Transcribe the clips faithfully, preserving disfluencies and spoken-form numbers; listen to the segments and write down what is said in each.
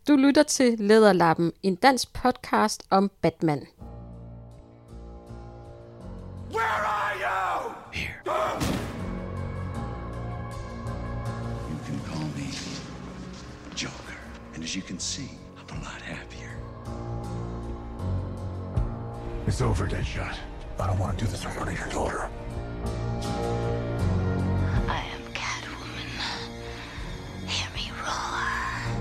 Du lytter til Læderlappen, en dansk podcast om Batman. Where are you? Here. You can call me Joker. And as you can see, I'm a lot happier. It's over, Deadshot. I don't want to do this in front of your daughter. I am Catwoman. Hear me roar.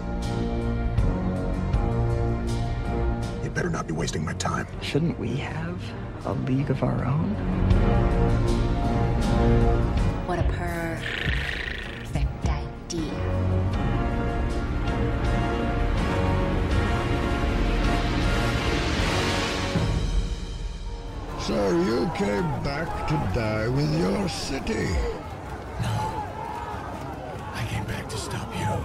You better not be wasting my time. Shouldn't we have a league of our own? What a perfect idea. So you came back to die with your city? No. I came back to stop you.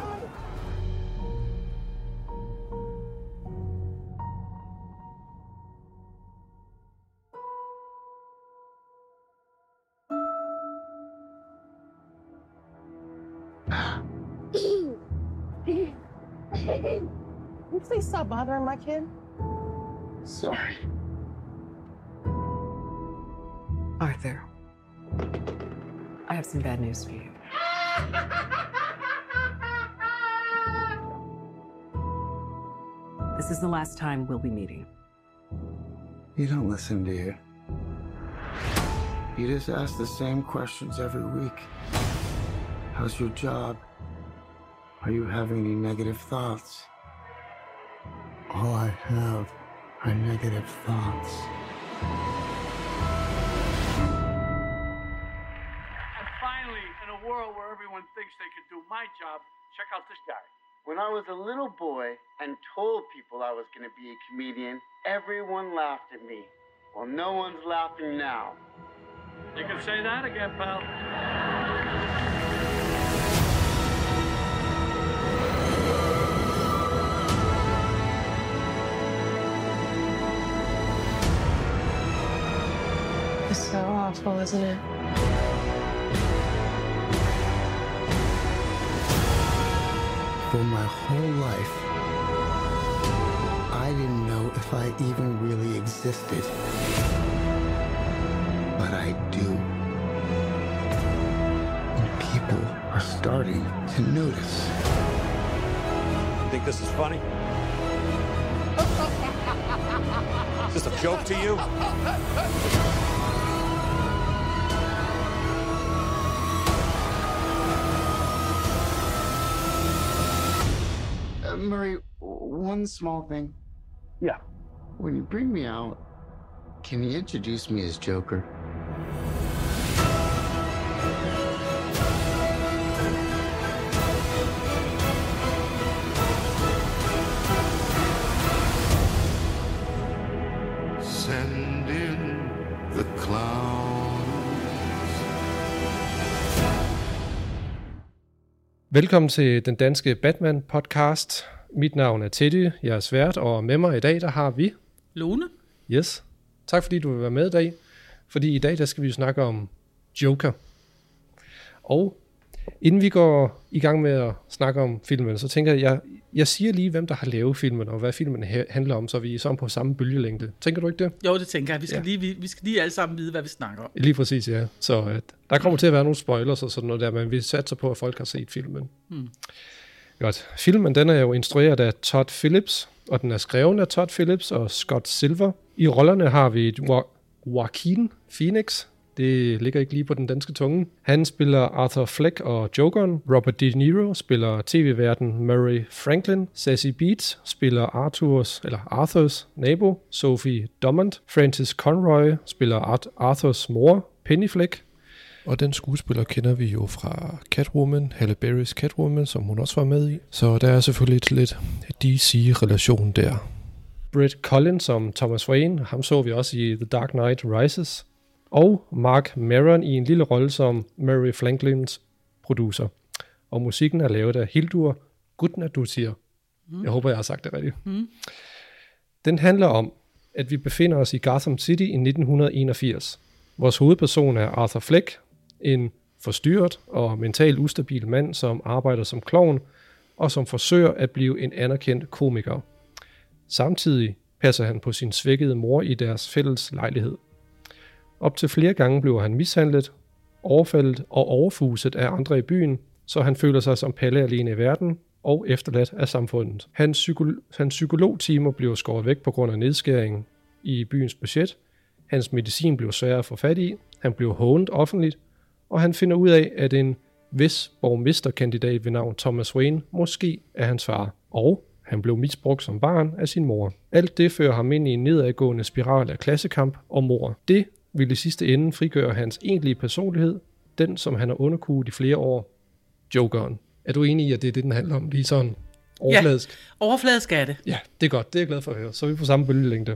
Can you please stop bothering my kid? Sorry. Arthur, I have some bad news for you. This is the last time we'll be meeting. You don't listen, do you? You just ask the same questions every week. How's your job? Are you having any negative thoughts? All I have are negative thoughts. And finally, in a world where everyone thinks they can do my job, check out this guy. When I was a little boy and told people I was going to be a comedian, everyone laughed at me. Well, no one's laughing now. You can say that again, pal. It's so awful, isn't it? For my whole life, I didn't know if I even really existed. But I do. And people are starting to notice. You think this is funny? Is this a joke to you? Uh, Murray, one small thing. Yeah. When you bring me out, can you introduce me as Joker? Send in the clowns. Velkommen til den danske Batman podcast. Mit navn er Teddy, jeg er svært, og med mig i dag, der har vi... Lone. Yes. Tak fordi du vil være med i dag. Fordi i dag, der skal vi jo snakke om Joker. Og inden vi går i gang med at snakke om filmen, så tænker jeg, jeg, jeg siger lige, hvem der har lavet filmen, og hvad filmen handler om, så vi er sådan på samme bølgelængde. Tænker du ikke det? Jo, det tænker jeg. Vi skal, Ja. lige, vi, vi skal lige alle sammen vide, hvad vi snakker om. Lige præcis, ja. Så uh, der kommer til at være nogle spoilers og sådan noget der, men vi satser på, at folk har set filmen. Hmm. Godt. Filmen, den er jo instrueret af Todd Phillips, og den er skrevet af Todd Phillips og Scott Silver. I rollerne har vi jo- Joaquin Phoenix. Det ligger ikke lige på den danske tunge. Han spiller Arthur Fleck og Jokeren. Robert De Niro spiller tv-værten Murray Franklin. Sassy Beats spiller Arthurs, eller Arthurs nabo, Sophie Drummond. Francis Conroy spiller Art- Arthurs mor, Penny Fleck. Og den skuespiller kender vi jo fra Catwoman, Halle Berry's Catwoman, som hun også var med i. Så der er selvfølgelig et lidt D C-relation der. Brett Collins som Thomas Wayne, ham så vi også i The Dark Knight Rises. Og Mark Maron i en lille rolle som Murray Franklins producer. Og musikken er lavet af Hildur Gudnadottir. Mm. Jeg håber, jeg har sagt det rigtigt. Mm. Den handler om, at vi befinder os i Gotham City i nitten enogfirs. Vores hovedperson er Arthur Fleck, en forstyrret og mentalt ustabil mand, som arbejder som klovn og som forsøger at blive en anerkendt komiker. Samtidig passer han på sin svækkede mor i deres fælles lejlighed. Op til flere gange bliver han mishandlet, overfaldet og overfuset af andre i byen, så han føler sig som palle alene i verden og efterladt af samfundet. Hans, psyko- hans psykologtimer bliver skåret væk på grund af nedskæringen i byens budget. Hans medicin bliver svær at få fat i. Han bliver hånet offentligt, og han finder ud af, at en vis borgmesterkandidat ved navn Thomas Wayne måske er hans far. Og han blev misbrugt som barn af sin mor. Alt det fører ham ind i en nedadgående spiral af klassekamp og mord. Det vil i sidste ende frigøre hans egentlige personlighed, den som han har underkuet i flere år, Jokeren. Er du enig i, at det er det, den handler om? Lige sådan overfladisk? Ja, overfladisk er det. Ja, det er godt. Det er jeg glad for at høre. Så er vi på samme bølgelængde.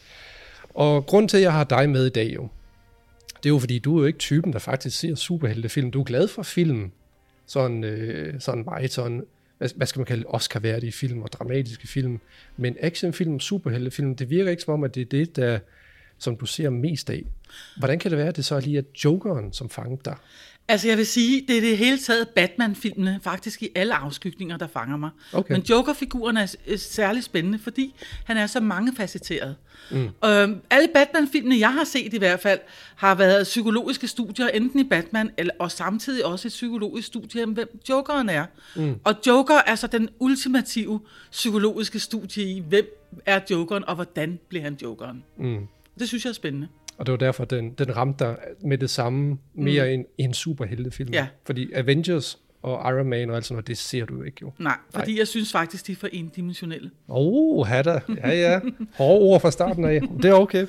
Og grund til, at jeg har dig med i dag jo, det er jo fordi, du er jo ikke typen, der faktisk ser superheltefilm. Du er glad for film. Sådan, øh, sådan meget sådan, hvad, hvad skal man kalde Oscar-værdige film og dramatiske film. Men actionfilm, superheltefilm, det virker ikke som om, at det er det, der, som du ser mest af. Hvordan kan det være, at det så er lige at Jokeren, som fangede dig? Altså jeg vil sige, det er det hele taget Batman-filmene, faktisk i alle afskygninger, der fanger mig. Okay. Men Joker-figuren er særlig spændende, fordi han er så mangefacetteret. Mm. Øhm, alle Batman-filmene, jeg har set i hvert fald, har været psykologiske studier, enten i Batman, eller, og samtidig også et psykologisk studie om, hvem Jokeren er. Mm. Og Joker er så den ultimative psykologiske studie i, hvem er Jokeren, og hvordan bliver han Jokeren. Mm. Det synes jeg er spændende. Og det var derfor, den, den ramte dig med det samme mere mm. end en superheltefilm. Ja. Fordi Avengers og Iron Man og alt sådan noget, det ser du jo ikke jo. Nej, fordi Nej. jeg synes faktisk, de er for endimensionelle. Åh, oh, hatter. Ja, ja. Hårde ord fra starten af. Det er okay.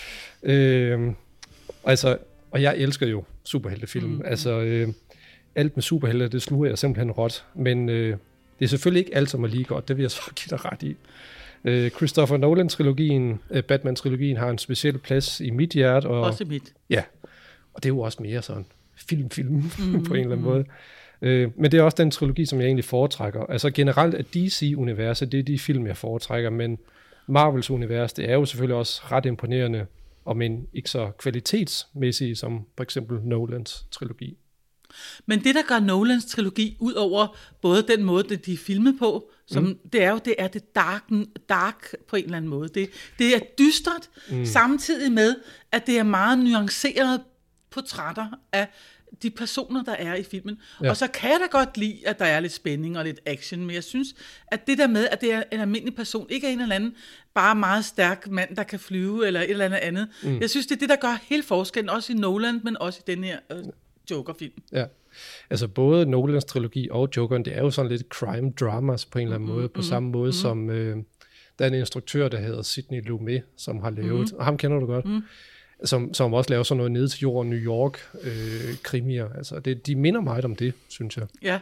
Øhm, altså, og jeg elsker jo superheltefilm. Mm. Altså, øh, alt med superhelte, det sluger jeg simpelthen råt. Men øh, det er selvfølgelig ikke alt, som er lige godt. Det vil jeg så give dig ret i. Uh, Christopher Nolan-trilogien, uh, Batman-trilogien har en speciel plads i mit hjerte. Og, også mit. Ja, og det er jo også mere sådan film-film mm-hmm. på en eller anden måde. Uh, men det er også den trilogi, som jeg egentlig foretrækker. Altså generelt er D C-universet, det er de film, jeg foretrækker, men Marvels univers, det er jo selvfølgelig også ret imponerende, og men ikke så kvalitetsmæssigt som for eksempel Nolans trilogi. Men det, der gør Nolans trilogi, ud over både den måde, de er filmet på, som mm. det er jo, det er det dark, dark på en eller anden måde. Det, det er dystert, mm. samtidig med, at det er meget nuancerede portrætter af de personer, der er i filmen. Ja. Og så kan jeg da godt lide, at der er lidt spænding og lidt action, men jeg synes, at det der med, at det er en almindelig person, ikke er en eller anden bare meget stærk mand, der kan flyve, eller et eller andet andet. Mm. Jeg synes, det er det, der gør hele forskellen, også i Nolan, men også i den her øh, Joker-film. Ja, altså både Nolans trilogi og Jokeren, det er jo sådan lidt crime dramas på en eller anden mm, måde, på mm, samme måde mm. som øh, der er en instruktør, der hedder Sidney Lumet, som har lavet, mm. og ham kender du godt, mm. som, som også laver sådan noget nede til jorden, New York øh, krimier, altså det, de minder meget om det, synes jeg. Ja.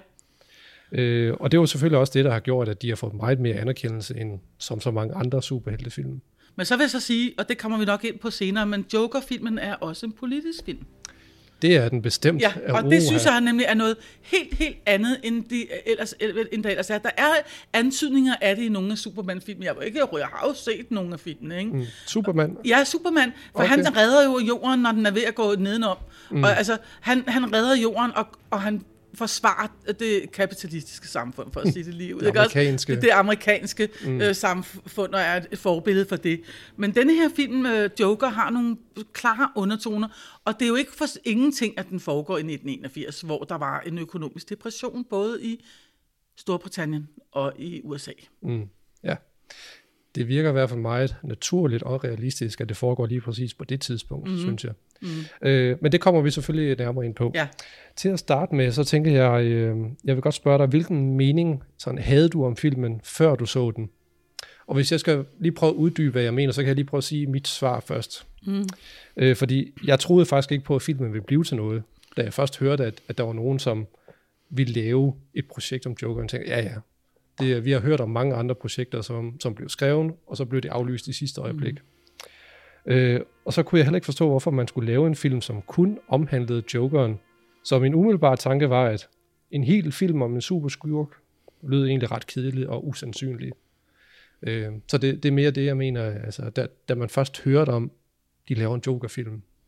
Øh, og det er jo selvfølgelig også det, der har gjort, at de har fået meget mere anerkendelse end som så mange andre superheltefilm. Men så vil jeg så sige, og det kommer vi nok ind på senere, men Joker-filmen er også en politisk film. Det er den bestemt. Ja, og det synes jeg nemlig er noget helt, helt andet, end, de ellers, end der ellers er. Der er antydninger af det i nogle af Superman-filmen. Jeg, ikke, jeg har jo set nogle af filmene. Ikke? Mm. Superman? Ja, Superman. For okay. han redder jo jorden, når den er ved at gå nedenom. Mm. Og altså, han, han redder jorden, og, og han forsvarer det kapitalistiske samfund, for at sige det lige ud. Det amerikanske. Det, det amerikanske mm. øh, samfund, og er et forbillede for det. Men denne her film, øh, Joker, har nogle klare undertoner, og det er jo ikke for ingenting, at den foregår i nitten enogfirs, hvor der var en økonomisk depression, både i Storbritannien og i U S A. Mm. Ja. Det virker i hvert fald meget naturligt og realistisk, at det foregår lige præcis på det tidspunkt, mm-hmm. synes jeg. Mm. Øh, men det kommer vi selvfølgelig nærmere ind på. Ja. Til at starte med, så tænker jeg, øh, jeg vil godt spørge dig, hvilken mening sådan, havde du om filmen, før du så den? Og hvis jeg skal lige prøve at uddybe, hvad jeg mener, så kan jeg lige prøve at sige mit svar først. Mm. Øh, fordi jeg troede faktisk ikke på, at filmen ville blive til noget, da jeg først hørte, at, at der var nogen, som ville lave et projekt om Joker, og tænkte, ja ja, det, vi har hørt om mange andre projekter, som, som blev skrevet, og så blev det aflyst i sidste øjeblik. Mm. Øh, og så kunne jeg heller ikke forstå, hvorfor man skulle lave en film, som kun omhandlede Jokeren. Så min umiddelbare tanke var, at en hel film om en superskurk lød egentlig ret kedelig og usandsynlig. Øh, så det, det er mere det, jeg mener, altså, da, da man først hørte om, de laver en Joker-film,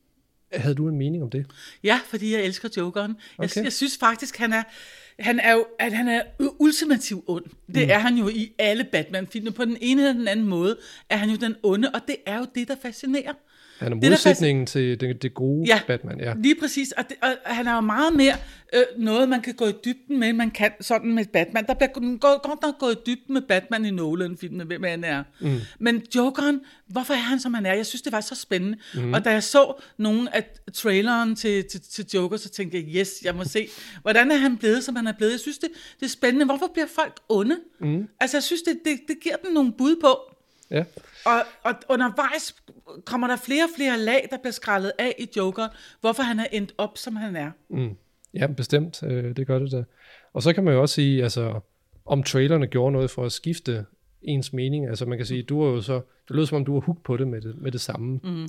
Havde du en mening om det? Ja, fordi jeg elsker Jokeren. Jeg, Okay. jeg synes faktisk, han er, han er jo, at han er ultimativ ond. Det Mm. er han jo i alle Batman-filmer. På den ene eller den anden måde er han jo den onde, og det er jo det, der fascinerer. Han er Det, der modsætningen til det, det gode Ja, Batman, ja. lige præcis. Og, det, og han er jo meget mere øh, noget, man kan gå i dybden med, man kan sådan med Batman. Der bliver godt, godt nok gået i dybden med Batman i Nolan-filmen, hvem han er. Mm. Men Jokeren, hvorfor er han, som han er? Jeg synes, det var så spændende. Mm. Og da jeg så nogle af traileren til, til, til Joker, så tænkte jeg, yes, jeg må se, hvordan er han blevet, som han er blevet. Jeg synes, det, det er spændende. Hvorfor bliver folk onde? Mm. Altså, jeg synes, det, det, det giver dem nogle bud på. Ja. Og, og undervejs kommer der flere og flere lag, der bliver skrællet af i Joker, hvorfor han er endt op, som han er. Mm. Ja, bestemt. Øh, det gør det da. Og så kan man jo også sige, altså, om trailerne gjorde noget for at skifte ens mening. Altså man kan sige, du er jo så, det lød som om du var hooked på det med det, med det samme. Mm.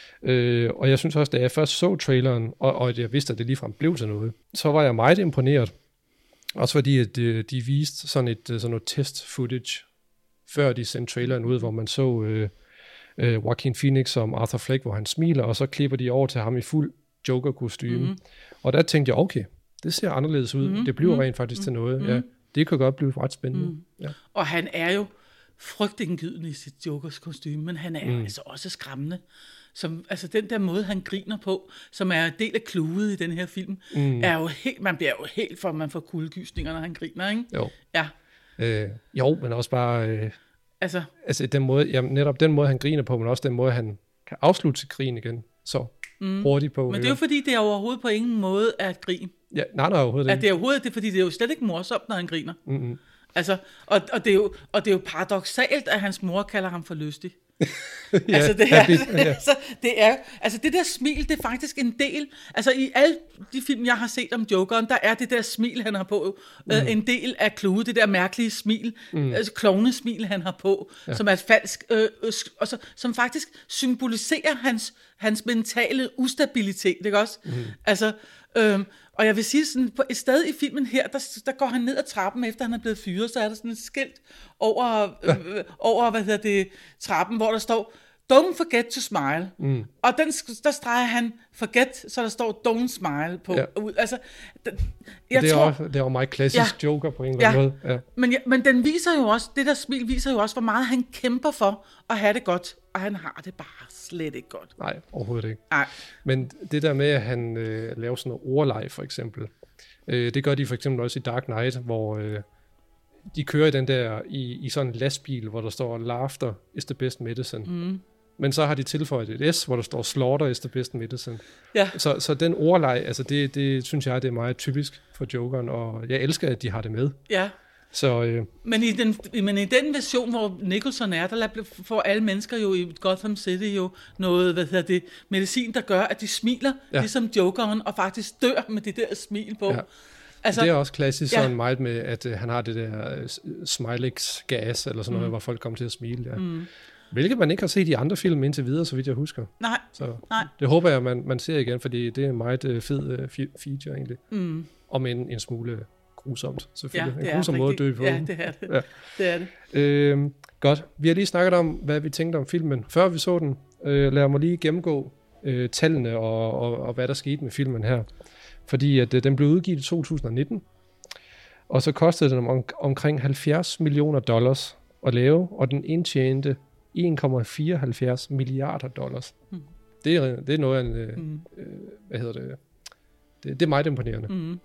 Øh, og jeg synes også, da jeg først så traileren, og, og jeg vidste, at det ligefrem blev til noget, så var jeg meget imponeret. Også fordi, at de, de viste sådan et sådan noget test footage, før de sendte traileren ud, hvor man så øh, øh, Joaquin Phoenix som Arthur Fleck, hvor han smiler, og så klipper de over til ham i fuld Joker-kostyme. Mm. Og der tænkte jeg, okay, det ser anderledes ud. Mm. Det bliver Mm. rent faktisk mm. til noget. Mm. Ja, det kan godt blive ret spændende. Mm. Ja. Og han er jo frygtindgydende i sit Jokers kostyme, men han er Mm. jo altså også skræmmende. Som, altså den der måde, han griner på, som er en del af kludet i den her film, Mm. er jo helt, man bliver jo helt for, man får kuldegysninger, når han griner, ikke? Jo. Ja. Øh, jo, men også bare... Øh, altså... altså den måde, jamen, netop den måde, han griner på, men også den måde, han kan afslutte sit grin igen, så Mm. hurtigt på. Men det er jo fordi, det er overhovedet på ingen måde er et grin. Ja, nej, nej, overhovedet At ikke. det er overhovedet det, er, fordi det er jo slet ikke morsomt, når han griner. Mm-hmm. Altså, og, og, det er jo, og det er jo paradoksalt, at hans mor kalder ham for lystig. ja, altså, det er, ja, ja. altså, det er, altså det der smil, det er faktisk en del, altså i alle de film, jeg har set om Jokeren, der er det der smil, han har på, mm. øh, en del af klude, det der mærkelige smil, mm. altså klovnesmil, han har på, ja. som er et falsk, øh, øh, og så, som faktisk symboliserer hans, hans mentale ustabilitet, ikke også? Mm. Altså, øh, og jeg vil sige sådan, på et sted i filmen her, der, der går han ned ad trappen, efter han er blevet fyret, så er der sådan et skilt over, øh, over hvad hedder det, trappen, hvor der står, don't forget to smile. Mm. Og den, der streger han forget, så der står don't smile på. Ja. Altså, den, jeg det, er tror, også, det er jo meget klassisk ja, Joker på en eller anden ja, måde. Ja. Men, ja, men den viser jo også, det der smil viser jo også, hvor meget han kæmper for at have det godt, og han har det bare slet ikke godt. Nej, overhovedet ikke. Nej. Men det der med, at han øh, laver sådan noget ordleje, for eksempel, øh, det gør de for eksempel også i Dark Knight, hvor øh, de kører i den der, i, i sådan en lastbil, hvor der står, laughter is the best medicine. Mm. Men så har de tilføjet et S, hvor der står, slaughter is the best medicine. Ja. Så, så den ordleje, altså det, det synes jeg, det er meget typisk for Jokeren, og jeg elsker, at de har det med. Ja. Så, øh, men, i den, men i den version, hvor Nicholson er, der får alle mennesker jo i Gotham City jo noget, hvad hedder det, medicin, der gør, at de smiler, ja. ligesom Jokeren, og faktisk dør med det der smil på. Ja. Altså, det er også klassisk ja. sådan meget med, at uh, han har det der uh, Smilex-gas, eller sådan noget, mm. hvor folk kommer til at smile. Ja. Mm. Hvilket man ikke har set i andre film indtil videre, så vidt jeg husker. Nej, så nej. Det håber jeg, man, man ser igen, fordi det er en meget uh, fed uh, feature egentlig. Mm. Om en, en smule grusomt, selvfølgelig. Ja, en grusom måde at dø på. Ja, det er det. Ja. det, er det. Øhm, godt. Vi har lige snakket om, hvad vi tænkte om filmen, før vi så den. Øh, lad mig lige gennemgå øh, tallene og, og, og hvad der skete med filmen her. Fordi at, øh, den blev udgivet i to tusind nitten, og så kostede den om, omkring halvfjerds millioner dollars at lave, og den indtjente en komma fireoghalvfjerds milliarder dollars. Mm. Det, er, det er noget af en, øh, mm. øh, hvad hedder det, det, det er meget imponerende. Mm.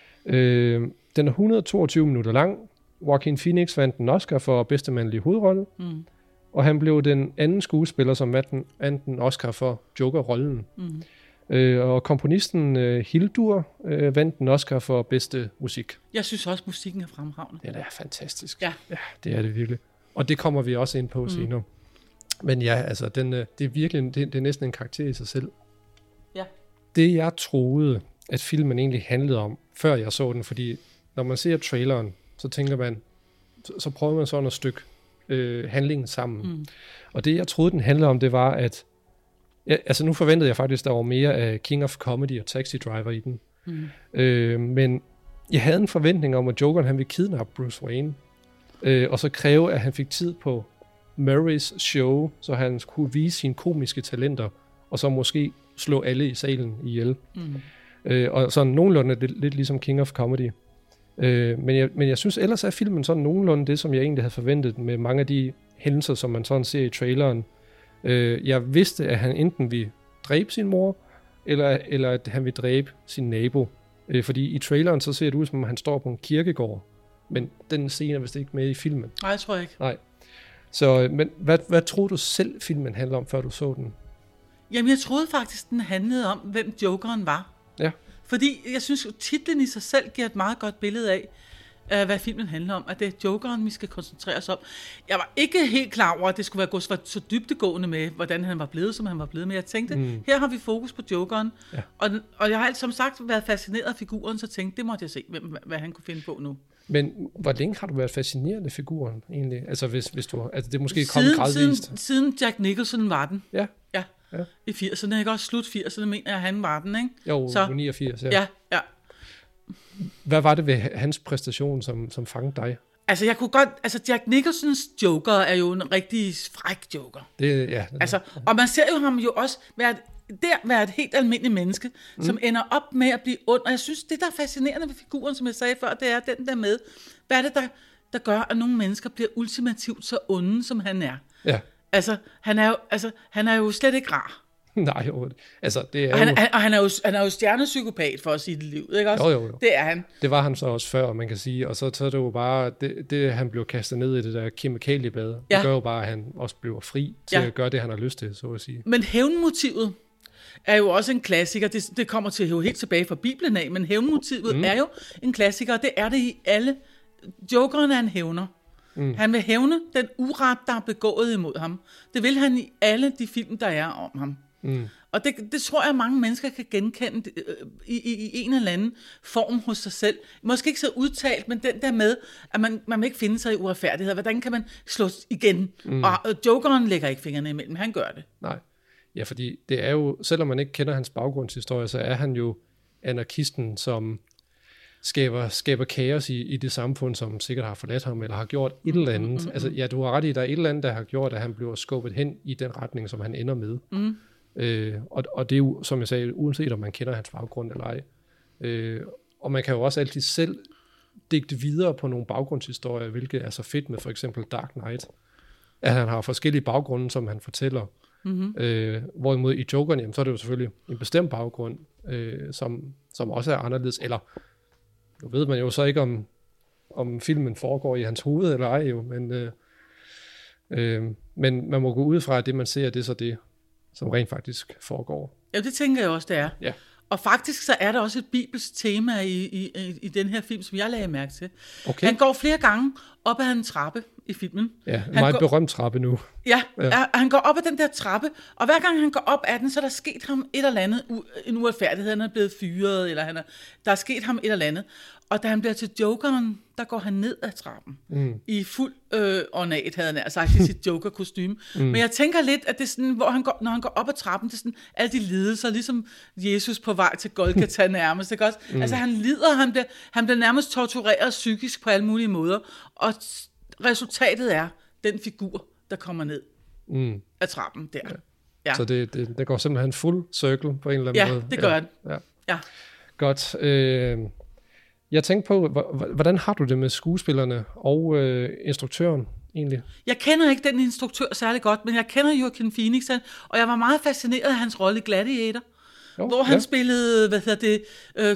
Øh, den er et hundrede og toogtyve minutter lang. Joaquin Phoenix vandt en Oscar for bedste mandlige hovedrolle, mm. og han blev den anden skuespiller, som vandt en Oscar for Joker-rollen. Mm. Øh, og komponisten øh, Hildur øh, vandt en Oscar for bedste musik. Jeg synes også, musikken er fremragende. Det er fantastisk. Ja. Ja, det er det virkelig. Og det kommer vi også ind på mm. senere. Men ja, altså, den, det er virkelig det, det er næsten en karakter i sig selv. Ja. Det, jeg troede, at filmen egentlig handlede om, før jeg så den, fordi når man ser traileren, så tænker man, så, så prøver man sådan et stykke øh, handlingen sammen. Mm. Og det, jeg troede, den handlede om, det var, at ja, altså nu forventede jeg faktisk, der var mere af King of Comedy og Taxi Driver i den. Mm. Øh, men jeg havde en forventning om, at Jokeren han ville kidnappe Bruce Wayne, øh, og så kræve, at han fik tid på Murrays show, så han kunne vise sine komiske talenter, og så måske slå alle i salen ihjel. Mm. Øh, og sådan nogenlunde lidt, lidt ligesom King of Comedy. Øh, men, jeg, men jeg synes ellers er filmen sådan nogenlunde det, som jeg egentlig havde forventet med mange af de hændelser, som man sådan ser i traileren. Øh, jeg vidste, at han enten ville dræbe sin mor, eller, eller at han vil dræbe sin nabo. Øh, fordi i traileren så ser det ud, som om han står på en kirkegård. Men den scene er vist ikke med i filmen. Nej, jeg tror ikke. Nej. Så, men hvad, hvad tror du selv, filmen handler om, før du så den? Jamen, jeg troede faktisk, den handlede om, hvem Jokeren var. Ja. Fordi jeg synes, titlen i sig selv giver et meget godt billede af, uh, hvad filmen handler om. At det er Jokeren, vi skal koncentrere os om. Jeg var ikke helt klar over, at det skulle være gået så dybdegående med, hvordan han var blevet, som han var blevet. Men jeg tænkte, mm. her har vi fokus på Jokeren. Ja. Og, og jeg har som sagt været fascineret af figuren, så tænkte, det måtte jeg se, hvem, hvad han kunne finde på nu. Men hvor længe har du været fascineret af figuren egentlig? Altså hvis, hvis du, altså det er måske kommet gradvist. Siden, siden Jack Nicholson var den. Ja. Ja. Ja. I firserne, ikke også? Slut firserne, mener jeg, han var den, ikke? Jo, så, niogfirs, ja. Ja, ja. Hvad var det ved hans præstation, som, som fangede dig? Altså, jeg kunne godt... Altså, Jack Nicholsons Joker er jo en rigtig fræk Joker. Det, ja. Altså, og man ser jo ham jo også være der være et helt almindeligt menneske, mm. som ender op med at blive ond. Og jeg synes, det der er fascinerende ved figuren, som jeg sagde før, det er den der med, hvad er det, der, der gør, at nogle mennesker bliver ultimativt så onde, som han er? Ja. Altså, han er jo, altså, han er jo slet ikke rar. Nej, jo. Altså, det er og han, jo... han, og han er jo, han er jo stjernepsykopat, for at sige det liv, ikke også? Jo, jo, jo. Det er han. Det var han så også før, man kan sige. Og så, så er det jo bare, det, det han blev kastet ned i det der kemikaliebad, ja. Det gør jo bare, at han også bliver fri til ja. at gøre det, han har lyst til, så at sige. Men hævnmotivet er jo også en klassiker. Det, det kommer til at hæve helt tilbage fra Bibelen af, men hævnmotivet mm. er jo en klassiker, og det er det i alle. Jokeren er en hævner. Mm. Han vil hævne den uret, der er begået imod ham. Det vil han i alle de film, der er om ham. Mm. Og det, det tror jeg, mange mennesker kan genkende i, i, i en eller anden form hos sig selv. Måske ikke så udtalt, men den der med, at man, man vil ikke finde sig i uretfærdighed. Hvordan kan man slå igen? Mm. Og, og Jokeren lægger ikke fingrene imellem, han gør det. Nej. Ja, fordi det er jo, selvom man ikke kender hans baggrundshistorie, så er han jo anarkisten, som skaber, skaber kaos i, i det samfund, som sikkert har forladt ham, eller har gjort et eller andet. Mm, mm, mm. Altså, ja, du har ret i, der er et eller andet, der har gjort, at han bliver skubbet hen i den retning, som han ender med. Mm. Øh, og, og det er jo, som jeg sagde, uanset om man kender hans baggrund eller ej. Øh, og man kan jo også altid selv digte videre på nogle baggrundshistorier, hvilket er så fedt med for eksempel Dark Knight, at han har forskellige baggrunde, som han fortæller. Mm-hmm. Øh, hvorimod i Jokeren, jamen, så er det jo selvfølgelig en bestemt baggrund, øh, som, som også er anderledes, eller nu ved man jo så ikke, om, om filmen foregår i hans hoved eller ej jo, men, øh, øh, men man må gå ud fra, at det man ser, det er så det, som rent faktisk foregår. Ja, det tænker jeg også, det er. Ja. Og faktisk så er der også et bibelsk tema i, i, i den her film, som jeg lagde mærke til. Okay. Han går flere gange op ad en trappe i filmen. Ja, en han meget går, berømt trappe nu. Ja, ja, han går op ad den der trappe, og hver gang han går op ad den, så er der sket ham et eller andet, en uretfærdighed, han er blevet fyret, eller han er, der er sket ham et eller andet. Og da han bliver til Jokeren, der går han ned ad trappen. Mm. I fuld øh, ornat, havde han nær sagt, i sit Joker-kostyme. Mm. Men jeg tænker lidt, at det er sådan, hvor han går, når han går op ad trappen, det er sådan, alle de lidelser, ligesom Jesus på vej til Golgata nærmest, ikke også? Mm. Altså han lider, han bliver, han bliver nærmest tortureret psykisk på alle mulige måder, og resultatet er den figur, der kommer ned mm. ad trappen der. Ja. Ja. Så det, det, det går simpelthen full circle på en eller anden ja, måde. Det gør ja, det gør ja. det. Ja. Godt. Øh, jeg tænkte på, hvordan har du det med skuespillerne og øh, instruktøren egentlig? Jeg kender ikke den instruktør særlig godt, men jeg kender Joaquin Phoenix, og jeg var meget fascineret af hans rolle i Gladiator, jo, hvor han ja. spillede, hvad hedder det, øh,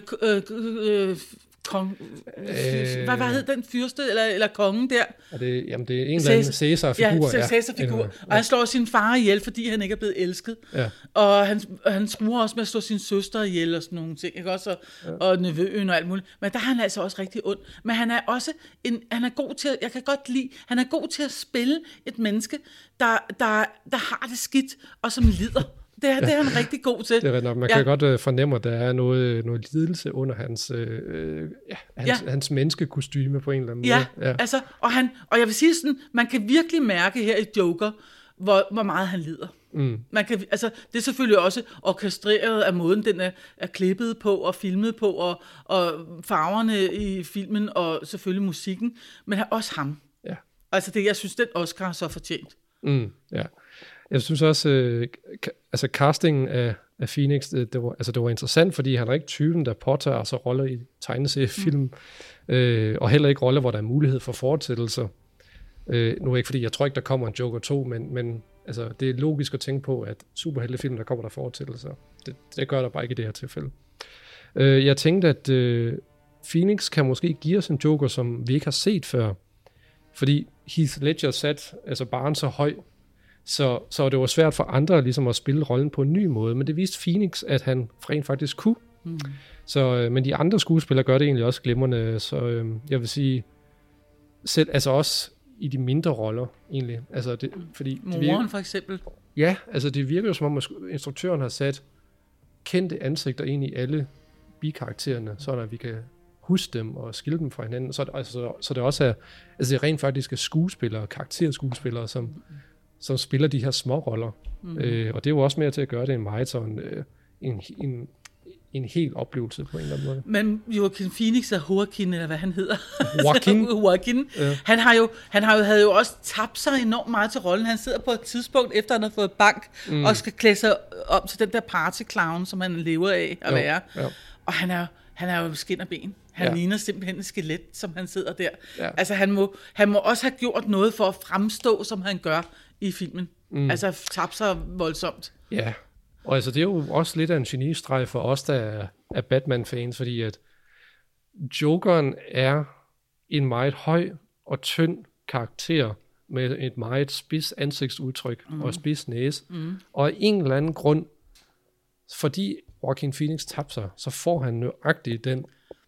øh, øh, kong, øh, hvad, hvad hed den fyrste, eller, eller kongen der? Er det, jamen det er en eller anden Cæsar-figur. Ja, Cæsar-figur. Ja. Og han slår sin far ihjel, fordi han ikke er blevet elsket. Ja. Og han, han truer også med at slå sin søster ihjel og sådan nogle ting, ikke også? Og, ja. og nevøen og alt muligt. Men der er han altså også rigtig ond. Men han er også en, han er god til, jeg kan godt lide, han er god til at spille et menneske, der, der, der har det skidt, og som lider. Det er, ja. det er han rigtig god til. Det er nok. Man ja. kan godt uh, fornemme, at der er noget, noget lidelse under hans, øh, ja, hans, ja. hans menneskekostyme på en eller anden ja. måde. Ja, altså, og, han, og jeg vil sige sådan, man kan virkelig mærke her i Joker, hvor, hvor meget han lider. Mm. Man kan, altså, det er selvfølgelig også orkestreret af måden, den er, er klippet på og filmet på, og, og farverne i filmen, og selvfølgelig musikken, men også ham. Ja. Altså det, jeg synes, den Oscar er så fortjent. Mm, ja. Jeg synes også, øh, ka- altså castingen af, af Phoenix, det, det, var, altså det var interessant, fordi han er ikke typen, der påtager sig roller i tegneseriefilm, mm. øh, og heller ikke roller, hvor der er mulighed for fortsættelser. Øh, nu er ikke fordi, jeg tror ikke, der kommer en Joker to, men, men altså, det er logisk at tænke på, at superheltefilm, der kommer der fortsættelser. Det, det gør der bare ikke i det her tilfælde. Øh, jeg tænkte, at øh, Phoenix kan måske give os en Joker, som vi ikke har set før. Fordi Heath Ledger sat altså barren så høj, så, så det var svært for andre ligesom at spille rollen på en ny måde. Men det viste Phoenix, at han rent faktisk kunne. Mm. Så, øh, men de andre skuespillere gør det egentlig også glimrende. Så øh, jeg vil sige, selv, altså også i de mindre roller egentlig. Altså det, fordi Moren det virker, for eksempel. Ja, altså det virker jo som om, at instruktøren har sat kendte ansigter ind i alle bikaraktererne, så at vi kan huske dem og skille dem fra hinanden. Så, altså, så det også er, altså det er rent faktisk er skuespillere, karakterskuespillere, som, mm. som spiller de her små roller. Mm. Øh, og det er jo også mere til at gøre det en meget sådan øh, en, en, en hel oplevelse på en eller anden måde. Men Joaquin Phoenix og Joaquin, eller hvad han hedder. Joaquin. Joaquin. Ja. Han har jo, han har jo, havde jo også tabt sig enormt meget til rollen. Han sidder på et tidspunkt, efter han har fået bank, mm. og skal klæde sig om til den der party-clown, som han lever af at jo, være. Jo. Og han er, han er jo skin og ben. Han ja. ligner simpelthen et skelet, som han sidder der. Ja. Altså han må, han må også have gjort noget for at fremstå, som han gør i filmen. Mm. Altså tabt sig voldsomt. Ja, og altså det er jo også lidt af en genistreg for os, der er, er Batman-fans, fordi at Jokeren er en meget høj og tynd karakter med et meget spids ansigtsudtryk mm. og spids næse. Mm. Og af en eller anden grund, fordi Joaquin Phoenix tabte sig, så får han nøjagtigt den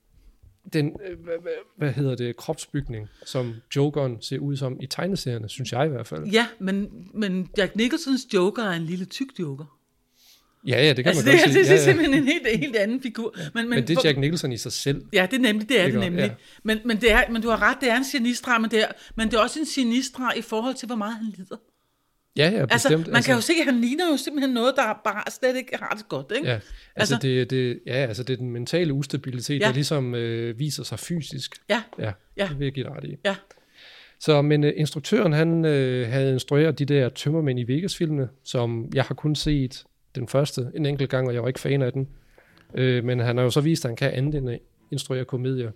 den, hvad, hvad hedder det, kropsbygning, som Jokeren ser ud som i tegneserierne, synes jeg i hvert fald. Ja, men, men Jack Nicholsons Joker er en lille tyk Joker. Ja, ja, det kan altså, man det, godt sige. Det er ja, ja. simpelthen en helt, helt anden figur. Ja. Men, men, men det er Jack Nicholson i sig selv. Ja, det er nemlig, det er det, det nemlig. Ja. Men, men, det er, men du har ret, det er en genistreg, men det er, men det er også en genistreg i forhold til, hvor meget han lider. Ja, ja, bestemt. Altså, man altså, kan jo se, at han ligner jo simpelthen noget, der bare slet ikke har det godt, ikke? Ja, altså, altså det, det, ja, altså det er den mentale ustabilitet, ja. der ligesom øh, viser sig fysisk. Ja. Ja, ja. Det vil jeg give ret i. Ja. Så, men øh, instruktøren, han øh, havde instrueret de der Tømmermænd i Vegas-filmene, som jeg har kun set den første en enkelt gang, og jeg var ikke fan af den. Øh, men han har jo så vist, at han kan andet end at instruere komedier.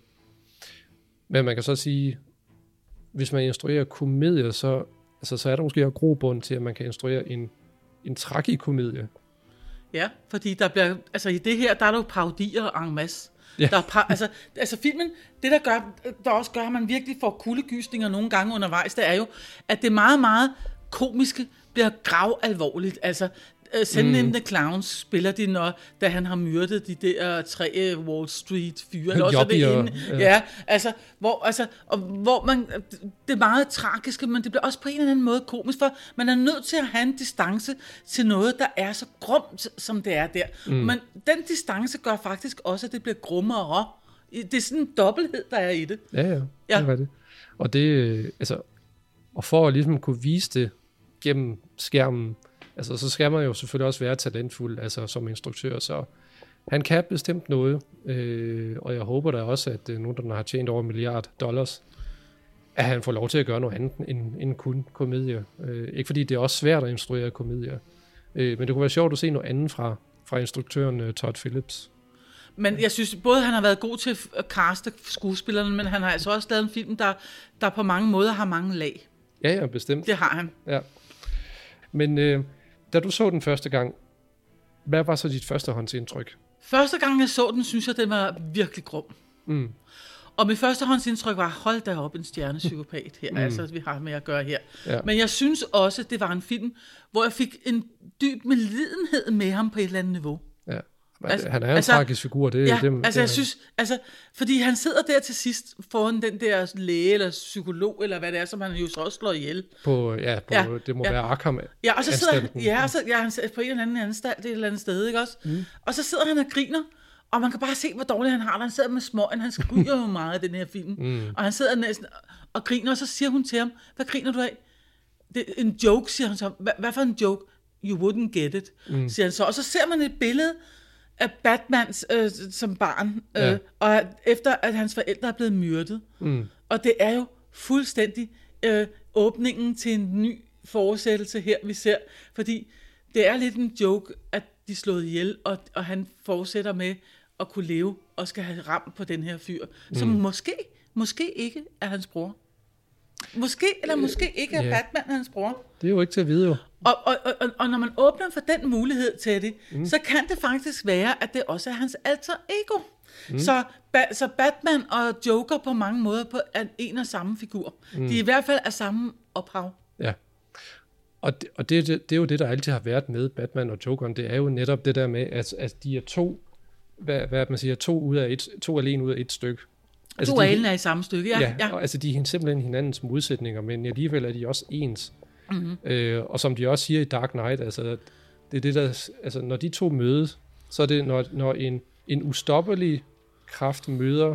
Men man kan så sige, hvis man instruerer komedier, så Altså, så er der måske en grobund til, at man kan instruere en, en tragikomedie. Ja, fordi der bliver, altså i det her, der er der jo parodier en masse. Ja. Der er par, altså, altså filmen, det der gør, der også gør, at man virkelig får kuldegysninger nogle gange undervejs, det er jo, at det meget, meget komiske bliver gravalvorligt. Altså, Send in the Clowns spiller de, når, da han har myrdet de der tre Wall Street fyre. Også det ene, ja. ja, altså, hvor, altså, og hvor man, det er meget tragiske, men det bliver også på en eller anden måde komisk, for man er nødt til at have en distance til noget, der er så grumt, som det er der. Mm. Men den distance gør faktisk også, at det bliver grummere. Det er sådan en dobbelthed, der er i det. Ja, ja, ja. Det var det. Og det, altså, og for at ligesom kunne vise det gennem skærmen, altså, så skal man jo selvfølgelig også være talentfuld, altså som instruktør, så han kan bestemt noget, øh, og jeg håber da også, at øh, nogen, der har tjent over en milliard dollars, at han får lov til at gøre noget andet end, end kun komedier. Øh, ikke fordi det er også svært at instruere komedier, øh, men det kunne være sjovt at se noget andet fra, fra instruktøren øh, Todd Phillips. Men jeg synes, både han har været god til at caste skuespillerne, men han har altså også lavet en film, der, der på mange måder har mange lag. Ja, ja, bestemt. Det har han. Ja. Men øh, da du så den første gang, hvad var så dit førstehåndsindtryk? Første gang jeg så den, synes jeg, den var virkelig grum. Mm. Og mit førstehåndsindtryk var, hold da op, en stjernepsykopat her, mm. altså vi har med at gøre her. Ja. Men jeg synes også, det var en film, hvor jeg fik en dyb medlidenhed med ham på et eller andet niveau. Ja. Altså, han er en altså, tragisk figur. Det, ja, det, altså det, jeg synes, altså, fordi han sidder der til sidst foran den der læge eller psykolog, eller hvad det er, som han jo så også slår ihjel. På, ja, på, ja, det må ja. være Arkham. Ja, og så sidder han, ja, og så, ja, han på en eller anden anstalt, et eller andet sted, ikke også? Mm. Og så sidder han og griner, og man kan bare se, hvor dårligt han har det. Han sidder med smøgen, han skriger jo meget af den her film. Mm. Og han sidder næsten og griner, og så siger hun til ham, hvad griner du af? Det er en joke, siger han så. Hvad, hvad for en joke? You wouldn't get it, mm. siger han så. Og så ser man et billede af Batmans øh, som barn, øh, ja. og efter at hans forældre er blevet myrdet. Mm. Og det er jo fuldstændig øh, åbningen til en ny fortsættelse her, vi ser, fordi det er lidt en joke, at de slået ihjel, og, og han fortsætter med at kunne leve, og skal have ramt på den her fyr, mm. som måske, måske ikke er hans bror. Måske, eller måske ikke er Ja. Batman hans bror. Det er jo ikke til at vide jo. Og, og, og, og når man åbner for den mulighed til det, Mm. mm. så kan det faktisk være, at det også er hans alter ego. Mm. Mm. Så, ba- så Batman og Joker på mange måder på er en og samme figur. Mm. Mm. De er i hvert fald af samme ophav. Ja. Og, det, og det, det, det er jo det, der altid har været med Batman og Jokeren. Det er jo netop det der med, at, at de er to, hvad, hvad man siger, to ud af et, to alene ud af et stykke. Altså, to alene er i samme stykke, ja. Ja, ja. og, altså de er simpelthen hinandens modsætninger, men alligevel er de også ens. Mm-hmm. Øh, og som de også siger i Dark Knight, altså det er det der, altså når de to mødes, så er det når, når en, en ustoppelig kraft møder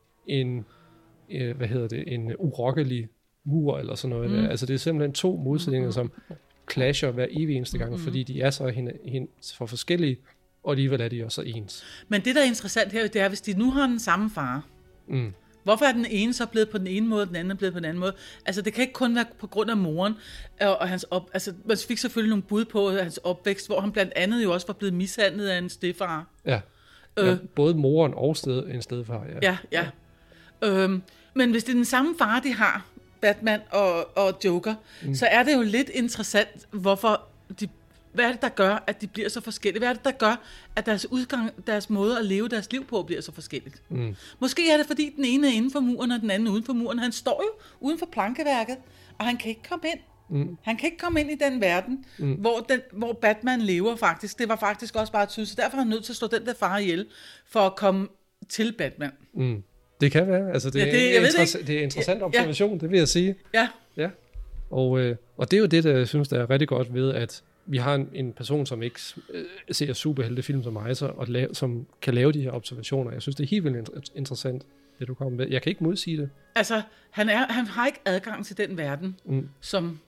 en, øh, hvad hedder det, en urokkelig mur eller sådan noget. Mm. Der. Altså det er simpelthen to modsætninger, som clasher hver evig eneste gang, Mm. fordi de er så hin, hin, for forskellige, og alligevel er de også ens. Men det, der er interessant her, det er, hvis de nu har den samme far, Mm. hvorfor er den ene så blevet på den ene måde, og den anden er blevet på den anden måde? Altså, det kan ikke kun være på grund af moren, og, og hans op... Altså, man fik selvfølgelig nogle bud på hans opvækst, hvor han blandt andet jo også var blevet mishandlet af en stedfar. Ja, Øh. ja både moren og sted, en stedfar, ja. Ja, ja. ja. Øhm, men hvis det er den samme far, de har, Batman og, og Joker, mm. så er det jo lidt interessant, hvorfor de... Hvad er det, der gør, at de bliver så forskellige? Hvad er det, der gør, at deres udgang, deres måde at leve deres liv på, bliver så forskelligt? Mm. Måske er det, fordi den ene er inden for muren, og den anden er uden for muren. Han står jo uden for plankeværket, og han kan ikke komme ind. Mm. Han kan ikke komme ind i den verden, mm. hvor, den, hvor Batman lever faktisk. Det var faktisk også bare tydeligt, så derfor er han nødt til at slå den der far ihjel, for at komme til Batman. Mm. Det kan være. Altså, det, Ja, ja, det- det, jeg er, ved det interess- ikke. det er en interessant Ja. observation, det vil jeg sige. Ja. Ja. Og, øh, og det er jo det, der jeg synes, der er rigtig godt ved, at vi har en, en person, som ikke øh, ser superheltefilm som mig, så, og la- som kan lave de her observationer. Jeg synes, det er helt vildt inter- interessant, det du kommer med. Jeg kan ikke modsige det. Altså, han, er, han har ikke adgang til den verden, Mm. som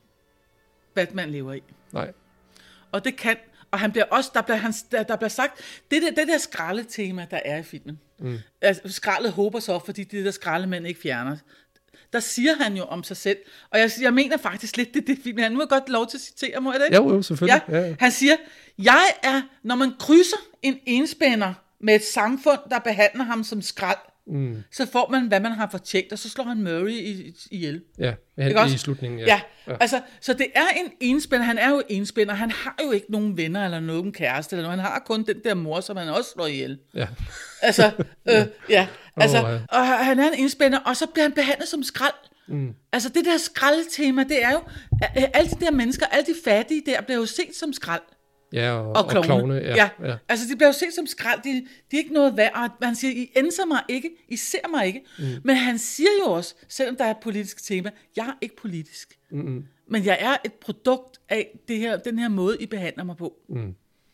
Batman lever i. Nej. Og det kan, og han bliver også, der bliver, han, der, der bliver sagt, det der, det der skraldetema, der er i filmen, Mm. altså skraldet håber så, fordi det der skraldemænd ikke fjerner, der siger han jo om sig selv, og jeg, jeg mener faktisk lidt, det er det film, han nu har godt lov til at citere, må jeg det ikke? Jo, jo, selvfølgelig. Ja. Ja, ja. Han siger, jeg er, når man krydser en enspænder med et samfund, der behandler ham som skrald, Mm. så får man, hvad man har fortjent, og så slår han Murray i, i, ihjel. Ja, Ikke han, også? i slutningen. Ja. Ja, Ja. altså, så det er en enspænder, han er jo enspænder, han har jo ikke nogen venner, eller nogen kæreste, eller noget. Han har kun den der mor, som han også slår ihjel. Ja. Altså, øh, ja, altså, Åh, ja. og han er en enspænder, og så bliver han behandlet som skrald. Mm. Altså, det der skraldtema, det er jo, at alle de der mennesker, alle de fattige der, bliver jo set som skrald. Ja, og, Og klovne. klovne, ja, ja. ja. Altså, de bliver jo set som skrald. De, de er ikke noget værd. Og han siger, I enser mig ikke. I ser mig ikke. Mm. Men han siger jo også, selvom der er et politisk tema, jeg er ikke politisk. Mm-mm. Men jeg er et produkt af det her, den her måde, I behandler mig på. Mm.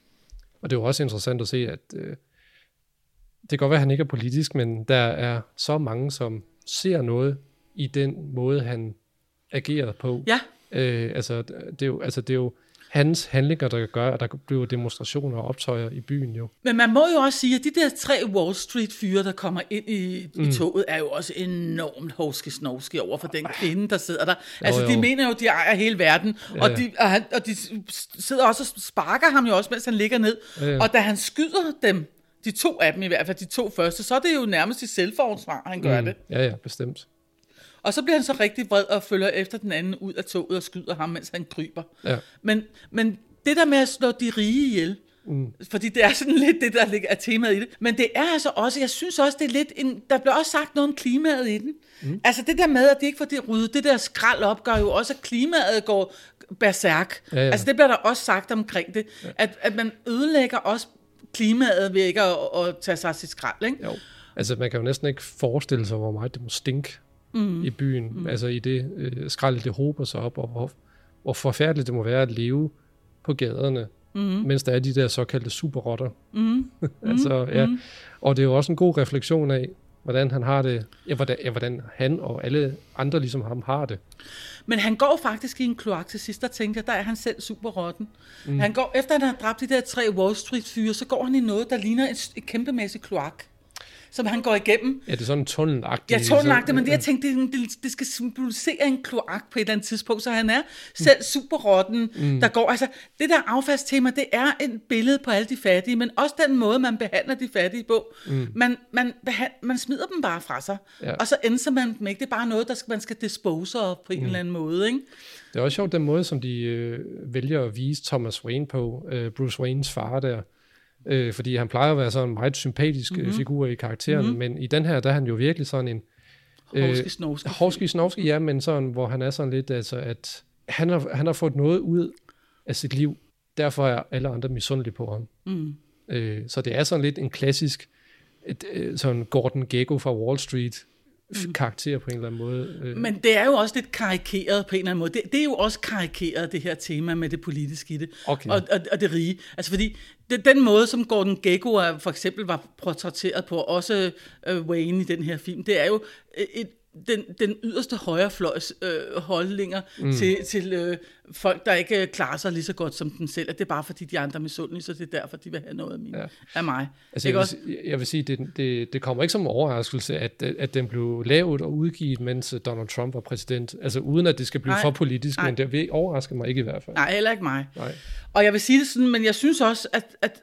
Og det er jo også interessant at se, at øh, det kan godt være, at han ikke er politisk, men der er så mange, som ser noget i den måde, han agerer på. Ja. Øh, altså, det er jo, altså, det er jo hans handlinger, der gør, at der bliver demonstrationer og optøjer i byen jo. Men man må jo også sige, at de der tre Wall Street-fyre, der kommer ind i, Mm. i toget, er jo også enormt hovske-snovske over for den kvinde, der sidder der. Jo, Altså, de jo. mener jo, de ejer hele verden, Ja, og, ja. de, og, han, og de sidder også og sparker ham jo også, mens han ligger ned. Ja, ja. Og da han skyder dem, de to af dem i hvert fald, de to første, så er det jo nærmest i selvforsvar, han gør Mm. det. Ja, ja, bestemt. Og så bliver han så rigtig vred og følger efter den anden ud af toget og skyder ham, mens han kryber. Ja. Men, men det der med at slå de rige ihjel, Mm. fordi det er sådan lidt det, der ligger- er temaet i det. Men det er altså også, jeg synes også, det er lidt, en, der bliver også sagt noget om klimaet i den. Mm. Altså det der med, at de ikke får det ryddet, det der skrald op, gør jo også, at klimaet går berserk. Ja, ja. Altså det bliver der også sagt omkring det, ja. at, at man ødelægger også klimaet ved ikke at, at tage sig af sit skrald, ikke? Jo. Altså, man kan jo næsten ikke forestille sig, hvor meget det må stinke Mm. i byen. Mm. Altså, i det øh, skraldet, det hober sig op, og hvor, hvor forfærdeligt det må være at leve på gaderne, Mm. mens der er de der såkaldte superrotter. Mm. altså, ja. Mm. Og det er jo også en god refleksion af, hvordan han har det, ja, hvordan, ja, hvordan han og alle andre ligesom ham har det. Men han går faktisk i en kloak til sidst, der tænker jeg, der er han selv superrotten. Mm. Han går, efter han har dræbt de der tre Wall Street-fyre, så går han i noget, der ligner et, et kæmpemæssigt kloak. som han går igennem. Ja, det er sådan en tunnelagtig. Ja, tunnelagtig, men det, jeg tænkte, det, det, det skal symbolisere en kloak på et eller andet tidspunkt, så han er selv superrotten, mm. der går. Altså, det der affaldstema, det er et billede på alle de fattige, men også den måde, man behandler de fattige på. Mm. Man, man, behand, man smider dem bare fra sig, ja. Og så enser man dem ikke. Det er bare noget, der skal, man skal dispose af på en mm. eller anden måde, ikke? Det er også sjovt, den måde, som de øh, vælger at vise Thomas Wayne på, øh, Bruce Waynes far der. Øh, fordi han plejer at være sådan en meget sympatisk mm-hmm. figur i karakteren, mm-hmm. men i den her, der er han jo virkelig sådan en... Hovski-snovski. Øh, Hovski-snovski, ja, men sådan, hvor han er sådan lidt, altså, at han har, han har fået noget ud af sit liv, derfor er alle andre misundelige på ham. Mm. Øh, så det er sådan lidt en klassisk, et, et, sådan Gordon Gekko fra Wall Street, Mm. karakter på en eller anden måde. Men det er jo også lidt karikeret på en eller anden måde. Det, det er jo også karikeret, det her tema med det politiske i det, okay. og, og, og det rige. Altså fordi, det, den måde, som Gordon Gekko er, for eksempel var portrætteret på, også uh, Wayne i den her film, det er jo et, den, den yderste højrefløjs øh, holdninger mm. til, til øh, folk, der ikke klarer sig lige så godt som den selv, at det er bare fordi, de andre er misundelige, så det er derfor, de vil have noget af, min, ja. af mig. Altså, jeg, vil, jeg vil sige, det, det, det kommer ikke som en overraskelse, at, at den blev lavet og udgivet, mens Donald Trump var præsident. Altså uden at det skal blive nej, for politisk, nej. Men det vil overraske mig ikke i hvert fald. Nej, heller ikke mig. Nej. Og jeg vil sige det sådan, men jeg synes også, at, at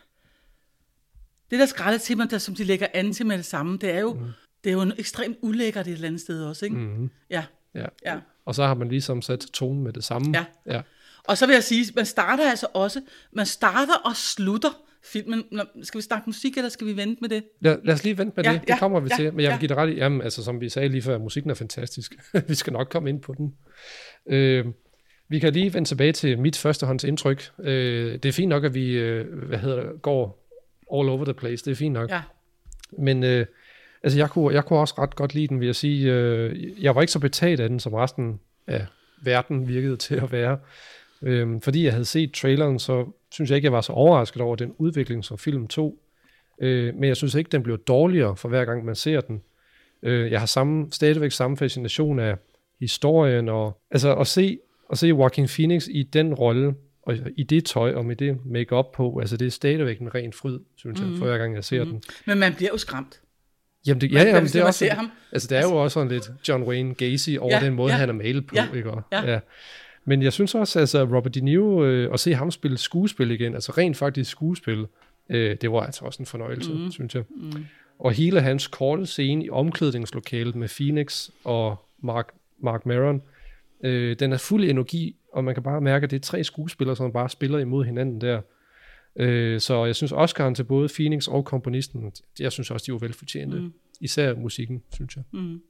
det der skraldetema, der som de lægger an til med det samme, det er jo mm. Det er jo ekstremt ulækkert et eller andet sted også, ikke? Mm-hmm. Ja. Ja. ja. Og så har man ligesom sat tonen med det samme. Ja. ja. Og så vil jeg sige, man starter altså også, man starter og slutter filmen. Skal vi snakke musik, eller skal vi vente med det? Ja, lad os lige vente med ja, det. Det ja, kommer vi ja, til. Men jeg vil ja. give det ret i, jamen, altså som vi sagde lige før, musikken er fantastisk. Vi skal nok komme ind på den. Øh, vi kan lige vende tilbage til mit førstehåndsindtryk. Øh, det er fint nok, at vi øh, hvad hedder det, går all over the place. Det er fint nok. Ja. Men... Øh, Altså, jeg kunne, jeg kunne også ret godt lide den, vil jeg sige. Øh, jeg var ikke så betaget af den, som resten af verden virkede til at være. Øh, fordi jeg havde set traileren, så synes jeg ikke, jeg var så overrasket over den udvikling, som film tog. Øh, men jeg synes ikke, den blev dårligere for hver gang, man ser den. Øh, jeg har samme, stadigvæk samme fascination af historien, og altså at se, at se Joaquin Phoenix i den rolle, og i det tøj, og med det make-up på, altså det er stadigvæk en ren fryd, synes mm-hmm. jeg, for hver gang, jeg ser mm-hmm. den. Men man bliver jo skræmt. Jamen det, ja, jamen, det er også ham. Altså det er jo også sådan lidt John Wayne Gacy over ja, den måde, ja, han er malet på, ja, ikke? Ja. Ja. Men jeg synes også, altså Robert De Niro, øh, at se ham spille skuespil igen, altså rent faktisk skuespil, øh, det var altså også en fornøjelse, mm. synes jeg. Mm. Og hele hans korte scene i omklædningslokalet med Phoenix og Mark, Mark Maron, øh, den er fuld af energi, og man kan bare mærke, at det er tre skuespillere, som bare spiller imod hinanden der. Øh, så jeg synes Oscaren til både Phoenix og komponisten, jeg synes også, de var velfortjente. Mm. Især musikken, synes jeg. Mm.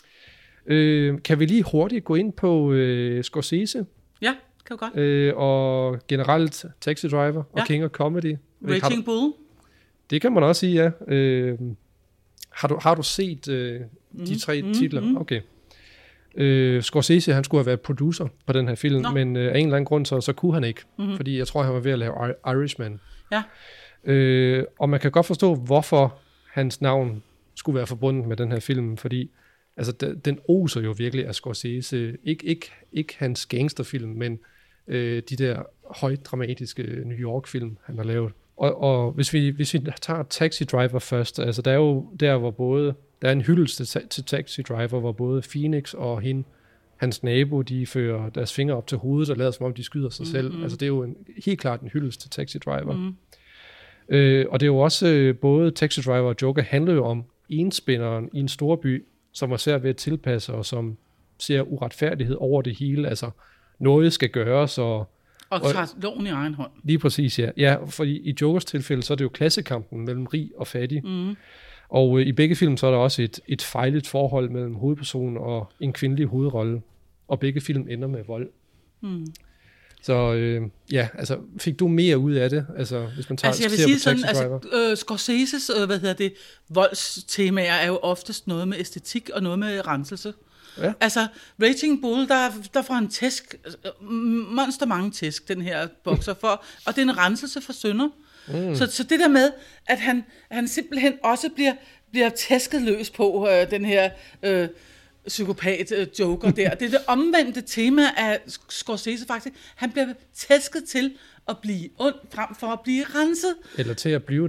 Øh, kan vi lige hurtigt gå ind på øh, Scorsese? Ja, kan vi godt. Øh, og generelt Taxi Driver og ja. King of Comedy. Raging Bull. Det kan man også sige, ja. Øh, har, du, har du set øh, mm. de tre mm. titler? Mm. Okay. Øh, Scorsese, han skulle have været producer på den her film, no. men øh, af en eller anden grund, så, så kunne han ikke. Mm-hmm. Fordi jeg tror, han var ved at lave Irishman. Ja. Øh, og man kan godt forstå, hvorfor hans navn skulle være forbundet med den her film, fordi altså, den, den oser jo virkelig af Scorsese. Ik, ikke, ikke hans gangsterfilm, men øh, de der højt dramatiske New York-film, han har lavet. Og, og hvis, vi, hvis vi tager Taxi Driver først, altså der er jo der, hvor både der er en hyldest til, til Taxi Driver, hvor både Phoenix og hende, hans nabo, de fører deres fingre op til hovedet og lader som om, de skyder sig mm-hmm. selv. Altså det er jo en, helt klart en hyldest til Taxi Driver. Mm. Øh, og det er jo også, øh, både Taxi Driver og Joker handler jo om enspænderen i en storby, som er svært ved at tilpasse, og som ser uretfærdighed over det hele. Altså noget skal gøres, og Og tager loven i egen hånd. Lige præcis, ja. Ja, for i, i Jokers tilfælde, så er det jo klassekampen mellem rig og fattig. Mm. Og øh, i begge film, så er der også et, et fejlet forhold mellem hovedpersonen og en kvindelig hovedrolle. Og begge film ender med vold. Mm. Så øh, ja, altså fik du mere ud af det? Altså, hvis man tager, altså jeg vil sige sådan, altså øh, Scorseses, øh, hvad hedder det, voldstemaer er jo oftest noget med æstetik og noget med renselse. Ja. Altså, Raging Bull, der, der får en tæsk, monster mange tæsk, den her bokser for, og det er en renselse for synder. Mm. Så, så det der med, at han, han simpelthen også bliver, bliver tæsket løs på øh, den her øh, psykopat øh, Joker der. Det er det omvendte tema af Scorsese faktisk. Han bliver tæsket til at blive ond, frem for at blive renset. Eller til at blive den.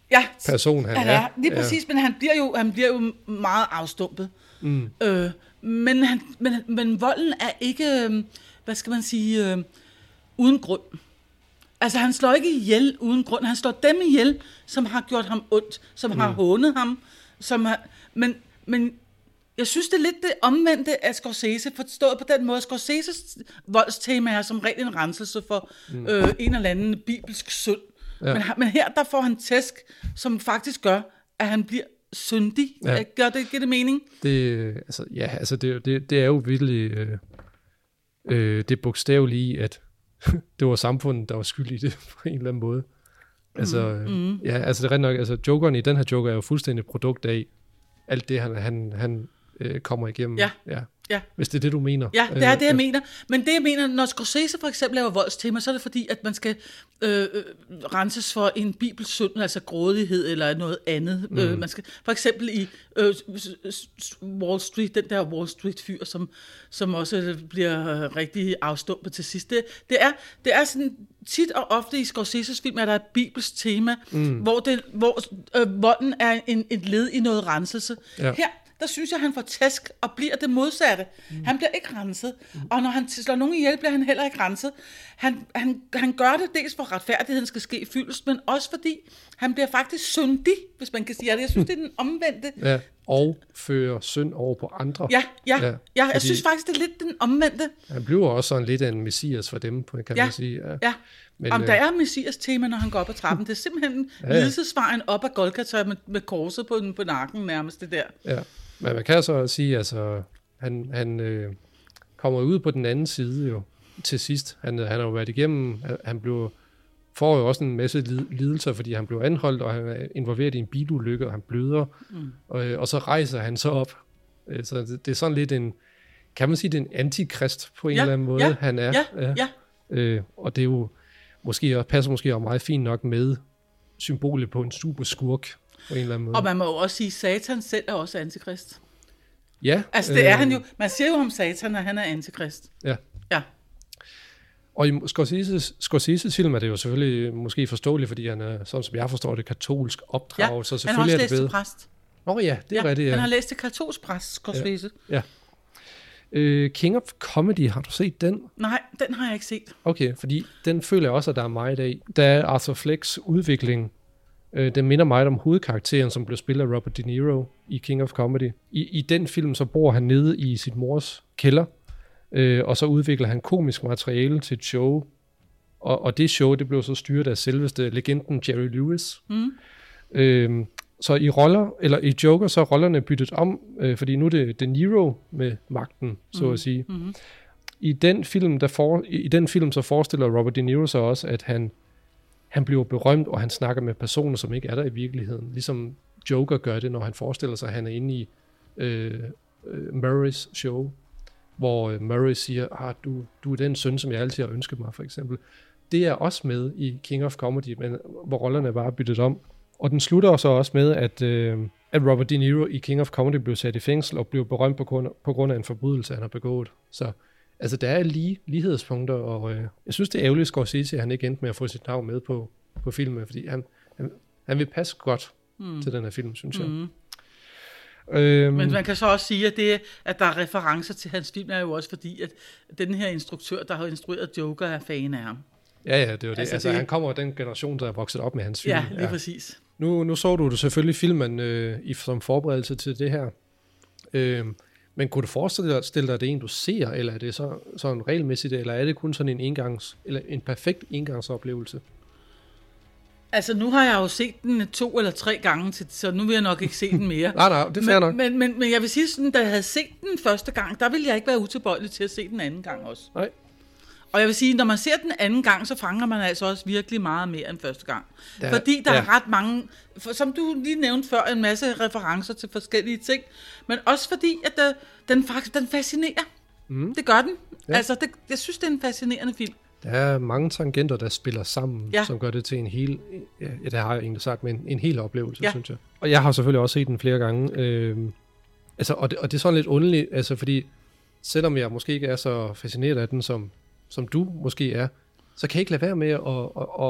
ja, person, han, han er. er. Lige præcis, ja. Men han bliver jo, han bliver jo meget afstumpet. Mm. Øh, men, han, men, men volden er ikke, hvad skal man sige, øh, uden grund. Altså, han slår ikke ihjel uden grund. Han slår dem ihjel, som har gjort ham ondt, som mm. har hånet ham. Som har, men, men jeg synes, det er lidt det omvendte af Scorsese, forstået på den måde. Scorseses voldstema er som regel en renselse for mm. øh, en eller anden bibelsk synd. Ja. Men, men her, der får han tæsk, som faktisk gør, at han bliver syndig. Ja. Gør det, giver det mening? Det, altså, ja, altså det, det, det er jo virkelig øh, øh, det bogstavelige, at det var samfundet, der var skyld i det på en eller anden måde. Altså, mm. Mm. ja, altså det er rent nok, altså jokeren i den her joker er jo fuldstændig et produkt af alt det, han, han, han øh, kommer igennem. Ja. Ja. Ja. Hvis det er det, du mener. Ja, det er det, jeg øh, mener. Men det, jeg mener, når Scorsese for eksempel laver voldstema, så er det fordi, at man skal øh, øh, renses for en bibelsynd, altså grådighed eller noget andet. Mm. Øh, man skal, for eksempel i øh, Wall Street, den der Wall Street-fyr, som, som også bliver rigtig afstumpet til sidst. Det, det, er, det er sådan tit og ofte i Scorseses film, at der er et bibelsk tema, mm. hvor, det, hvor øh, volden er en, et led i noget renselse. Ja. Her der synes jeg, han får tæsk og bliver det modsatte. Mm. Han bliver ikke renset. Mm. Og når han slår nogen ihjel, bliver han heller ikke renset. Han, han, han gør det dels for retfærdigheden skal ske fyldest, men også fordi han bliver faktisk syndig, hvis man kan sige det. Jeg synes, det er den omvendte. Ja, og fører synd over på andre. Ja, ja, ja. ja jeg fordi synes faktisk, det er lidt den omvendte. Han bliver også sådan lidt af en messias for dem, kan ja. man sige. Ja, ja. Men, Om der er messias tema, når han går op ad trappen. Det er simpelthen ja, ja. lidelsesvejen op ad Golgata med, med korset på, på nakken nærmest det der. Ja. Men man kan så sige, altså, han, han øh, kommer ud på den anden side jo til sidst. Han, han har jo været igennem, han blev, får jo også en masse lidelser, fordi han blev anholdt, og han er involveret i en bilulykke, og han bløder, mm. og, og så rejser han så op. Så det, det er sådan lidt en, kan man sige, det er en antikrist på en ja, eller anden måde, ja, han er. Ja, ja. ja. Øh, og det er jo måske, passer måske også meget fint nok med symbolet på en super skurk. På en eller anden måde. Og man må jo også sige, at Satan selv er også antikrist. Ja. Altså det øh, er han jo. Man siger jo om Satan, at han er antikrist. Ja. Ja. Og i Scorseses, Scorseses film er det jo selvfølgelig måske forståeligt, fordi han er, sådan som jeg forstår det, katolsk opdraget. Ja, så selvfølgelig han har også er læst det til præst. Åh oh, ja, det er ja, rigtigt. Ja. Han har læst til katolsk præst, Scorsese. Ja. ja. Uh, King of Comedy, har du set den? Nej, den har jeg ikke set. Okay, fordi den føler jeg også, at der er meget af. Der er Arthur Flecks udvikling. Den minder meget om hovedkarakteren, som blev spillet af Robert De Niro i King of Comedy. I, i den film, så bor han nede i sit mors kælder, øh, og så udvikler han komisk materiale til et show. Og, og det show, det blev så styret af selveste legenden Jerry Lewis. Mm. Øh, så i roller, eller i Joker, så er rollerne byttet om, øh, fordi nu er det De Niro med magten, så mm. at sige. Mm. I den film, der for, i den film, så forestiller Robert De Niro så også, at han Han bliver berømt, og han snakker med personer, som ikke er der i virkeligheden. Ligesom Joker gør det, når han forestiller sig, at han er inde i øh, øh, Murrays show, hvor øh, Murray siger, ah, du, du er den søn, som jeg altid har ønsket mig, for eksempel. Det er også med i King of Comedy, men hvor rollerne bare er byttet om. Og den slutter så også med, at, øh, at Robert De Niro i King of Comedy blev sat i fængsel, og blev berømt på grund, på grund af en forbrydelse, han har begået. Så altså, der er lige lighedspunkter, og øh, jeg synes, det er ærgerligt, Scorsese, at han ikke endte med at få sit navn med på, på filmen, fordi han, han, han vil passe godt mm. til den her film, synes jeg. Mm. Øhm, Men man kan så også sige, at det, at der er referencer til hans film, er jo også fordi, at den her instruktør, der har instrueret Joker, er fan af ham. Ja, ja, det er jo det. Altså, altså det... han kommer af den generation, der er vokset op med hans film. Ja, lige ja. præcis. Nu, nu så du det selvfølgelig filmen øh, i, som forberedelse til det her. Øh, Men kunne du forestille dig, stille dig, at det er en, du ser, eller er det så, sådan regelmæssigt, eller er det kun sådan en engangs, eller en perfekt engangsoplevelse? Altså, nu har jeg jo set den to eller tre gange, til, så nu vil jeg nok ikke se den mere. nej, nej, det er fair nok. Men, men, men jeg vil sige sådan, da jeg havde set den første gang, der ville jeg ikke være utilbøjelig til at se den anden gang også. Nej. Og jeg vil sige, når man ser den anden gang, så fanger man altså også virkelig meget mere end første gang. Der, Fordi der ja. er ret mange, for, som du lige nævnte før, en masse referencer til forskellige ting. Men også fordi, at der, den faktisk den fascinerer. Mm. Det gør den. Ja. Altså, det, jeg synes, det er en fascinerende film. Der er mange tangenter, der spiller sammen, ja. som gør det til en hel, ja, det har jeg egentlig sagt, men en hel oplevelse, ja. synes jeg. Og jeg har selvfølgelig også set den flere gange. Øh, altså, og, det, og det er sådan lidt underligt, altså, fordi selvom jeg måske ikke er så fascineret af den, som, som du måske er, så kan jeg ikke lade være med at, at, at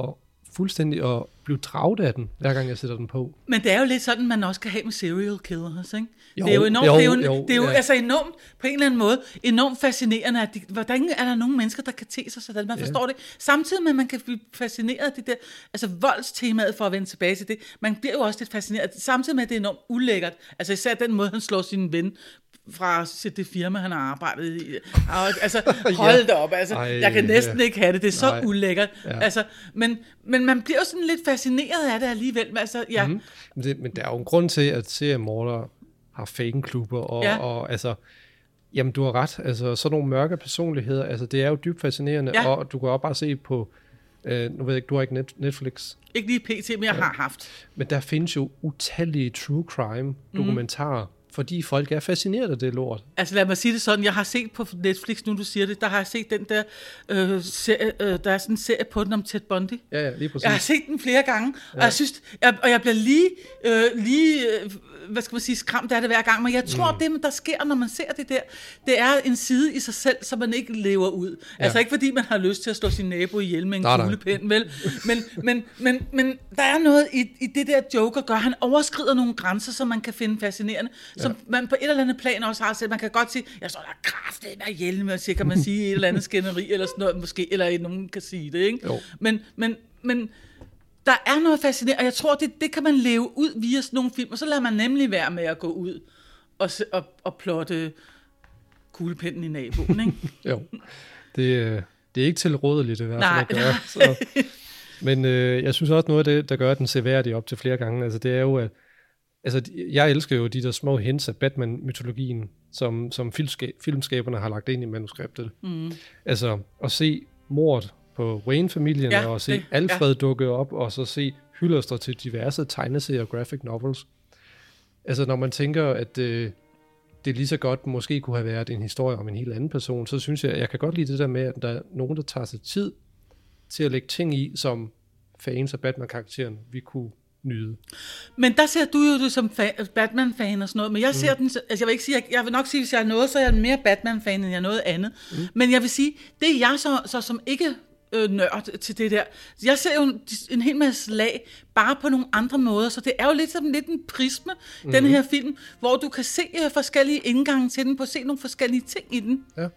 fuldstændig at blive draget af den, hver gang jeg sætter den på. Men det er jo lidt sådan, man også kan have med serial killers, ikke? Jo, det er jo enormt, jo, det er jo, jo, det er jo ja. altså enormt, på en eller anden måde, enormt fascinerende, at de, hvordan er der nogle mennesker, der kan te sig sådan, man forstår ja. det. Samtidig med, at man kan blive fascineret af det der, altså voldstemaet, for at vende tilbage til det, man bliver jo også lidt fascineret, samtidig med, at det er enormt ulækkert, altså især den måde, han slår sin ven fra det firma, han har arbejdet i. Altså, hold da op, altså, Ej, jeg kan næsten ja. ikke have det, det er så Nej. ulækkert. Ja. Altså, men, men man bliver jo sådan lidt fascineret af det alligevel. Altså, ja. mm. men, det, men der er jo en grund til, at seriemordere har fanklubber, og, ja. og altså, jamen du har ret, altså sådan nogle mørke personligheder, altså det er jo dybt fascinerende, ja. og du kan også bare se på, øh, nu ved jeg ikke, du har ikke net, Netflix. Ikke lige pt, men jeg ja. har haft. Men der findes jo utallige true crime dokumentarer, mm. fordi folk er fascineret af det lort. Altså lad mig sige det sådan, jeg har set på Netflix, nu du siger det, der har jeg set den der øh, serie, øh, der er sådan en serie på den om Ted Bundy. Ja, ja, lige præcis. Jeg har set den flere gange, ja. og jeg synes, jeg, og jeg bliver lige, øh, lige øh, hvad skal man sige, skræmt af det hver gang, men jeg tror, mm. det, der sker, når man ser det der, det er en side i sig selv, som man ikke lever ud. Ja. Altså ikke fordi man har lyst til at slå sin nabo ihjel med en kuglepen, vel? Men, men, men, men der er noget i, i det der Joker gør, han overskrider nogle grænser, som man kan finde fascinerende, ja. som man på et eller andet plan også har set. Man kan godt sige, jeg står der kraftigt med ihjel med, så kan man sige et eller andet skænderi, eller sådan noget, måske, eller nogen kan sige det, ikke? Jo. Men, men, men der er noget fascinerende, og jeg tror, det, det kan man leve ud via sådan nogle film, og så lader man nemlig være med at gå ud og, og, og plotte kuglepinden i naboen, ikke? Jo, det, det er ikke tilrådeligt i hvert fald Nej, at gøre. Så. Men øh, jeg synes også, noget af det, der gør den seværdig op til flere gange, altså det er jo, at altså, jeg elsker jo de der små hints af Batman-mytologien, som, som filmska- filmskaberne har lagt ind i manuskriptet. Mm. Altså at se mordet på Wayne-familien, ja, og se det, Alfred ja. dukke op, og så se hyldester til diverse tegneserier og graphic novels. Altså når man tænker, at øh, det lige så godt måske kunne have været en historie om en helt anden person, så synes jeg, jeg kan godt lide det der med, at der er nogen, der tager sig tid til at lægge ting i, som fans af Batman-karakteren vi kunne nyde. Men der ser du jo det som fa- Batman-fan og sådan noget, men jeg ser mm. den, altså jeg vil ikke sige, jeg, jeg vil nok sige, hvis jeg er noget, så er jeg mere Batman-fan, end jeg er noget andet. Mm. Men jeg vil sige, det er jeg så, så som ikke øh, nørd til det der. Jeg ser jo en, en hel masse lag, bare på nogle andre måder, så det er jo lidt som lidt en prisme, mm. den her film, hvor du kan se øh, forskellige indgange til den, på at se nogle forskellige ting i den. Ja.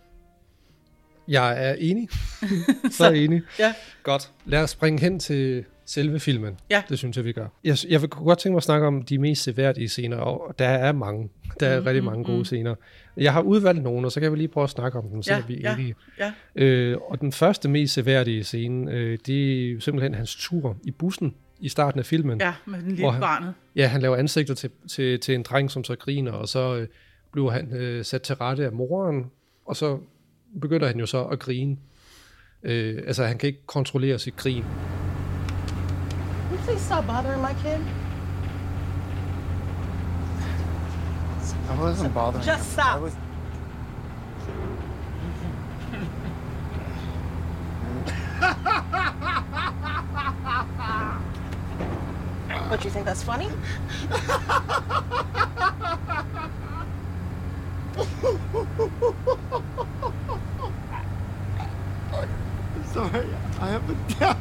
Jeg er enig. så, så enig. Ja. Godt. Lad os springe hen til selve filmen. Ja. Det synes jeg, vi gør. Jeg, jeg vil godt tænke mig at snakke om de mest seværdige scener, og der er mange. Der er mm, rigtig mange gode mm. scener. Jeg har udvalgt nogle, og så kan vi lige prøve at snakke om dem, så ja, vi er ja, enige. Ja. Øh, og den første mest seværdige scene, øh, det er simpelthen hans tur i bussen i starten af filmen. Ja, med den lille barnet. Ja, han laver ansigter til, til, til en dreng, som så griner, og så øh, bliver han øh, sat til rette af moren, og så begynder han jo så at grine. Øh, altså, han kan ikke kontrollere sit grin. Can you please stop bothering my kid? I wasn't bothering Just him. stop. I was... What, you think that's funny? Sorry, I have a...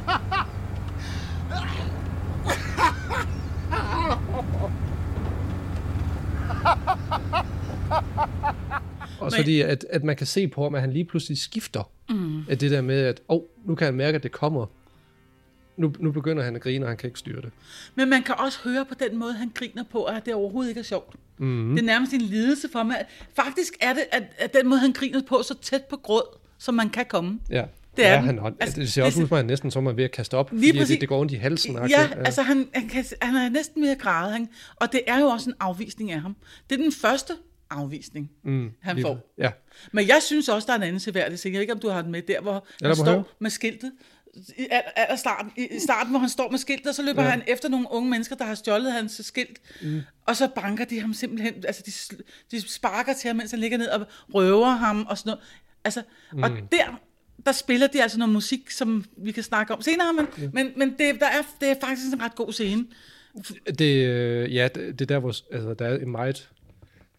Også fordi, at, at man kan se på ham, at han lige pludselig skifter. Mm. At det der med, at oh, nu kan han mærke, at det kommer. Nu, nu begynder han at grine, og han kan ikke styre det. Men man kan også høre på den måde, han griner på, at det overhovedet ikke er sjovt. Mm. Det er nærmest en lidelse for mig. Faktisk er det, at, at den måde, han griner på, så tæt på gråd, som man kan komme. Ja. Det, er ja, han, altså, det ser også ud som, at han næsten som er ved at kaste op, fordi det, det går ondt i halsen. Ja, ja, altså han, han, kan, han er næsten ved at græde, han, og det er jo også en afvisning af ham. Det er den første afvisning, mm, han lige, får. Ja. Men jeg synes også, der er en anden seværdig ting. Jeg ved ikke, om du har den med der, hvor ja, han står høre. med skiltet. I, al, starten, I starten, hvor han står med skiltet, og så løber ja. han efter nogle unge mennesker, der har stjålet hans skilt, mm. og så banker de ham simpelthen, altså de, de sparker til ham, mens han ligger ned og røver ham og sådan noget. Altså, mm. og der... der spiller de altså noget musik, som vi kan snakke om senere, men, ja. men, men det, der er, det er faktisk en ret god scene. Det, ja, det, det er der, hvor altså, der er en meget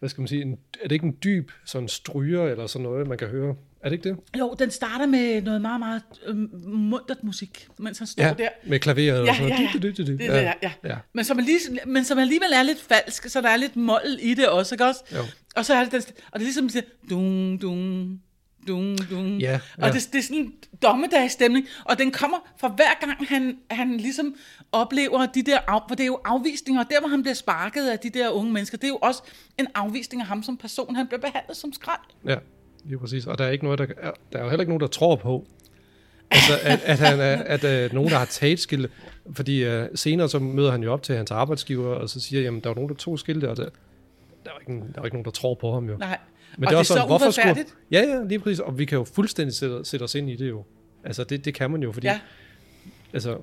hvad skal man sige, en, er det ikke en dyb sådan stryger eller sådan noget, man kan høre? Er det ikke det? Jo, den starter med noget meget, meget øh, muntert musik, mens han står ja, der. med klaveret og ja, sådan noget. Ja, ja. Det, det, det, det, ja. Ja. Ja. Men, som lige, men som alligevel er lidt falsk, så der er lidt mold i det også, ikke også? Jo. Og så er det, den, og det er ligesom, siger, dung, dung, dung, dung. Ja, ja. Og det, det er sådan en dommedagsstemning, og den kommer fra hver gang, han, han ligesom oplever de der, af, for det er jo afvisninger, og der hvor han bliver sparket af de der unge mennesker, det er jo også en afvisning af ham som person, han bliver behandlet som skrald. Ja. Lige præcis, og der er ikke noget, der er, der er jo heller ikke nogen, der tror på, altså, at, at, han er, at, at nogen, der har taget skilte, fordi uh, senere så møder han jo op til hans arbejdsgiver, og så siger, jamen, der var nogen, der tog skilte, og der, der, var ikke, der var ikke nogen, der tror på ham jo. Nej, men og det er, det er sådan, så hvorfor uretfærdigt. Skulle, ja, ja, lige præcis, og vi kan jo fuldstændig sætte, sætte os ind i det jo. Altså, det, det kan man jo, fordi, ja. altså,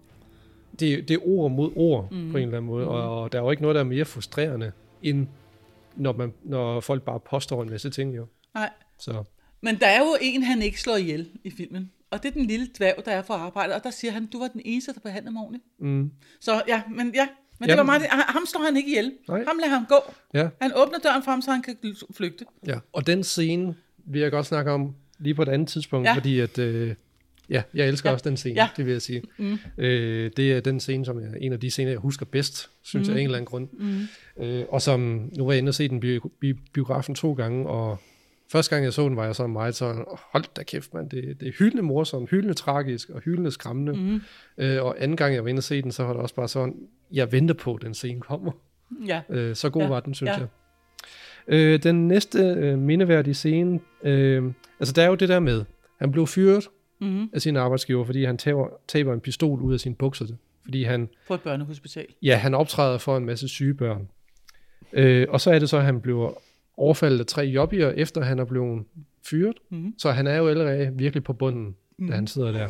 det, det er ord mod ord, mm. på en eller anden måde, mm. og, og der er jo ikke noget, der er mere frustrerende, end når, man, når folk bare påstår en masse ting jo. Nej. Så. Men der er jo en, han ikke slår ihjel i filmen. Og det er den lille dværg, der er for arbejde. Og der siger han, du var den eneste, der behandlede mig ordentligt. Mm. Så ja, men ja. Men det Jamen. var meget, ham slår han ikke ihjel. Nej. Ham lader ham gå. Ja. Han åbner døren frem, så han kan flygte. Ja, og den scene vil jeg godt snakke om lige på et andet tidspunkt, ja. fordi at, øh, ja, jeg elsker ja. også den scene, ja. det vil jeg sige. Mm. Øh, det er den scene, som er en af de scener, jeg husker bedst, synes mm. jeg af en eller anden grund. Mm. Øh, og som, nu var jeg inde og se den bi- bi- biografen to gange, og første gang jeg så den, var jeg sådan meget sådan, hold da kæft mand, det, det er hyldende morsomt, hyldende tragisk og hyldende skræmmende. Mm. Øh, og anden gang jeg var inde og se den, så var det også bare sådan, jeg venter på, at den scene kommer. Ja. Øh, så god ja. var den, synes ja. jeg. Øh, den næste øh, mindeværdige scene, øh, altså der er jo det der med, han blev fyret mm. af sin arbejdsgiver, fordi han taber, taber en pistol ud af sine bukser, fordi han... På et børnehospital. Ja, han optræder for en masse syge børn. Øh, og så er det så, at han bliver overfaldet af tre jobbier, efter han er blevet fyret. Mm. Så han er jo allerede virkelig på bunden, mm. da han sidder der.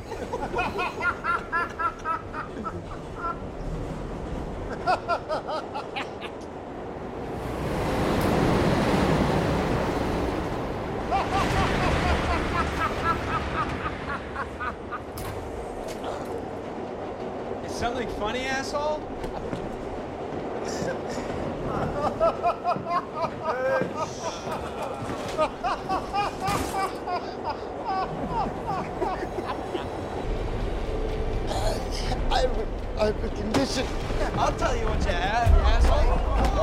Something funny, asshole? I have, I have a condition. I'll tell you what you have, you asshole.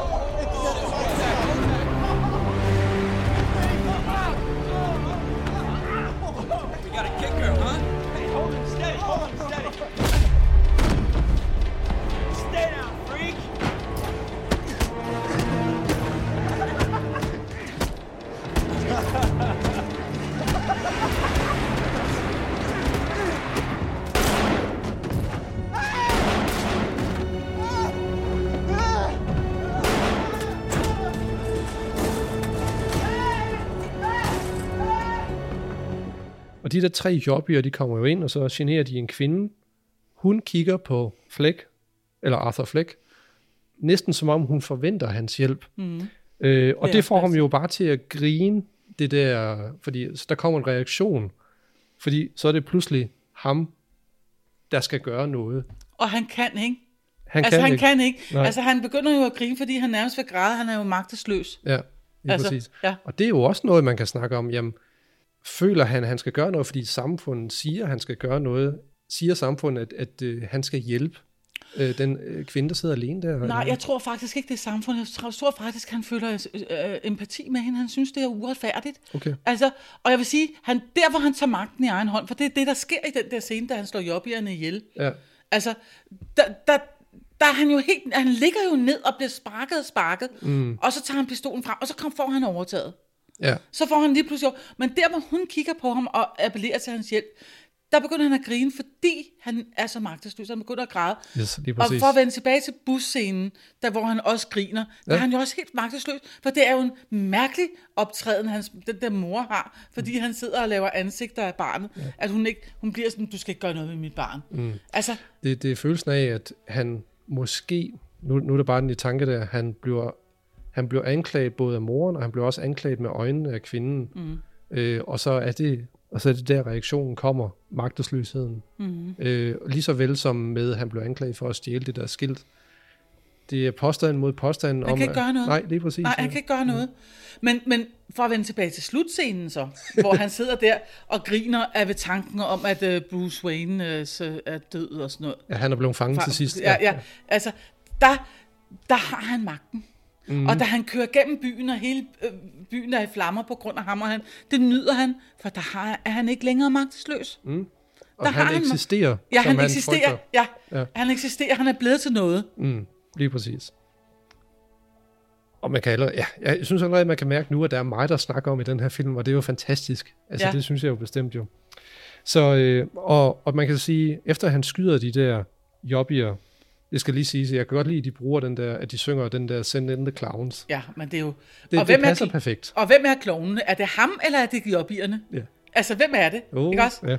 We got a kicker, huh? Hey, hold him steady, hold him steady. Stay down, freak. Og de der tre jobbier, de kommer jo ind, og så generer de en kvinde. Hun kigger på Fleck, eller Arthur Fleck, næsten som om hun forventer hans hjælp. Mm. Øh, og det, det får ham jo bare til at grine, det der, fordi så der kommer en reaktion, fordi så er det pludselig ham, der skal gøre noget. Og han kan ikke. Han altså kan han ikke. kan ikke. Nej. Altså han begynder jo at grine, fordi han nærmest vil græde, han er jo magtesløs. Ja, lige altså, præcis. Ja. Og det er jo også noget, man kan snakke om, jamen, føler han, at han skal gøre noget, fordi samfundet siger, at han skal gøre noget, siger samfundet, at, at, at han skal hjælpe øh, den øh, kvinde, der sidder alene der? Nej, jeg tror faktisk ikke, det er samfundet. Jeg tror faktisk, han føler øh, empati med hende. Han synes, det er uretfærdigt. Okay. Altså, og jeg vil sige, han, der hvor han tager magten i egen hånd, for det er det, der sker i den der scene, da han slår jobbierne ihjel. Ja. Altså, der, der, der er han jo helt, han ligger jo ned og bliver sparket og sparket, mm. og så tager han pistolen frem, og så får han overtaget. Ja. Så får han lige pludselig, men der hvor hun kigger på ham og appellerer til hans hjælp, der begynder han at grine, fordi han er så magtesløs, han begynder at græde. Yes, lige og for at vende tilbage til busscenen, der hvor han også griner, ja. Der er han jo også helt magtesløs, for det er jo en mærkelig optræden, hans, den der mor har, fordi mm. han sidder og laver ansigter af barnet, ja. At hun ikke, hun bliver sådan, du skal ikke gøre noget med mit barn. Mm. Altså, det, det er følelsen af, at han måske, nu, nu er det bare den i tanke der, han bliver Han blev anklaget både af moren, og han blev også anklaget med øjnene af kvinden. Mm. Øh, og, så er det, og så er det der, reaktionen kommer, magtesløsheden. Mm. Øh, lige så vel som med, at han blev anklaget for at stjæle det der skilt. det er påstand mod påstand. Han kan ikke gøre noget. Nej, lige præcis. Nej, han kan ikke gøre noget. Men, men for at vende tilbage til slutscenen så, hvor han sidder der og griner af ved tanken om, at uh, Bruce Wayne uh, er død og sådan noget. Ja, han er blevet fanget Fang, til sidst. Ja, ja. Altså, der, der har han magten. Mm. Og da han kører gennem byen, og hele øh, byen er i flammer på grund af ham, og han, det nyder han, for der har, er han ikke længere magtesløs. Mm. Og der han, han eksisterer. Ja, han han eksisterer. Ja. ja, han eksisterer. Han er blevet til noget. Mm. Lige præcis. Og man kan allerede, ja, jeg synes allerede, at man kan mærke nu, at der er meget, der snakker om i den her film, og det er jo fantastisk. Altså, ja. Det synes jeg jo bestemt jo. Så, øh, og, og man kan sige, efter han skyder de der jobbier, det skal lige sige, at jeg kan godt lide, at de bruger den der, at de synger den der Send in the Clowns. Ja, men det er jo... Det, og det hvem passer er, perfekt. Og hvem er klovnene? Er det ham, eller er det jobbierne? Ja. Altså, hvem er det? Oh, ikke også? Ja.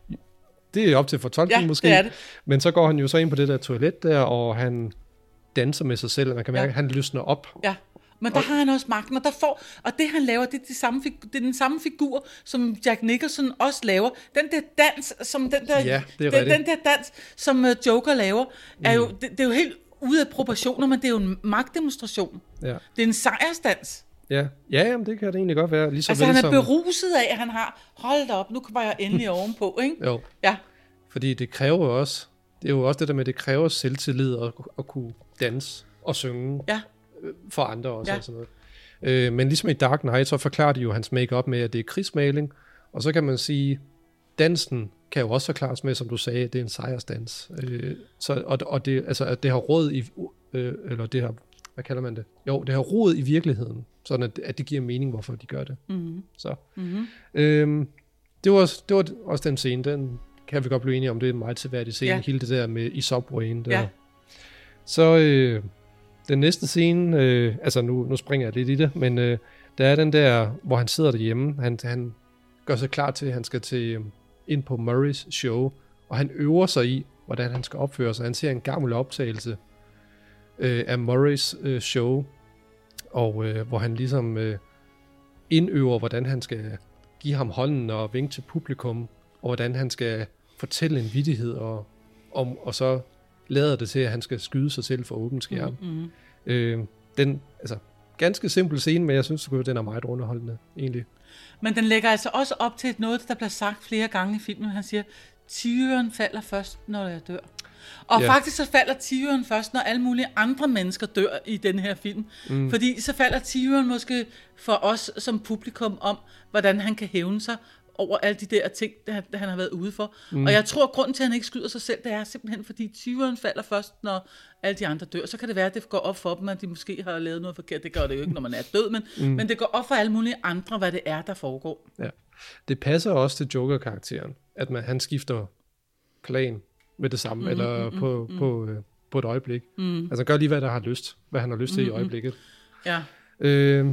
Det er op til fortolkning ja, måske. Det er det. Men så går han jo så ind på det der toilet der, og han danser med sig selv, og man kan mærke, ja. at han løsner op. Ja. Men der og, har han også magten, og der får, og det han laver, det er, det, samme figur, det er den samme figur, som Jack Nicholson også laver. Den der dans, som den der, ja, det er den, den der dans, som Joker laver, er mm. jo, det, det er jo helt ude af proportioner, men det er jo en magtdemonstration. Ja. Det er en sejrsdans. Ja, ja jamen, det kan det egentlig godt være. Lige så altså vel han er som... beruset af, at han har, hold da op, nu kommer jeg endelig ovenpå, ikke? Jo. Ja. Fordi det kræver jo også, det er jo også det der med, det kræver selvtillid at, at kunne danse og synge. Ja. For andre også ja. og sådan noget. Øh, men ligesom i Dark Knight, så forklarer de jo hans make-up med, at det er krigsmaling, og så kan man sige, dansen kan jo også forklares med, som du sagde, at det er en sejrsdans. Øh, så, og og det, altså, at det har råd i, øh, eller det har, hvad kalder man det? Jo, det har råd i virkeligheden, sådan at, at det giver mening, hvorfor de gør det. Mm-hmm. Så. Mm-hmm. Øh, det, var, det var også den scene, den kan vi godt blive enige om, det er en meget tilværdig scene, ja. Hele det der med i Subwayen der. Ja. Så... Øh, den næste scene, øh, altså nu, nu springer jeg lidt i det, men øh, der er den der, hvor han sidder derhjemme, han, han gør sig klar til, at han skal til, øh, ind på Murrays show, og han øver sig i, hvordan han skal opføre sig. Han ser en gammel optagelse øh, af Murrays øh, show, og øh, hvor han ligesom øh, indøver, hvordan han skal give ham hånden og vinke til publikum, og hvordan han skal fortælle en vittighed, og, og, og så lader det til, at han skal skyde sig selv for åben skærm. Mm-hmm. Øh, den, altså, ganske simpel scene, men jeg synes, at den er meget underholdende, egentlig. Men den lægger altså også op til noget, der bliver sagt flere gange i filmen. Han siger, tyren falder først, når jeg dør. Og ja. Faktisk så falder tyren først, når alle mulige andre mennesker dør i den her film. Mm. Fordi så falder tyren måske for os som publikum om, hvordan han kan hævne sig over alle de der ting, han, han har været ude for. Mm. Og jeg tror, at grunden til, at han ikke skyder sig selv, det er simpelthen, fordi tyveren falder først, når alle de andre dør. Så kan det være, at det går op for dem, at de måske har lavet noget forkert. Det gør det jo ikke, når man er død, men, mm. men det går op for alle mulige andre, hvad det er, der foregår. Ja. Det passer også til Joker-karakteren, at man, han skifter plan med det samme, mm, eller mm, på, mm, på, øh, på et øjeblik. Mm. Altså gør lige, hvad der har lyst, hvad han har lyst til mm, i øjeblikket. Ja. Øh,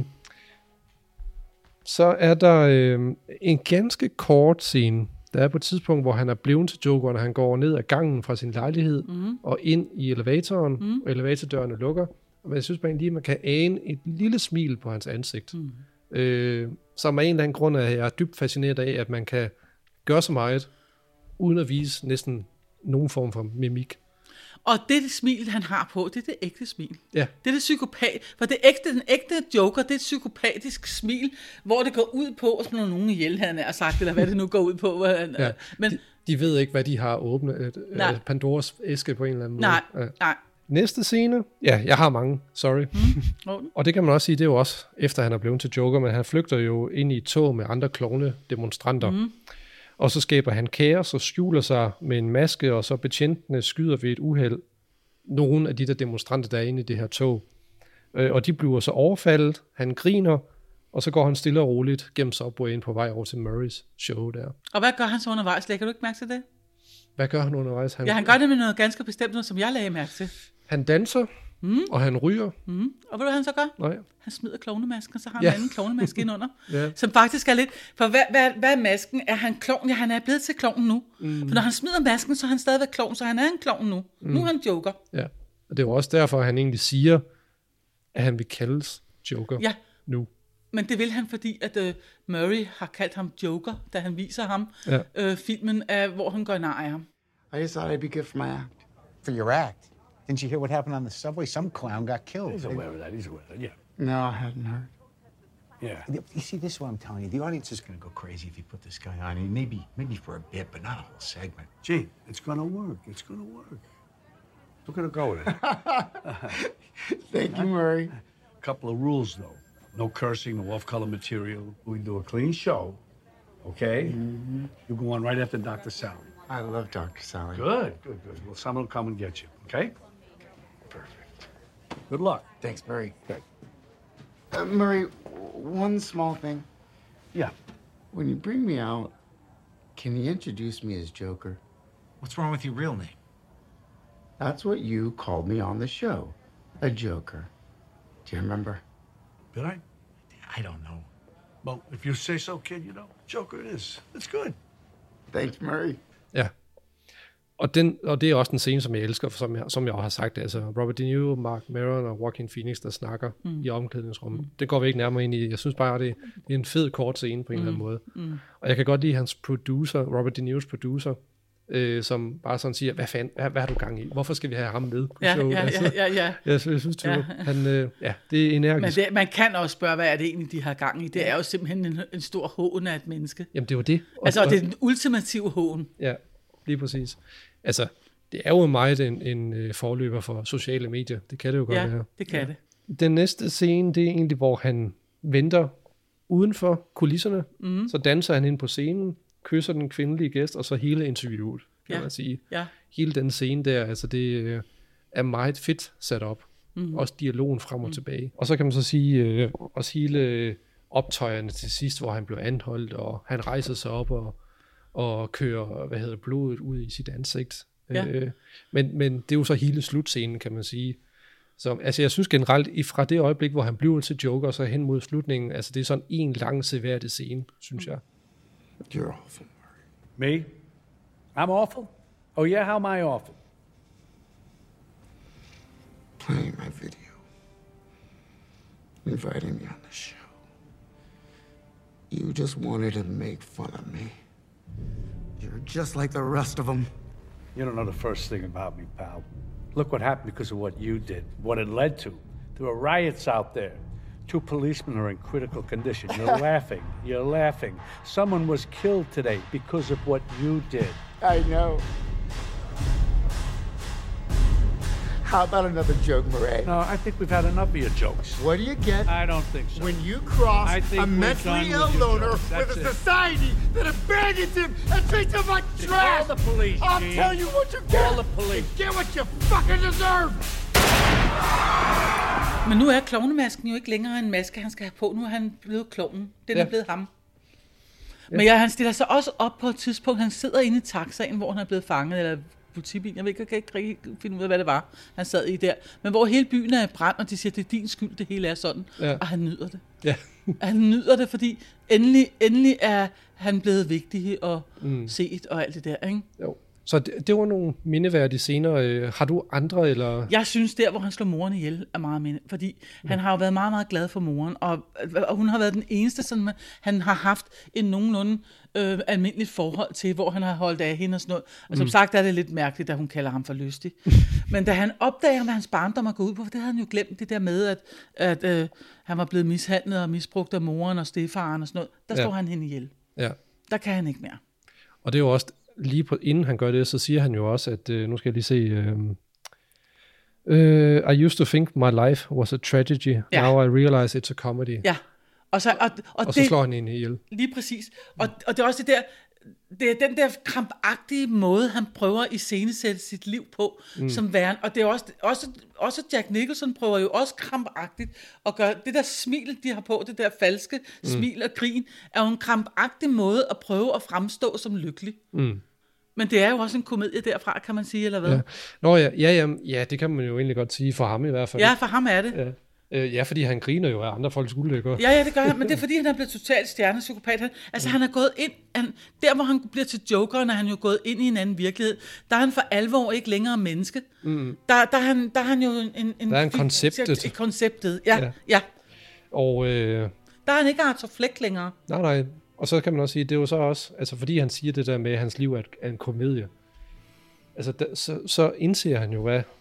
Så er der øh, en ganske kort scene. Der er på et tidspunkt, hvor han er blevet til Jokeren, og han går ned ad gangen fra sin lejlighed mm. og ind i elevatoren, mm. og elevatordørene lukker. Og jeg synes bare lige, at man kan ane et lille smil på hans ansigt. Mm. Øh, som af en eller anden grund er jeg er dybt fascineret af, at man kan gøre så meget, uden at vise næsten nogen form for mimik. Og det, det smil, han har på, det er det ægte smil. Ja. Det er det psykopat. For det ægte, den ægte Joker, det er et psykopatisk smil, hvor det går ud på, at slå nogen ihjel, han er sagt, eller hvad det nu går ud på. Han, ja. Men, de, de ved ikke, hvad de har åbnet. Øh, Pandoras æske på en eller anden måde. Nej, ja. nej. Næste scene. Ja, jeg har mange. Sorry. Mm. Og det kan man også sige, det er jo også, efter han er blevet til Joker, men han flygter jo ind i et tog med andre klovne demonstranter. Mm. Og så skaber han kaos og skjuler sig med en maske, og så betjentene skyder ved et uheld nogle af de der demonstranter, der er inde i det her tog. Øh, og de bliver så overfaldet, han griner, og så går han stille og roligt gennem Subwayen på vej over til Murrays show der. Og hvad gør han så undervejs? Lægger du ikke mærke til det? Hvad gør han undervejs? Han, ja, han gør det med noget ganske bestemt, noget, som jeg lagde mærke til. Han danser, mm. og han ryger. Mm. Og ved du, hvad han så gør? Nej. Han smider klovnemasken, så har han ja. en anden klovnemaske indenunder. ja. Som faktisk er lidt... For hvad, hvad, hvad er masken? Er han klovn? Ja, han er blevet til klovn nu. Mm. For når han smider masken, så er han stadigvæk klovn, så han er en klovn nu. Mm. Nu er han Joker. Ja, og det er jo også derfor, at han egentlig siger, at han vil kaldes Joker ja. nu. Men det vil han, fordi at uh, Murray har kaldt ham Joker, da han viser ham ja. uh, filmen, af, hvor han går nar af ham. I just thought I'd be good for my act. For your act? Didn't you hear what happened on the subway? Some clown got killed. He's aware of that. He's aware of that, yeah. No, I hadn't heard. Yeah. You see, this is what I'm telling you. The audience is going to go crazy if you put this guy on. I mean, maybe, maybe for a bit, but not a whole segment. Gee, it's gonna work. It's gonna work. We're gonna go with it. Thank you, Murray. Couple of rules, though. No cursing, no off-color material. We do a clean show, okay? Mm-hmm. You go on right after Doctor Sally. I love Doctor Sally. Good, good, good. Well, someone will come and get you, okay? Perfect. Good luck. Thanks, Murray. Okay. Uh, Murray, one small thing. Yeah. When you bring me out, can you introduce me as Joker? What's wrong with your real name? That's what you called me on the show. A Joker. Do you remember? Did I? I don't know. Well, if you say so, kid, you know, Joker it is. It's good. Thanks, Murray. Ja. Og, den, og det er også en scene, som jeg elsker, som jeg, som jeg også har sagt. Altså Robert De Niro, Mark Maron og Joaquin Phoenix, der snakker mm. i omklædningsrummet. Mm. Det går vi ikke nærmere ind i. Jeg synes bare, det, det er en fed, kort scene på en mm. eller anden måde. Mm. Og jeg kan godt lide hans producer, Robert De Niros producer, øh, som bare sådan siger, hvad fanden, hvad, hvad har du gang i? Hvorfor skal vi have ham med på ja, showet? Ja, altså, ja, ja, ja. Jeg, jeg synes, det, ja. Han, øh, ja, det er energisk. Men det, man kan også spørge, hvad er det egentlig, de har gang i? Det er jo simpelthen en, en stor hån af et menneske. Jamen, det var det. Og, altså, og det er den ultimative hån. Ja, lige præcis. Altså, det er jo meget en, en øh, forløber for sociale medier. Det kan det jo godt ja, være. det kan ja. det. Den næste scene, det er egentlig, hvor han venter uden for kulisserne. Mm. Så danser han ind på scenen, kysser den kvindelige gæst, og så hele interviewet, kan ja. man sige. Ja. Hele den scene der, altså det øh, er meget fedt sat op. Mm. Også dialogen frem og mm. tilbage. Og så kan man så sige, øh, også hele optøjerne til sidst, hvor han blev anholdt, og han rejser sig op og, og kører, hvad hedder blodet ud i sit ansigt. Ja. Øh, men, men det er jo så hele slutscenen, kan man sige. Så, altså jeg synes generelt, fra det øjeblik, hvor han bliver til Joker, så hen mod slutningen, altså det er sådan en lang seværdig scene, synes jeg. You're awful, Murray. Me? I'm awful? Oh yeah, how am I awful? Playing my video. Inviting me on the show. You just wanted to make fun of me. You're just like the rest of them. You don't know the first thing about me, pal. Look what happened because of what you did, what it led to. There were riots out there. Two policemen are in critical condition. You're laughing. You're laughing. Someone was killed today because of what you did. I know. How about another joke, Murray? No, I think we've had enough of your jokes. What do you get? I don't think so. When you cross a mentally ill loner with a it. society that abandons him and treats him like trash! Call the police, I'll Gene. tell you what you get! Call the police. You get what you fucking deserve! Men nu er klovnemasken jo ikke længere en maske, han skal have på. Nu er han blevet klovnen. Den ja. er blevet ham. Ja. Men ja, han stiller sig også op på et tidspunkt. Han sidder inde i taxaen, hvor han er blevet fanget, eller politibilen. Jeg ved ikke, jeg kan ikke rigtig finde ud af, hvad det var, han sad i der. Men hvor hele byen er i brand, og de siger, det er din skyld, det hele er sådan. Ja. Og han nyder det. Ja. Han nyder det, fordi endelig, endelig er han blevet vigtig og mm. set og alt det der, ikke? Jo. Så det, det var nogle mindeværdige scener. Har du andre, eller? Jeg synes, der, hvor han slår moren ihjel, er meget minde, fordi ja. han har jo været meget, meget glad for moren, og, og hun har været den eneste, som han har haft en nogenlunde øh, almindeligt forhold til, hvor han har holdt af hende og sådan noget. Og som mm. sagt er det lidt mærkeligt, at hun kalder ham for lystig. Men da han opdager, hvad hans barndom er gået ud på, for det havde han jo glemt, det der med, at, at øh, han var blevet mishandlet og misbrugt af moren og stefaren og sådan noget, der ja. slår han hende ihjel. Ja. Der kan han ikke mere. Og det er jo også lige på, inden han gør det, så siger han jo også, at øh, nu skal jeg lige se, øh, uh, I used to think my life was a tragedy. Ja. Now I realize it's a comedy. Ja. Og så, og, og, og det, så slår han hende ihjel. Lige præcis. Og, og det er også det der, det er den der krampagtige måde, han prøver at iscenesætte sit liv på, mm. som væren. Og det er også, også, også Jack Nicholson prøver jo også krampagtigt at gøre, det der smil, de har på, det der falske mm. smil og grin, er jo en krampagtig måde at prøve at fremstå som lykkelig. Mm. Men det er jo også en komedie derfra, kan man sige, eller hvad? Ja. Nå ja, ja, ja, ja, det kan man jo egentlig godt sige, for ham i hvert fald. Ja, for ham er det. Ja. Ja, fordi han griner jo af andre folks ulykker. Ja, ja, det gør han, men det er fordi, han er blevet totalt stjernepsykopat. Han, altså, mm. han er gået ind, han, der hvor han bliver til Jokeren, er han jo gået ind i en anden virkelighed. Der er han for alvor ikke længere menneske. Mm. Der, der, er han, der er han jo en... en der er en konceptet. Et konceptet, ja, ja. ja. Og... Øh, der er han ikke Arthur Fleck længere. Nej, nej. Og så kan man også sige, det er jo så også, altså fordi han siger det der med, at hans liv er en komedie. Altså, der, så, så indser han jo, hvad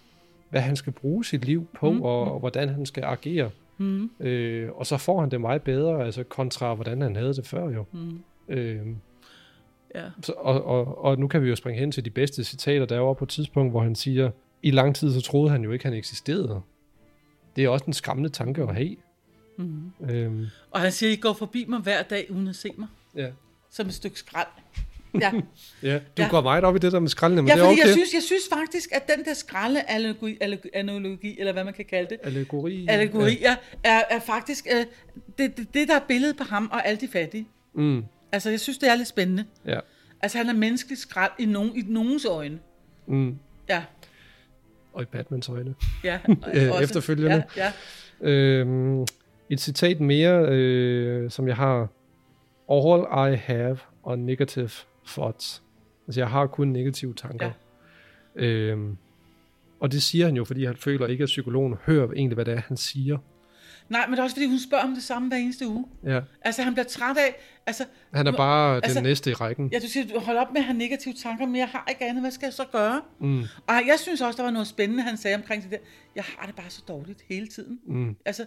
hvad han skal bruge sit liv på, Mm. og, og hvordan han skal agere. Mm. Øh, og så får han det meget bedre, altså kontra hvordan han havde det før jo. Mm. Øh, Ja. så, og, og, og nu kan vi jo springe hen til de bedste citater, der var på et tidspunkt, hvor han siger, i lang tid så troede han jo ikke, han eksisterede. Det er også en skræmmende tanke at have. Mm. Øhm, Og han siger, I går forbi mig hver dag, uden at se mig. Ja. Som et stykke skrald. Ja. ja, du Ja. går meget op i det der med skraldene, men Ja, det er fordi okay. jeg synes, jeg synes faktisk, at den der skralde-analogi, analogi, eller hvad man kan kalde det, Allegori. allegorier, er, er faktisk øh, det, det, det, der er billedet på ham og alle de fattige. Mm. Altså, jeg synes, det er lidt spændende. Ja. Altså, han er menneskelig skrald i, nogen, i nogens øjne. Mm. Ja. Og i Batmans øjne. Ja, øh, også. efterfølgende. Ja, ja. Øhm, et citat mere, øh, som jeg har. All I have are negative thoughts. Altså, jeg har kun negative tanker. Ja. Øhm, og det siger han jo, fordi han føler ikke, at psykologen hører egentlig, hvad det er, han siger. Nej, men det er også, fordi hun spørger om det samme hver eneste uge. Ja. Altså, han bliver træt af... Altså, Han er bare altså, den næste i rækken. Ja, du siger, hold op med at have negative tanker, men jeg har ikke andet. Hvad skal jeg så gøre? Mm. Og jeg synes også, der var noget spændende, han sagde omkring det der. Jeg har det bare så dårligt hele tiden. Mm. Altså,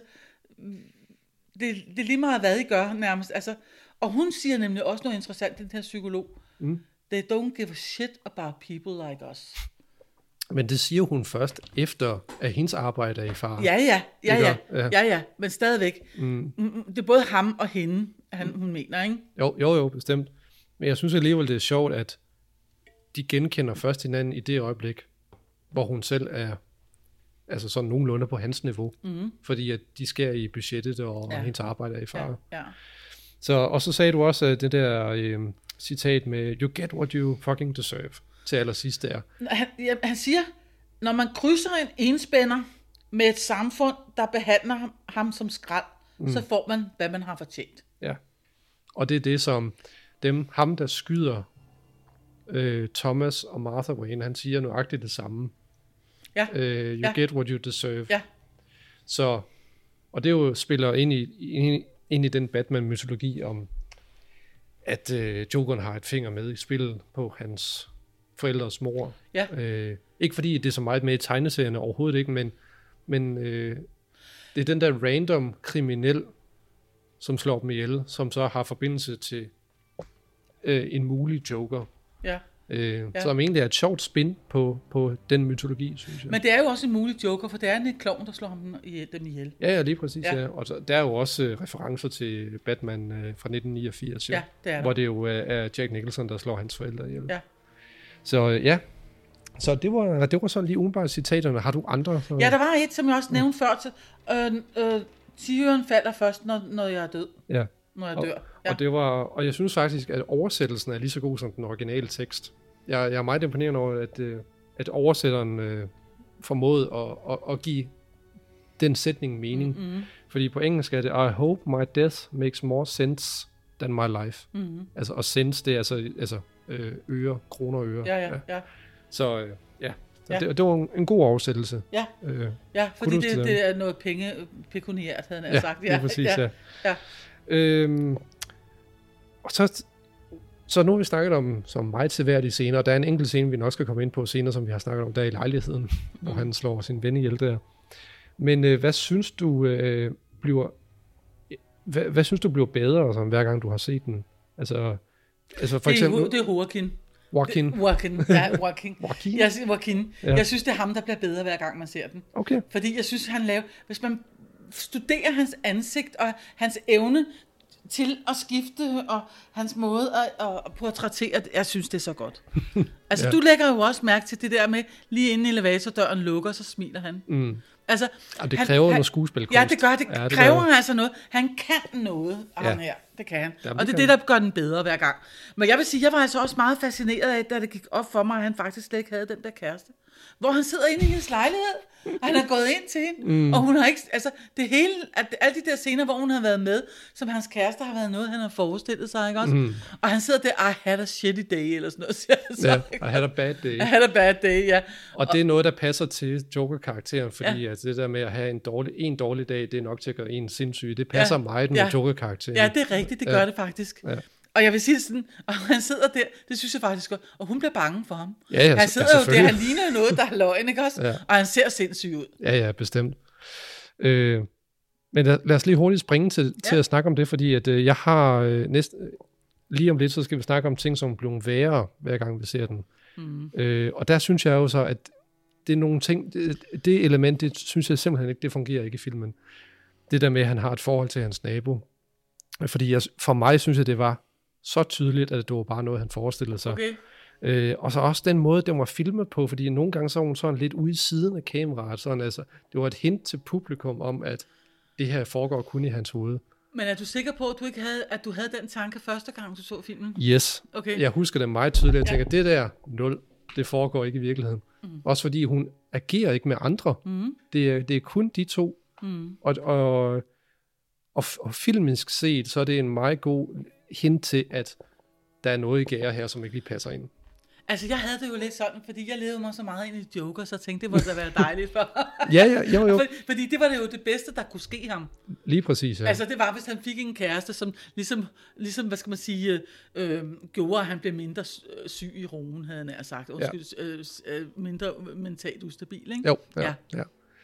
det, det er lige meget, hvad I gør nærmest. Altså, og hun siger nemlig også noget interessant, den her psykolog. Mm. They don't give a shit about people like us. Men det siger hun først efter, at hendes arbejde er i fare. Ja, ja, ja, ja, ja. ja, ja, men stadigvæk. Mm. Det er både ham og hende, han, hun mener, ikke? Jo, jo, jo, bestemt. Men jeg synes alligevel, det er sjovt, at de genkender først hinanden i det øjeblik, hvor hun selv er altså sådan nogenlunde på hans niveau. Mhm. Fordi at de skærer i budgettet, og Ja. hendes arbejde er i fare. Ja, ja. Så, og så sagde du også uh, det der øh, citat med, you get what you fucking deserve, til allersidst der. Han, ja, han siger, når man krydser en enspænder med et samfund, der behandler ham, ham som skrald, mm. så får man, hvad man har fortjent. Ja. Og det er det, som dem, ham der skyder øh, Thomas og Martha Wayne, han siger nøjagtigt det samme. Ja. Øh, you Ja. get what you deserve. Ja. Så, og det jo spiller ind i, ind, ind i den Batman-mytologi om, at øh, Jokeren har et finger med i spillet på hans forældres mor. Ja. Øh, ikke fordi det er så meget med i tegneserierne overhovedet ikke, men, men øh, det er den der random kriminel, som slår dem ihjel, som så har forbindelse til øh, en mulig Joker. Ja. Øh, Ja. Som egentlig er et sjovt spin på, på den mytologi, synes jeg. Men det er jo også en mulig joker, for det er en klovn, der slår ham ihjel, dem ihjel. Ja, ja, lige præcis, ja. Ja. ja. Og så, der er jo også øh, referencer til Batman øh, fra nitten niogfirs, jo, Ja, det er der. hvor det jo øh, er Jack Nicholson, der slår hans forældre ihjel. Ja. Så øh, ja, så det var, det var sådan lige umiddelbart citaterne. Har du andre? Så... Ja, der var et, som jeg også nævnte før. Til, øh, øh, Tyren falder først, når, når jeg er død. Ja. Når jeg og, dør. Ja. Og, det var, og jeg synes faktisk, at oversættelsen er lige så god som den originale tekst. Jeg, jeg er meget imponeret over, at, øh, at oversætteren øh, formåede at, at, at give den sætning mening. Mm-hmm. Fordi på engelsk er det, I hope my death makes more sense than my life. Mm-hmm. Altså, og sense, det er altså, altså øh, øre, kroner og øre. Ja, ja, ja. Så øh, ja, Ja. Det, det var en, en god oversættelse. Ja, øh, ja fordi det, det er noget penge, pekuniært, havde han ja, sagt. Ja, det er præcis, ja. ja. ja. Øhm, og så, så nu har vi snakket om som meget seværdige scener, og der er en enkelt scene, vi nok skal komme ind på senere, som vi har snakket om der i lejligheden, mm. hvor han slår sin ven ihjel der. Men øh, hvad synes du øh, bliver hvad, hvad synes du bliver bedre, altså, hver gang du har set den? Altså, altså for det, er, eksempel... det er Joaquin. Joaquin. Det, Joaquin, ja, Joaquin. Joaquin? Jeg siger Joaquin. Ja. Jeg synes, det er ham, der bliver bedre, hver gang man ser den. Okay. Fordi jeg synes, han laver... Hvis man studerer hans ansigt og hans evne til at skifte, og hans måde at, at portrættere, jeg synes, det er så godt. Altså, Ja. du lægger jo også mærke til det der med, lige inden elevatordøren lukker, så smiler han. Mm. Altså, og det han- kræver han- noget skuespilkunst. Ja, det gør det. Ja, det kræver gør det. altså noget. Han kan noget, Ja. ham her. Det kan han. Jamen, og det det er kan det, der gør den bedre hver gang. Men jeg vil sige, jeg var altså også meget fascineret af, da det gik op for mig, at han faktisk slet ikke havde den der kæreste. Hvor han sidder inde i hendes lejlighed, og han er gået ind til hende, Mm. og hun har ikke, altså det hele, at alle de der scener, hvor hun har været med, som hans kæreste har været noget, han har forestillet sig, ikke også? Mm. Og han sidder der, I had a shitty day, eller sådan noget, siger han så, Ja, ikke? I had a bad day. I had a bad day, ja. Og det er noget, der passer til Joker-karakteren, fordi Ja. ja. at det der med at have en dårlig, en dårlig dag, det er nok til at gøre en sindssyg. Det passer Ja. meget med Ja. Joker-karakteren. Ja, det er rigtigt, det gør Ja. det faktisk. Ja. Og jeg vil sige sådan, og han sidder der, det synes jeg faktisk godt, og hun bliver bange for ham. Ja, ja, han sidder ja, jo der, han ligner noget, der er løgn, ikke også? Ja. Og han ser sindssyg ud. Ja, ja, bestemt. Øh, men lad, lad os lige hurtigt springe til, ja. til at snakke om det, fordi at, øh, jeg har øh, næsten, lige om lidt, så skal vi snakke om ting, som bliver værre, hver gang vi ser den. Mm. Øh, og der synes jeg jo så, at det er nogle ting, det, det element, det synes jeg simpelthen ikke, det fungerer ikke i filmen. Det der med, at han har et forhold til hans nabo. Fordi jeg, for mig synes jeg, det var så tydeligt, at det var bare noget, han forestillede sig. Okay. Øh, og så også den måde, den var filmet på, fordi nogle gange så var hun sådan lidt ude i siden af kameraet. Sådan, altså, det var et hint til publikum om, at det her foregår kun i hans hoved. Men er du sikker på, at du ikke havde, at du havde den tanke første gang, du så filmen? Yes. Okay. Jeg husker det meget tydeligt. Jeg tænker, ja. det der, nul, det foregår ikke i virkeligheden. Mm. Også fordi hun agerer ikke med andre. Mm. Det, er, det er kun de to. Mm. Og, og, og, og filmisk set, så er det en meget god hint til, at der er noget i gære her, som ikke lige passer ind. Altså, jeg havde det jo lidt sådan, fordi jeg levede mig så meget ind i Joker, så jeg tænkte, det måtte da være dejligt for. ja, ja, jo, jo. For, fordi det var det jo det bedste, der kunne ske ham. Lige præcis, ja. Altså, det var, hvis han fik en kæreste, som ligesom, ligesom hvad skal man sige, øh, gjorde, at han blev mindre syg i roen, havde han nær sagt. Undskyld, ja. øh, mindre mentalt ustabil, ikke? Jo, ja, ja. ja.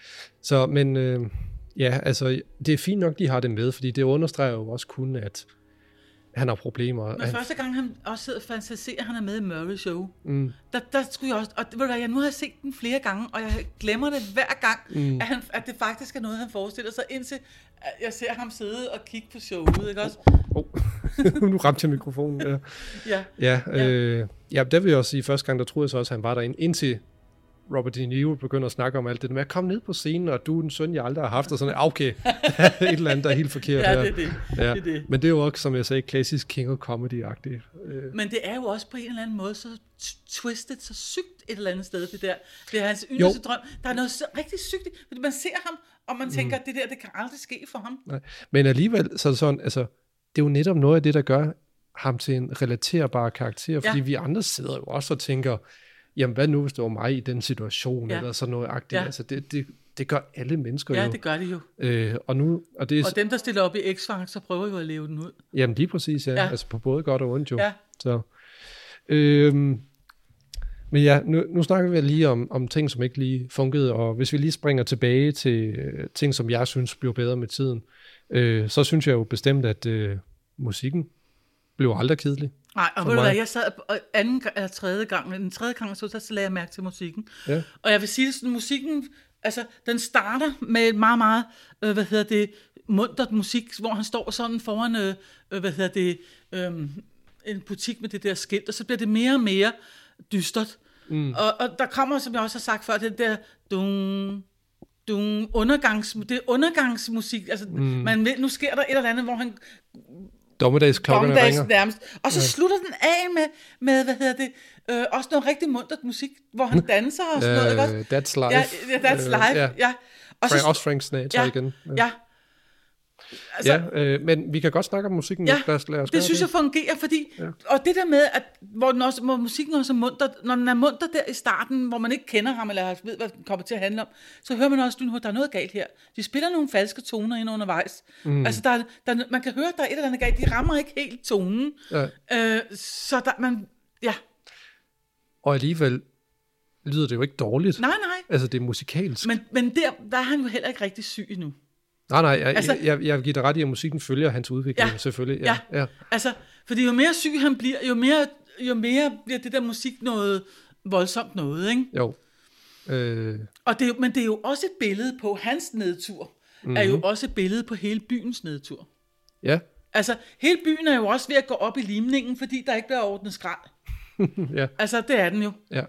Så, men øh, ja, altså, det er fint nok, de har det med, fordi det understreger jo også kun, at han har problemer. Men han... første gang han også sidder og fantaserer, han er med i Murray Show, mm. der, der skulle jeg også, og ved du hvad, jeg nu har set den flere gange, og jeg glemmer det hver gang, mm. at, han, at det faktisk er noget, han forestiller sig, indtil jeg ser ham sidde og kigge på showet, ikke også? Oh. Nu ramte jeg mikrofonen. Ja, ja. ja, ja. Øh, ja, der vil jeg også sige, første gang, der troede jeg så også, at han var derinde, indtil Robert De Niro begynder at snakke om alt det der med at komme ned på scenen, og du er en søn, jeg aldrig har haft, og sådan, okay, et eller andet, der er helt forkert ja, her. Det er det. Ja, det er det. Men det er jo også, som jeg sagde, klassisk King of Comedy-agtigt. Men det er jo også på en eller anden måde så twisted, så sygt et eller andet sted, det der. Det er hans yndeste drøm. Der er noget så rigtig sygt, fordi man ser ham, og man tænker, mm. det der, det kan aldrig ske for ham. Nej. Men alligevel, så er det sådan, altså, det er jo netop noget af det, der gør ham til en relaterbar karakter, fordi ja. vi andre sidder jo også og tænker, jamen hvad nu, hvis det var mig i den situation, ja. eller sådan noget agtigt. Ja. Altså det, det, det gør alle mennesker ja, jo. Ja, det gør de jo. Øh, og, nu, og, det er, og dem, der stiller op i X-Factor, prøver jo at leve den ud. Jamen lige præcis, ja. ja. Altså på både godt og ondt jo. Ja. Så, øhm, men ja, nu, nu snakker vi lige om, om ting, som ikke lige fungerede, og hvis vi lige springer tilbage til øh, ting, som jeg synes blev bedre med tiden, øh, så synes jeg jo bestemt, at øh, musikken blev aldrig kedelig. Nej, og ved du hvad, jeg sad anden eller tredje gang, men den tredje gang, så, så lagde jeg mærke til musikken. Ja. Og jeg vil sige, at musikken, altså, den starter med et meget, meget, øh, hvad hedder det, muntert musik, hvor han står sådan foran, øh, hvad hedder det, øh, en butik med det der skilt, og så bliver det mere og mere dystert. Mm. Og, og der kommer, som jeg også har sagt før, det der dung, dung, undergangs, det er undergangsmusik, altså, mm. man ved, nu sker der et eller andet, hvor han Dommedagsklokkerne ringer. Nærmest. Og så ja. slutter den af med, med, hvad hedder det, øh, også noget rigtig muntert musik, hvor han danser og sådan noget, ikke også? That's life. Ja, ja That's life, uh, yeah. ja. Og Frank, så, også Frank Sinatra ja, igen. Ja, ja. Altså, ja øh, men vi kan godt snakke om musikken. Ja, lad os, lad os det synes det. jeg fungerer, fordi, ja. og det der med, at hvor, den også, hvor musikken også er munter, når den er munter der i starten, hvor man ikke kender ham, eller ved, hvad den kommer til at handle om, så hører man også, at der er noget galt her. De spiller nogle falske toner ind undervejs. Mm. Altså, der, der, man kan høre, at der er et eller andet galt. De rammer ikke helt tonen. Ja. Øh, så der, man, ja. Og alligevel lyder det jo ikke dårligt. Nej, nej. Altså, det er musikalsk. Men, men der, der er han jo heller ikke rigtig syg endnu. Nej, nej, jeg, altså, jeg, jeg vil give dig ret i, at musikken følger hans udvikling, ja, selvfølgelig. Ja, ja, altså, fordi jo mere syg han bliver, jo mere, jo mere bliver det der musik noget voldsomt noget, ikke? Jo. Øh. Og det, men det er jo også et billede på hans nedtur, mm-hmm. er jo også et billede på hele byens nedtur. Ja. Altså, hele byen er jo også ved at gå op i limningen, fordi der ikke bliver ordnet skrald. Ja. Altså, det er den jo. Ja.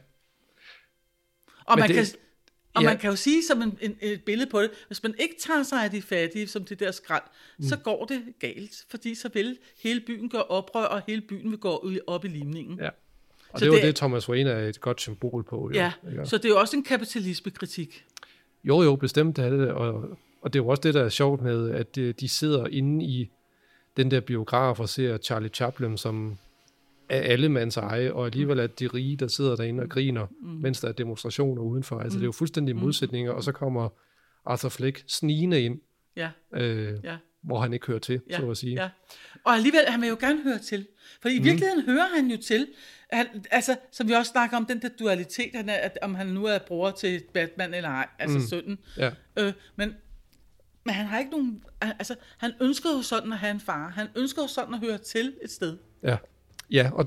Og man det... kan... Og ja. man kan jo sige som en, en, et billede på det, hvis man ikke tager sig af de fattige, som det der skrald, mm. så går det galt, fordi så vil hele byen gøre oprør, og hele byen vil gå op i limningen. Ja. Og så det er jo det, Thomas Wayne er et godt symbol på. Jo. Ja, ja, så det er jo også en kapitalismekritik. Jo, jo, bestemt er det, og, og det er jo også det, der er sjovt med, at de, de sidder inde i den der biograf og ser Charlie Chaplin, som er allemands eje, og alligevel er de rige, der sidder derinde og griner, mm. mens der er demonstrationer udenfor. Altså, mm. det er jo fuldstændig modsætninger, og så kommer Arthur Fleck snigende ind. Ja. Øh, ja. hvor han ikke hører til, ja, så at sige. Ja. Og alligevel, han vil jo gerne høre til. For i mm. virkeligheden hører han jo til, han, altså, som vi også snakker om, den der dualitet, han er, at, om han nu er bror til Batman eller ej, altså mm. sønnen. Ja. Øh, men, men han har ikke nogen, altså, han ønsker jo sådan at have en far. Han ønsker jo sådan at høre til et sted. Ja, ja, og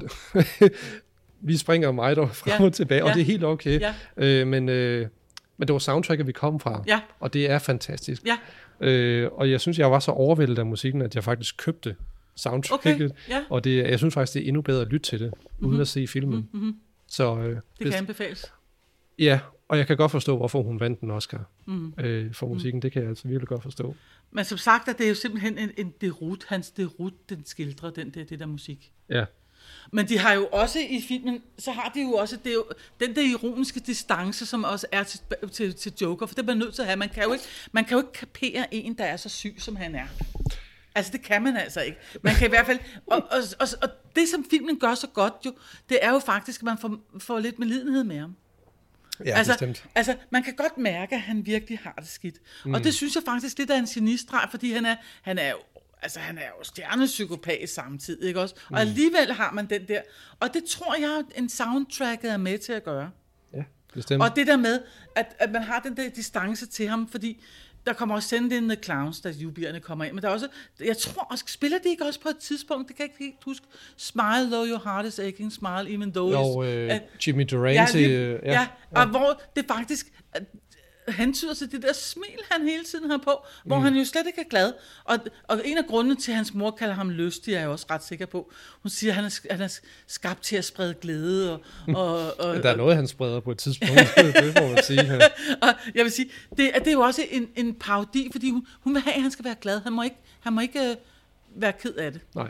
vi springer mig der frem ja. og tilbage, ja. og det er helt okay. Ja. Øh, men, øh, men det var soundtracket, vi kom fra, ja. og det er fantastisk. Ja. Øh, og jeg synes, jeg var så overvældet af musikken, at jeg faktisk købte soundtracket, okay. ja. og det, jeg synes faktisk, det er endnu bedre at lytte til det, uden mm-hmm. at se filmen. Mm-hmm. Så, øh, det kan anbefales. Ja, og jeg kan godt forstå, hvorfor hun vandt den Oscar mm. øh, for musikken. Mm. Det kan jeg altså virkelig godt forstå. Men som sagt, at det er jo simpelthen en, en derut, hans derut, den skildrer, den der, det der musik. Ja. Men de har jo også i filmen, så har de jo også det er jo, den der ironiske distance, som også er til, til, til Joker, for det er man nødt til at have. Man kan jo ikke, man kan jo ikke kapere en, der er så syg, som han er. Altså, det kan man altså ikke. Man kan i hvert fald... Og, og, og, og det, som filmen gør så godt jo, det er jo faktisk, at man får, får lidt medlidenhed med ham. Ja, altså, bestemt. altså, man kan godt mærke, at han virkelig har det skidt. Mm. Og det synes jeg faktisk, det er en genistreg, fordi han er, han er jo altså han er jo stjernepsykopat samtidig, ikke også? Og mm. alligevel har man den der, og det tror jeg, en soundtracket er med til at gøre. Ja, bestemt. Og det der med, at, at man har den der distance til ham, fordi der kommer også Send in the Clowns, da jubierne kommer ind, men der er også, jeg tror også, spiller de ikke også på et tidspunkt, det kan jeg ikke helt huske, Smile though your heart is aching, smile even though jo, øh, at, Jimmy Durante. Ja, lige, ja, ja, og ja. Hvor det faktisk hentyder til det der smil, han hele tiden har på, hvor mm. han jo slet ikke er glad. Og, og en af grundene til, at hans mor kalder ham lystig, er jeg også ret sikker på. Hun siger, at han er, han er skabt til at sprede glæde. Og, og, og, der er noget, han spreder på et tidspunkt, det må man sige. Ja. Og jeg vil sige, det, det er jo også en, en parodi, fordi hun, hun vil have, at han skal være glad. Han må ikke, han må ikke uh, være ked af det. Nej.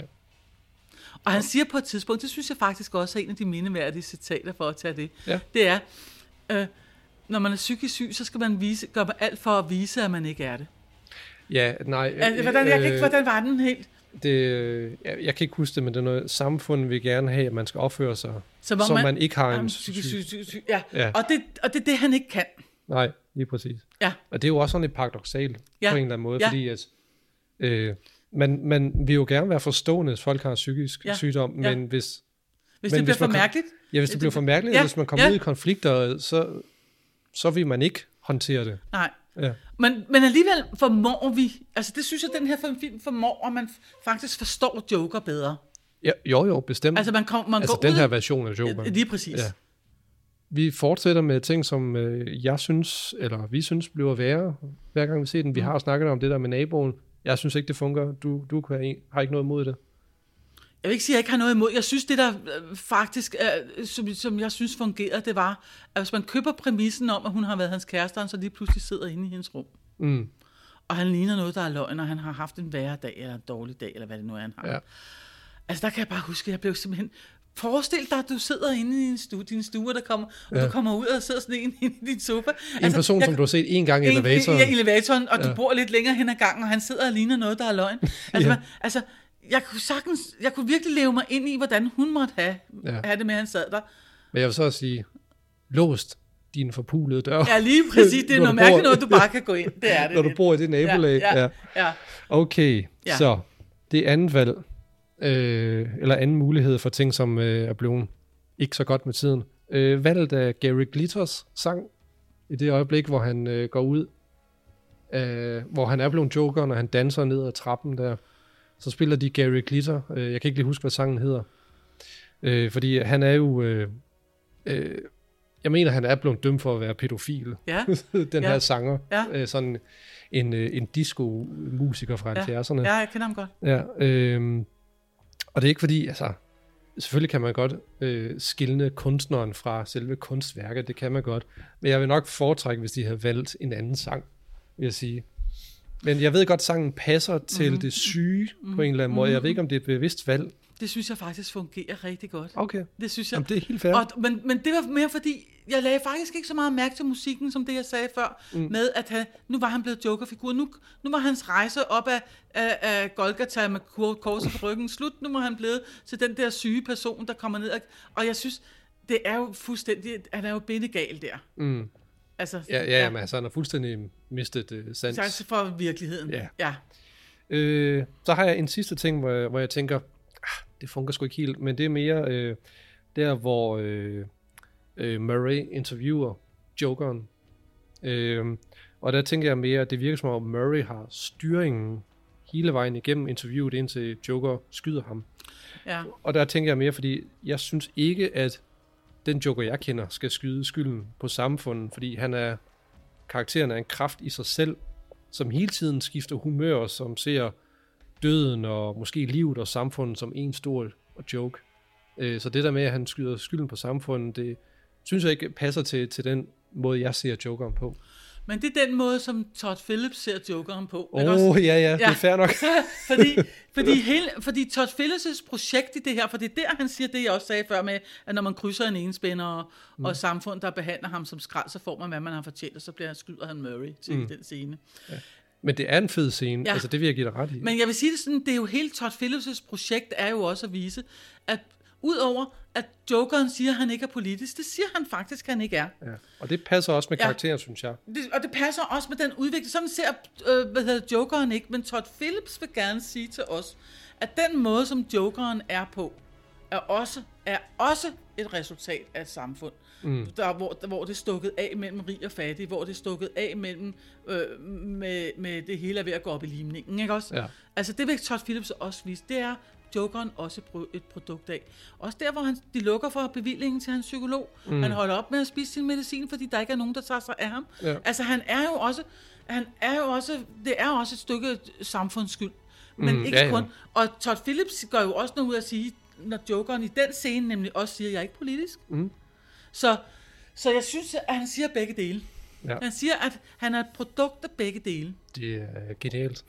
Og han siger på et tidspunkt, det synes jeg faktisk også er en af de mindeværdige citater for at tage det, ja. det er... Uh, når man er psykisk syg, så skal man vise, gøre alt for at vise, at man ikke er det. Ja, nej. Altså, hvordan, jeg kan ikke, hvordan var den helt? Det, jeg, jeg kan ikke huske det, men det er noget, samfundet vil gerne have, at man skal opføre sig, som, som man, man ikke har en psykisk syg. syg, syg ja. ja. Og, det, og det er det, han ikke kan. Nej, lige præcis. Ja. Og det er jo også sådan lidt paradoksalt ja. på en eller anden måde, ja. fordi at, øh, man, man vil jo gerne være forstående, hvis folk har psykisk ja. sygdom, ja. men hvis... Hvis men det bliver hvis for mærkeligt? Ja, hvis det, det bliver for mærkeligt, ja. hvis man kommer ja. ud i konflikter, så... så vil man ikke håndtere det. Nej. Ja. Men, men alligevel formår vi, altså det synes jeg, den her film formår, at man faktisk forstår Joker bedre. Ja, jo, jo, bestemt. Altså, man kom, man altså går den ud, her version af Joker. Lige præcis. Ja. Vi fortsætter med ting, som øh, jeg synes, eller vi synes, bliver værre, hver gang vi ser den. Vi mm. har snakket om det der med naboen. Jeg synes ikke, det fungerer. Du, du har ikke noget imod det. Jeg vil ikke sige, at jeg ikke har noget imod. Jeg synes, det der faktisk, er, som, som jeg synes fungerede, det var, at hvis man køber præmissen om, at hun har været hans kæreste, så lige pludselig sidder inde i hendes rum. Mm. Og han ligner noget, der er løgn, og han har haft en værre dag, eller en dårlig dag, eller hvad det nu er, han har. Ja. Altså, der kan jeg bare huske, at jeg blev simpelthen... Forestil dig, at du sidder inde i din stue, din stue der kommer, og ja. du kommer ud og sidder sådan en inde i din sofa. En altså, person, jeg, som du har set en gang i elevatoren. Ja, i elevatoren, og ja. du bor lidt længere hen ad gangen, og han sidder og ligner noget, der er løgn. Altså, ja. man, altså jeg kunne sagtens, jeg kunne virkelig leve mig ind i, hvordan hun måtte have, ja. have det med, at han sad der. Men jeg vil så også sige, låst din forpulede dør. Ja, lige præcis. Det er noget mærkeligt noget, du bare kan gå ind. Det er det. Når du bor i det nabolag. Ja, ja, ja. Okay, ja. så det er andet valg, øh, eller anden mulighed for ting, som øh, er blevet ikke så godt med tiden. Øh, valget af Gary Glitters sang, i det øjeblik, hvor han øh, går ud, øh, hvor han er blevet Joker, når han danser ned ad trappen der. Så spiller de Gary Glitter. Øh, jeg kan ikke lige huske, hvad sangen hedder. Øh, fordi han er jo... Øh, øh, jeg mener, han er blevet dømt for at være pædofil. Ja. Den ja. her sanger. Ja. Øh, sådan en, en disco-musiker fra ja. halvfjerdserne. Ja, jeg kender ham godt. Ja, øh, og det er ikke fordi... altså selvfølgelig kan man godt øh, skille kunstneren fra selve kunstværket. Det kan man godt. Men jeg vil nok foretrække, hvis de havde valgt en anden sang, vil jeg sige. Men jeg ved godt, at sangen passer til mm-hmm. det syge mm-hmm. på en eller anden måde. Jeg ved ikke, om det er et bevidst valg. Det synes jeg faktisk fungerer rigtig godt. Okay. Det synes jeg. Jamen, det er helt fair. Og, men, men det var mere fordi, jeg lagde faktisk ikke så meget mærke til musikken, som det jeg sagde før, mm. med at han, nu var han blevet Joker-figur. Nu, nu var hans rejse op af, af, af Golgata med korset på ryggen slut. Nu var han blevet til den der syge person, der kommer ned. Og jeg synes, det er jo fuldstændig, han er jo bindegal der. Mm. Altså, ja, ja, ja, men altså, han har fuldstændig mistet uh, sans. Sans for virkeligheden. Ja. ja. Øh, så har jeg en sidste ting, hvor jeg, hvor jeg tænker, ah, det fungerer sgu ikke helt, men det er mere øh, der, hvor øh, øh, Murray interviewer Jokeren. Øh, og der tænker jeg mere, at det virker som om Murray har styringen hele vejen igennem interviewet, indtil Joker skyder ham. Ja. Og der tænker jeg mere, fordi jeg synes ikke, at den Joker, jeg kender, skal skyde skylden på samfundet, fordi han er, karakteren er en kraft i sig selv, som hele tiden skifter humør, som ser døden og måske livet og samfundet som en stor joke. Så det der med, at han skyder skylden på samfundet, det synes jeg ikke passer til, til den måde, jeg ser Jokeren på. Men det er den måde, som Todd Phillips ser Jokeren på. Åh, oh, ja, ja, det er fair nok. fordi, fordi, hele, fordi Todd Phillips' projekt i det her, for det er der, han siger det, jeg også sagde før med, at når man krydser en enspænder og, mm. og samfund, der behandler ham som skrald, så får man, hvad man har fortjent, og så bliver han skyder han Murray til mm. den scene. Ja. Men det er en fed scene, ja. Altså det vil jeg give dig ret i. Men jeg vil sige det sådan, det er jo hele Todd Phillips' projekt er jo også at vise, at udover at Jokeren siger, at han ikke er politisk, det siger han faktisk, at han ikke er. Ja. Og det passer også med karakteren, ja. Synes jeg. Det, og det passer også med den udvikling. Sådan ser øh, hvad hedder Jokeren ikke, men Todd Phillips vil gerne sige til os, at den måde, som Jokeren er på, er også, er også et resultat af et samfund, mm. der, hvor, der, hvor det er stukket af mellem rig og fattig, hvor det er stukket af mellem øh, med, med det hele er ved at gå op i limningen, ikke også? Ja. Altså det vil Todd Phillips også vise, det er Jokeren også et produkt af. Også der, hvor han, de lukker for bevillingen til hans psykolog. Mm. Han holder op med at spise sin medicin, fordi der ikke er nogen, der tager sig af ham. Ja. Altså han er jo også, han er jo også, det er også et stykke samfundsskyld. Men mm, ikke ja, kun. Ja. Og Todd Phillips går jo også noget ud at sige, når Jokeren i den scene nemlig også siger, at jeg er ikke politisk. Mm. Så, så jeg synes, at han siger begge dele. Ja. Han siger, at han er et produkt af begge dele. Det er genialt.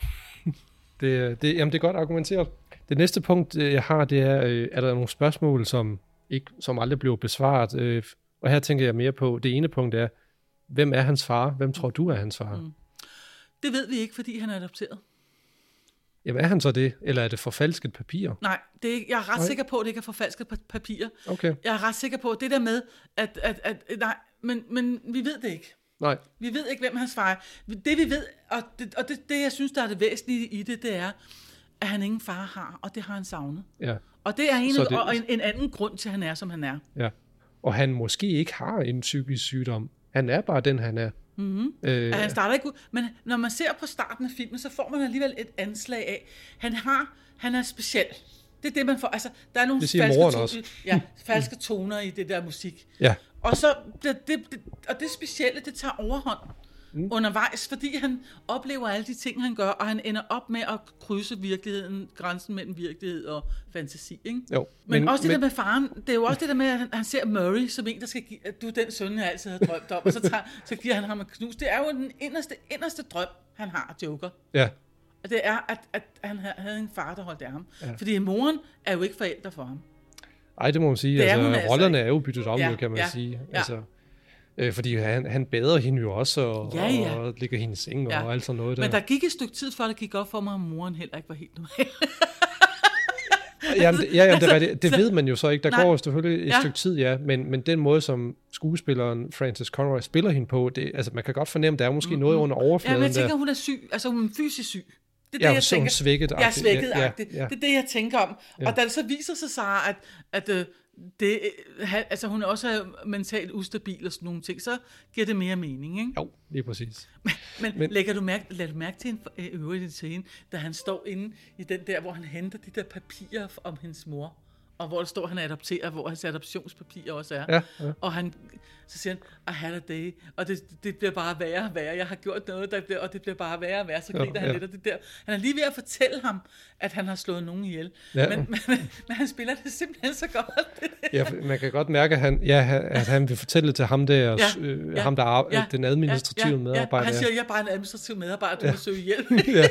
det, det, jamen, det er godt argumenteret. Det næste punkt, jeg har, det er, øh, er der nogle spørgsmål, som, ikke, som aldrig blev besvaret. Øh, og her tænker jeg mere på, det ene punkt er, hvem er hans far? Hvem tror du er hans far? Mm. Det ved vi ikke, fordi han er adopteret. Jamen er han så det? Eller er det forfalsket papir? Nej, det er, jeg er ret nej. sikker på, at det ikke er forfalsket papir. Okay. Jeg er ret sikker på, at det der med, at, at, at nej, men, men vi ved det ikke. Nej. Vi ved ikke, hvem hans far er. Det vi ved, og det, og det, det jeg synes, der er det væsentlige i det, det er, at han ingen far har, og det har han savnet. Ja. Og det er en, det, og en, en anden grund til, at han er, som han er. Ja. Og han måske ikke har en psykisk sygdom. Han er bare den, han er. Mm-hmm. Øh, han starter ikke ud, men når man ser på starten af filmen, så får man alligevel et anslag af, han har, han er speciel. Det er det, man får. Altså, der er nogle falske, toner, ja, falske toner i det der musik. Ja. Og så det, det, det, og det specielle, det tager overhånd mm. undervejs, fordi han oplever alle de ting, han gør, og han ender op med at krydse virkeligheden, grænsen mellem virkelighed og fantasi, ikke? Jo. Men, men også det men, der med faren, det er jo også det der med, at han, han ser Murray som en, der skal give, at du er den søn, jeg altid har drømt om, og så, tager, så giver han ham en knus. Det er jo den inderste, inderste drøm, han har, Joker. Ja. Og det er, at, at han havde en far, der holdt af ham. Ja. Fordi moren er jo ikke forældre for ham. Ej, det må man sige. Altså, altså, rollerne er jo byttet om, ja, kan man ja, sige. Ja. Altså, øh, fordi han, han bader hende jo også, og, ja, ja. og ligger hende i seng, ja. og alt sådan noget der. Men der gik et stykke tid, før det gik op for mig, at moren heller ikke var helt normal. Jamen, det, ja, jamen, det, er, det, det ved man jo så ikke. Der nej, går selvfølgelig et ja. stykke tid, ja. Men, men den måde, som skuespilleren Frances Conroy spiller hende på, det, altså, man kan godt fornemme, der er måske mm-hmm. noget under overfladen. Ja, men jeg tænker, der. hun er syg. Altså, hun er fysisk syg. Det er ja, det, jeg så tænker. Svækket ja, svækket ja, ja, ja. ja. Det er det, jeg tænker om. Ja. Og da det så viser sig, Sarah, at, at uh, det, altså, hun er også mentalt ustabil og sådan nogle ting, så giver det mere mening, ikke? Jo, lige præcis. Men, men, men lægger du mærke, lader du mærke til en øh, øvrigt scene, da han står inde i den der, hvor han henter de der papirer om hendes mor, og hvor der står, at han adopterer, hvor hans adoptionspapirer også er. Ja, ja. Og han, så siger han, I had a day, og det, det bliver bare værre og værre. Jeg har gjort noget, der bliver, og det bliver bare værre og værre. Så griner ja, han ja. lidt af det der. Han er lige ved at fortælle ham, at han har slået nogen ihjel. Ja. Men, men, men han spiller det simpelthen så godt. Ja, man kan godt mærke, at han, ja, at han vil fortælle til ham der, ja, øh, ja, ham der er ja, den administrative ja, ja, medarbejder. Ja, han siger, jeg er bare en administrativ medarbejder, du ja. må søge hjælp. Ja.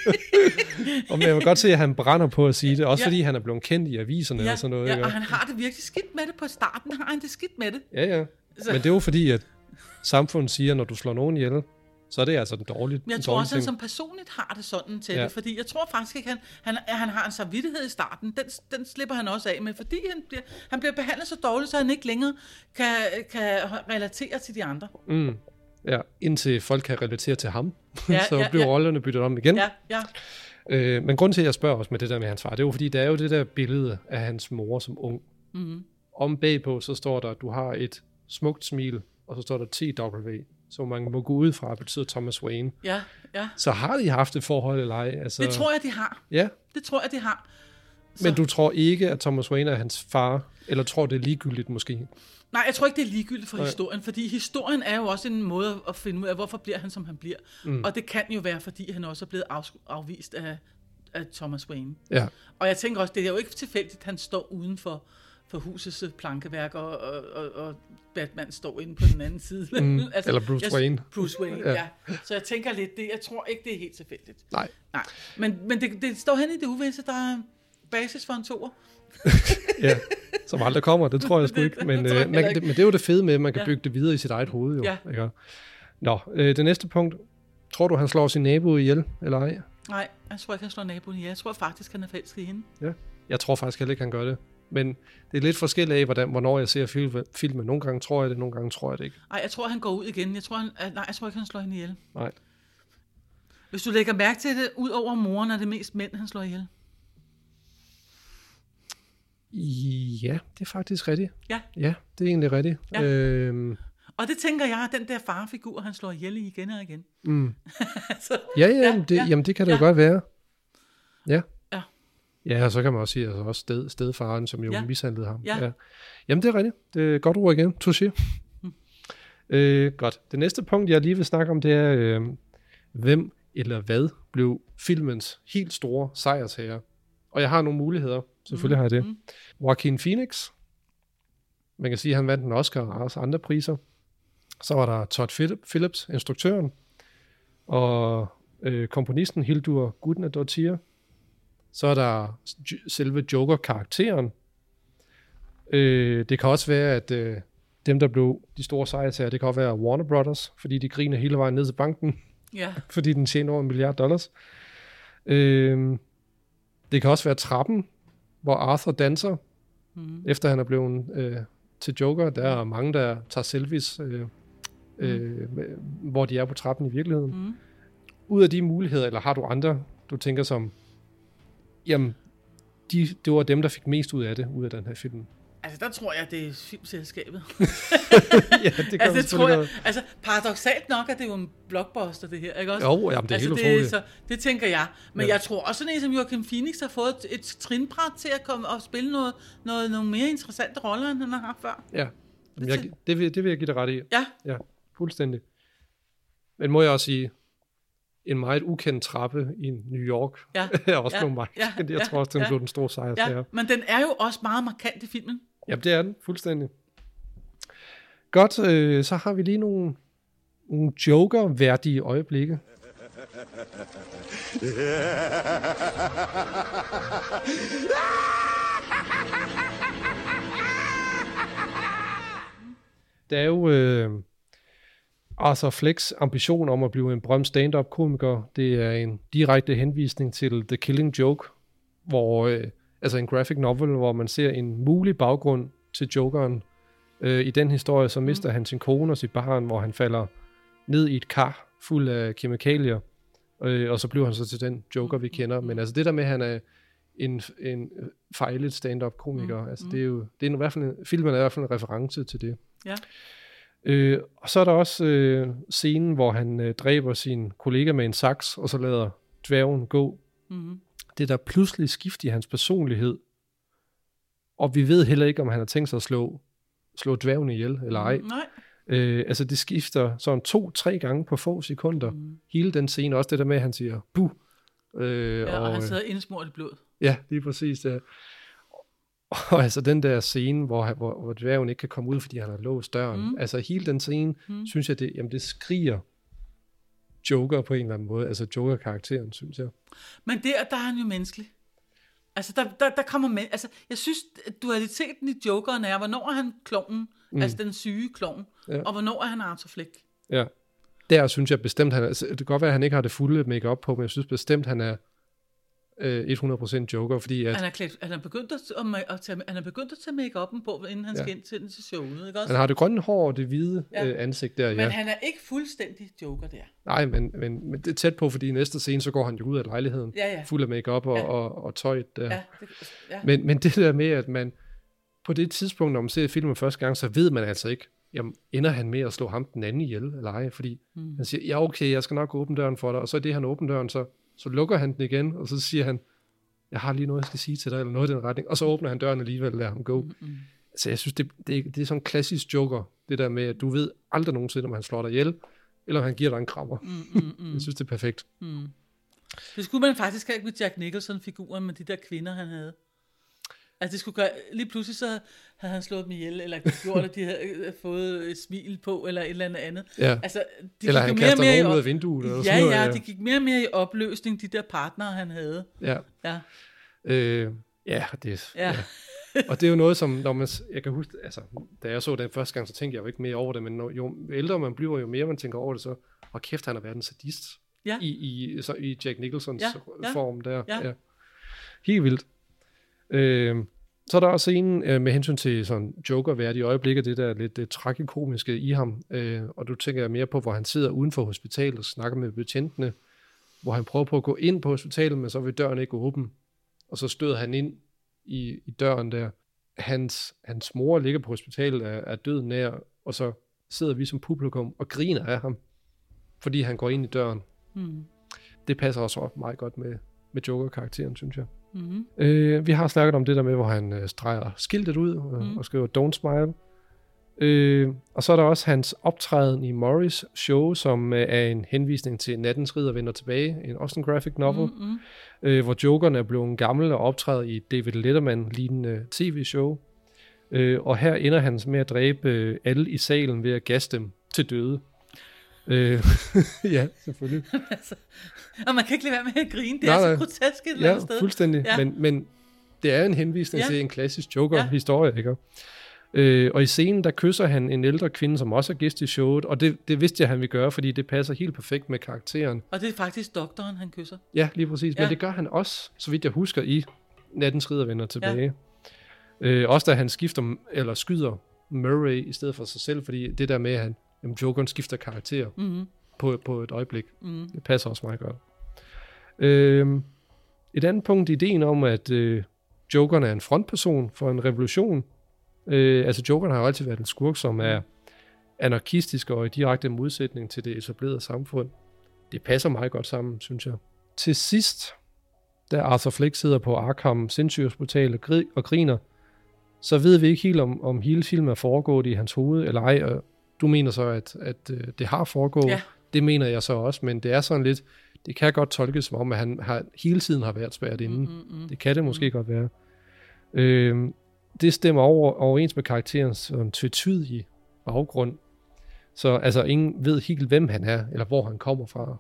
Og jeg vil godt se, at han brænder på at sige det, også ja. fordi han er blevet kendt i aviserne ja, og sådan noget. Ja, ikke? Og han har det virkelig skidt med det på starten, har han det skidt med det. Ja, ja. Så. Men det er jo fordi, at samfundet siger, at når du slår nogen ihjel, så er det altså den dårlige ting. Jeg tror også, at han som personligt har det sådan til ja. det, fordi jeg tror faktisk ikke, han, han, han har en samvittighed i starten, den, den slipper han også af med, fordi han bliver, han bliver behandlet så dårligt, så han ikke længere kan, kan relatere til de andre. Mm. Ja, indtil folk kan relatere til ham, ja, så ja, bliver ja. rollerne byttet om igen. Ja, ja. Øh, men grunden til, at jeg spørger også med det der med hans far, det er jo fordi, der er jo det der billede af hans mor som ung. Mm-hmm. Om bagpå, så står der, at du har et smukt smil, og så står der T W, så man må gå ud fra, betyder Thomas Wayne. Ja, ja. Så har de haft et forhold eller ej? Altså, Det tror jeg, de har. Ja. Det tror jeg, de har. Så... Men du tror ikke, at Thomas Wayne er hans far, eller tror det er ligegyldigt måske? Nej, jeg tror ikke, det er ligegyldigt for Nej. historien, fordi historien er jo også en måde at finde ud af, hvorfor bliver han, som han bliver. Mm. Og det kan jo være, fordi han også er blevet af, afvist af, af Thomas Wayne. Ja. Og jeg tænker også, det er jo ikke tilfældigt, at han står uden for, for husets plankeværk, og, og, og, og Batman står inde på den anden side. Mm. altså, eller Bruce jeg, Wayne. Bruce Wayne, ja. ja. Så jeg tænker lidt, det, jeg tror ikke, det er helt tilfældigt. Nej. Nej. Men, men det, det står hen i det uvisse, der er basis for en toer. Ja, som aldrig kommer, det tror jeg sgu ikke. Men, øh, man, det, men det er jo det fede med, at man kan ja. bygge det videre i sit eget hoved. Jo, ja. Ikke? Nå, øh, det næste punkt. Tror du, han slår sin nabo ihjel, eller ej? Nej, jeg tror ikke, han slår naboen ihjel. Jeg tror faktisk, han er forelsket i hende. Ja, jeg tror faktisk heller ikke, han gør det. Men det er lidt forskelligt af, hvordan, hvornår jeg ser film, filmen. Nogle gange tror jeg det, nogle gange tror jeg det ikke. Nej, jeg tror, han går ud igen. Jeg tror, han, nej, jeg tror ikke, han slår hende ihjel. Nej. Hvis du lægger mærke til det, ud over moren er det mest mænd, han slår ihjel. Ja, det er faktisk rigtigt. Ja. Ja, det er egentlig rigtigt. Ja. Øhm. Og det tænker jeg, den der farfigur, han slår ihjel igen og igen. Mm. så, ja, ja, ja, det, ja, jamen det kan det ja. jo godt være. Ja. Ja. Ja, og så kan man også sige, altså også sted, stedfaren, som jo ja. mishandlede ham. Ja. Ja. Jamen det er rigtigt. Det er godt ord igen. Touché. Mm. Øh, godt. Det næste punkt, jeg lige vil snakke om, det er, øh, hvem eller hvad blev filmens helt store sejrsherre? Og jeg har nogle muligheder. Selvfølgelig har jeg det. Mm. Joaquin Phoenix. Man kan sige, at han vandt en Oscar og også andre priser. Så var der Todd Phillips, instruktøren, og øh, komponisten Hildur Gudnadottir. Så er der selve Joker-karakteren. Øh, det kan også være, at øh, dem, der blev de store sejrsherrer, det kan også være Warner Brothers, fordi de griner hele vejen ned til banken, ja. fordi den tjener over en milliard dollars. Øh, det kan også være trappen, hvor Arthur danser, mm. efter han er blevet øh, til Joker. Der er mange, der tager selfies, øh, mm. øh, hvor de er på trappen i virkeligheden. Mm. Ud af de muligheder, eller har du andre, du tænker som, jamen, de, det var dem, der fik mest ud af det, ud af den her film? Altså, der tror jeg, det er filmselskabet. ja, det kan altså, det tror jeg, altså, paradoksalt nok er det jo en blockbuster, det her, ikke også? Jo, jamen, det er altså, helt det, utroligt. Så, det tænker jeg. Men ja. jeg tror også, sådan en som Joaquin Phoenix har fået et, et trinbræt til at komme og spille noget, noget, nogle mere interessante roller, end han har haft før. Ja, det, jeg, det, vil, det vil jeg give dig ret i. Ja. Ja, fuldstændig. Men må jeg også sige, en meget ukendt trappe i New York ja. er også ja. nogle meget. Ja. Jeg tror også, den ja. blev den store sejr. Ja. Men den er jo også meget markant i filmen. Ja, det er den, fuldstændig. Godt, øh, så har vi lige nogle, nogle Joker-værdige øjeblikke. Det er jo øh, Arthur Flecks ambition om at blive en berømt stand-up-komiker. Det er en direkte henvisning til The Killing Joke, hvor... Øh, altså en graphic novel, hvor man ser en mulig baggrund til Jokeren. Øh, I den historie, så mister mm. han sin kone og sit barn, hvor han falder ned i et kar fuld af kemikalier, øh, og så bliver han så til den Joker, vi kender. Men altså det der med, at han er en, en fejlet stand-up komiker, mm. altså det er jo, det er i hvert fald, filmen er i hvert fald en reference til det. Ja. Øh, og så er der også øh, scenen, hvor han øh, dræber sin kollega med en saks, og så lader dværgen gå. Mm. Det der pludselig skift i hans personlighed, og vi ved heller ikke, om han har tænkt sig at slå, slå dværgen ihjel, eller ej. Mm, nej. Øh, altså det skifter sådan to-tre gange på få sekunder. Mm. Hele den scene, også det der med, at han siger, buh. Øh, ja, og, og han sidder indsmurt i blod. Ja, lige præcis. Ja. Og altså den der scene, hvor, hvor, hvor dværgen ikke kan komme ud, fordi han har låst døren. Mm. Altså hele den scene, mm. synes jeg, det, jamen, det skriger Joker på en eller anden måde. Altså Joker-karakteren, synes jeg. Men der, der er han jo menneskelig. Altså der, der, der kommer med, altså jeg synes, dualiteten i Jokeren er, hvornår er han klovnen, mm. altså den syge klovn, ja. Og hvornår er han Arthur Fleck. Ja, der synes jeg bestemt, han er, altså, det kan godt være, at han ikke har det fulde make-up på, men jeg synes bestemt, han er øh, hundrede procent Joker, fordi at... Han er, klædt, han er begyndt at, at tage, han er begyndt at tage make-up'en på, inden han ja. skal ind til, til showet, ikke også? Han har det grønne hår og det hvide ja. øh, ansigt der, ja. Men han er ikke fuldstændig Joker der. Nej, men, men, men det er tæt på, fordi i næste scene, så går han jo ud af lejligheden, ja, ja. fuld af make-up og, ja. og, og, og tøjet der. Ja, det, ja. Men, men det der med, at man på det tidspunkt, når man ser filmen første gang, så ved man altså ikke, jamen, ender han med at slå ham den anden ihjel, eller ej, fordi hmm. han siger, ja okay, jeg skal nok åbne døren for dig, og så er det, han åbner døren, så, så lukker han den igen, og så siger han, jeg har lige noget, jeg skal sige til dig, eller noget i den retning, og så åbner han døren alligevel, lader ham gå. Mm-hmm. Altså, jeg synes, det, det, det er sådan en klassisk Joker, det der med, at du ved aldrig nogensinde, om han slår dig ihjel, eller om han giver dig en krammer. Mm-hmm. Jeg synes, det er perfekt. Mm. Det skulle man faktisk have med Jack Nicholson-figuren, med de der kvinder, han havde. Altså, det skulle gøre, lige pludselig så havde han slået dem ihjel, eller gjort, at de havde fået et smil på, eller et eller andet. Ja. Altså, de eller han kaster nogen ud af vinduet. Eller ja, sådan noget, ja, ja, de gik mere og mere i opløsning, de der partnere, han havde. Ja. Ja. Øh, ja, det ja. ja. Og det er jo noget, som, når man, jeg kan huske, altså, da jeg så den første gang, så tænkte jeg jo ikke mere over det, men når, jo ældre man bliver, jo mere man tænker over det, så, og kæft, han har været en sadist ja. i, i, så, i Jack Nicholsons ja. Ja. form der. Ja. Ja. Helt vildt. Øh, så er der også en øh, med hensyn til sådan Joker-værd i øjeblikket, det der lidt det tragikomiske i ham, øh, og du tænker mere på, hvor han sidder uden for hospitalet og snakker med betjentene, hvor han prøver på at gå ind på hospitalet, men så vil døren ikke åbne, og så støder han ind i, i døren der. Hans, hans mor ligger på hospitalet, er, er død nær, og så sidder vi som publikum og griner af ham, fordi han går ind i døren. Mm. Det passer også meget godt med, med Joker-karakteren, synes jeg. Mm-hmm. Øh, vi har snakket om det der med, hvor han øh, streger skiltet ud og, mm. og skriver Don't Smile. Øh, og så er der også hans optræden i Morris show, som øh, er en henvisning til Nattens Ridder vender tilbage, en også en graphic novel, mm-hmm. øh, hvor Jokeren er blevet gammel og optræder i David Letterman-lignende tv-show. Øh, og her ender han med at dræbe øh, alle i salen ved at gasse dem til døde. Øh, ja, selvfølgelig. altså, og man kan ikke lade være med at grine. Det nej, er så nej. grotesk et eller andet ja, sted. Fuldstændig. Ja, fuldstændig. Men, men det er en henvisning ja. til en klassisk Joker-historie, ja. ikke? Øh, og i scenen, der kysser han en ældre kvinde, som også er gæst i showet, og det, det vidste jeg, han ville gøre, fordi det passer helt perfekt med karakteren. Og det er faktisk doktoren, han kysser. Ja, lige præcis. Ja. Men det gør han også, så vidt jeg husker, i Nattens Ridder vender tilbage. Ja. Øh, også da han skifter, eller skyder Murray i stedet for sig selv, fordi det der med, at han Jamen, Jokeren skifter karakter mm-hmm. på, på et øjeblik. Mm. Det passer også meget godt. Øhm, et andet punkt, ideen om, at øh, Jokeren er en frontperson for en revolution. Øh, altså, Jokeren har jo altid været en skurk, som er anarkistisk og i direkte modsætning til det etablerede samfund. Det passer meget godt sammen, synes jeg. Til sidst, da Arthur Fleck sidder på Arkham sindssygehospital og, gri- og griner, så ved vi ikke helt, om, om hele filmen er foregået i hans hoved, eller ej, og du mener så, at, at øh, det har foregået. Ja. Det mener jeg så også, men det er sådan lidt, det kan godt tolkes som om, at han har, hele tiden har været spærret inde. Mm, mm, mm. Det kan det måske mm. godt være. Øh, det stemmer over, overens med karakterens tvetydige baggrund. Så altså, ingen ved helt, hvem han er, eller hvor han kommer fra.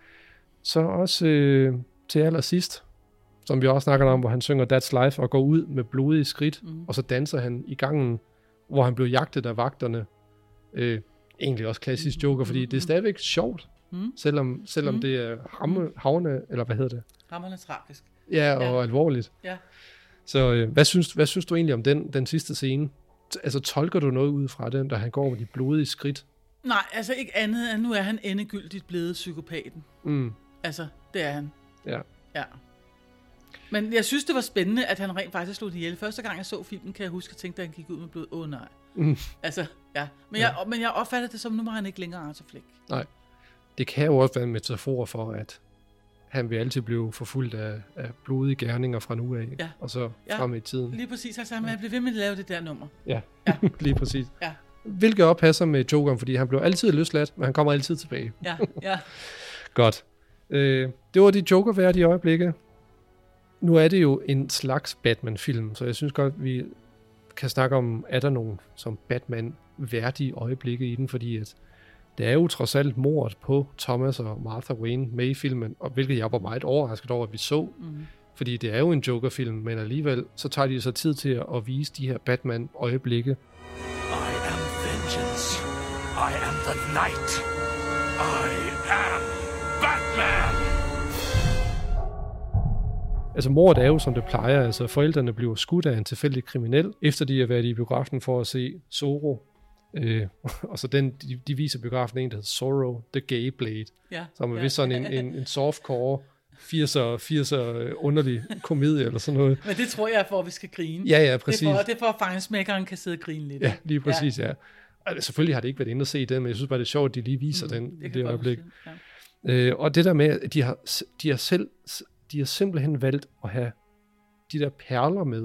Så også øh, til allersidst, som vi også snakker om, hvor han synger That's Life og går ud med blodige skridt, mm. og så danser han i gangen, hvor han blev jagtet af vagterne. Øh, egentlig også klassisk Joker, fordi det er stadigvæk sjovt, mm. selvom, selvom mm. det er hamme, havne, eller hvad hedder det? Hammerne tragisk. Ja, og ja. alvorligt. Ja. Så øh, hvad, synes, hvad synes du egentlig om den, den sidste scene? Altså, tolker du noget ud fra den, da han går med de blodige skridt? Nej, altså ikke andet end, nu er han endegyldigt blevet psykopaten. Mm. Altså, det er han. Ja. Ja. Men jeg synes, det var spændende, at han rent faktisk slog det ihjel. Første gang jeg så filmen, kan jeg huske, at jeg tænkte, at han gik ud med blod. Åh oh, nej. Mm. Altså, ja. Men, ja. Jeg, men jeg opfattede det som, nu var han ikke længere Arthur Fleck. Nej. Det kan jo også være en metafor for, at han vil altid blive forfulgt af, af blodige gerninger fra nu af, ja. og så ja. frem i tiden. Lige præcis. Altså, han bliver ved med at lave det der nummer. Ja, ja. Lige præcis. Ja. Hvilket også passer med Jokeren, fordi han bliver altid løsladt, men han kommer altid tilbage. Ja, ja. Godt. Øh, det var de Joker-værdige øjeblikke. Nu er det jo en slags Batman-film, så jeg synes godt, vi kan snakke om, er der nogle som Batman-værdige øjeblikke i den, fordi at det er jo trods alt mordet på Thomas og Martha Wayne med i filmen, og hvilket jeg var meget overrasket over, at vi så, mm. fordi det er jo en Joker-film, men alligevel så tager de så tid til at vise de her Batman-øjeblikke. I am vengeance. I am the night. I am Batman. Altså mordet er jo, som det plejer. Altså forældrene bliver skudt af en tilfældig kriminel, efter de har været i biografen for at se Zorro. Øh, og så den, de, de viser biografen en, der hedder Zorro, The Gay Blade. Ja, som er ja. vist sådan en, en, en softcore, firser underlig komedie eller sådan noget. Men det tror jeg er for, at vi skal grine. Ja, ja, præcis. Det er for, det er for at fejnsmækkeren kan sidde og grine lidt. Ja, lige præcis, ja. ja. Altså, selvfølgelig har det ikke været inde at se den, men jeg synes bare, det er sjovt, at de lige viser mm, den i det, det øjeblik. Ja. Øh, og det der med, at de har, de har selv, de har simpelthen valgt at have de der perler med,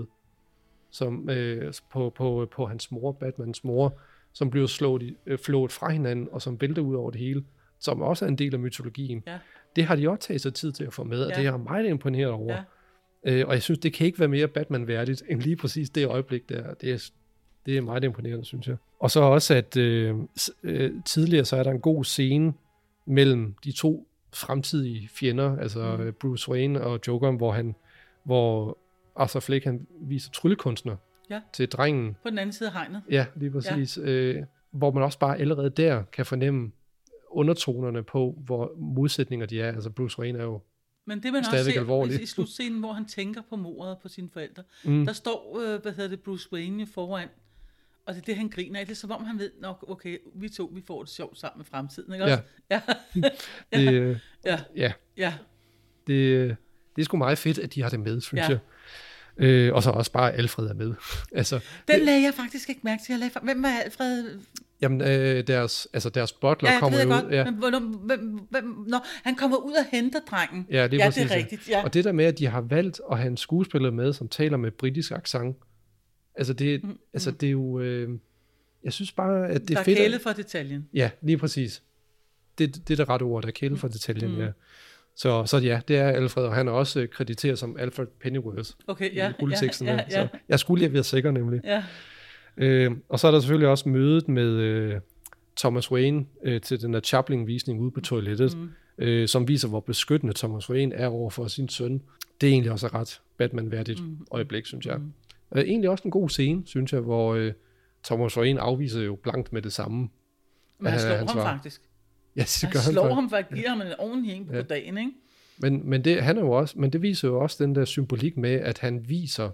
som øh, på, på, på hans mor, Batmans mor, som bliver slået, øh, flået fra hinanden, og som vælter ud over det hele, som også er en del af mytologien. Ja. Det har de også taget sig tid til at få med, og ja. det er jeg meget imponeret over. Ja. Øh, og jeg synes, det kan ikke være mere Batman-værdigt, end lige præcis det øjeblik der. Det er, det er meget imponerende, synes jeg. Og så også, at øh, øh, tidligere, så er der en god scene mellem de to fremtidige fjender, altså mm. Bruce Wayne og Jokeren, hvor han, hvor Arthur Fleck, han viser tryllekunstner ja. til drengen. På den anden side af hegnet. Ja, lige præcis. Ja. Øh, hvor man også bare allerede der kan fornemme undertonerne på, hvor modsætninger de er. Altså Bruce Wayne er jo men det man også ser alvorligt. I slutscenen, hvor han tænker på mordet på sine forældre, mm. der står, øh, hvad hedder det, Bruce Wayne foran, og det er det, han griner af. Det er som om han ved nok, okay, vi to, vi får det sjovt sammen med fremtiden, ikke også? Ja. ja. det, øh, ja. ja. ja. Det, det er sgu meget fedt, at de har det med, synes ja. jeg. Øh, og så også bare Alfred er med. altså, den lagde jeg faktisk ikke mærke til. Jeg lagde, hvem var Alfred? Jamen, øh, deres, altså deres butler ja, kommer ud. Godt, ja, men hvornår, hvem, hvem, når han kommer ud og henter drengen. Ja, det er, ja, præcis, det er rigtigt. Ja. Og det der med, at de har valgt at have en skuespiller med, som taler med britisk accent. Altså, det, mm, altså, det er jo... Øh, jeg synes bare, at det der er fedt... Der er kæle for detaljen. Ja, lige præcis. Det, det er det rette ord, der er kæle for detaljen, mm. ja. Så, så ja, det er Alfred, og han er også krediteret som Alfred Pennyworth. Okay, ja, i ja, ja, ja. Så jeg skulle lige være sikker, nemlig. Ja. Øh, og så er der selvfølgelig også mødet med øh, Thomas Wayne øh, til den der Chaplin-visning ude på toilettet, mm. øh, som viser, hvor beskyttende Thomas Wayne er over for sin søn. Det er egentlig også et ret Batman-værdigt mm. øjeblik, synes jeg. Mm. Øh, egentlig også en god scene, synes jeg, hvor øh, Thomas Wayne afviser jo blankt med det samme. Men han slår ham svar. faktisk. Ja, det han gør han slår ham faktisk, giver ham en ordentlig en på ja. dagen, ikke? Men, men, det, han er jo også, men det viser jo også den der symbolik med, at han viser,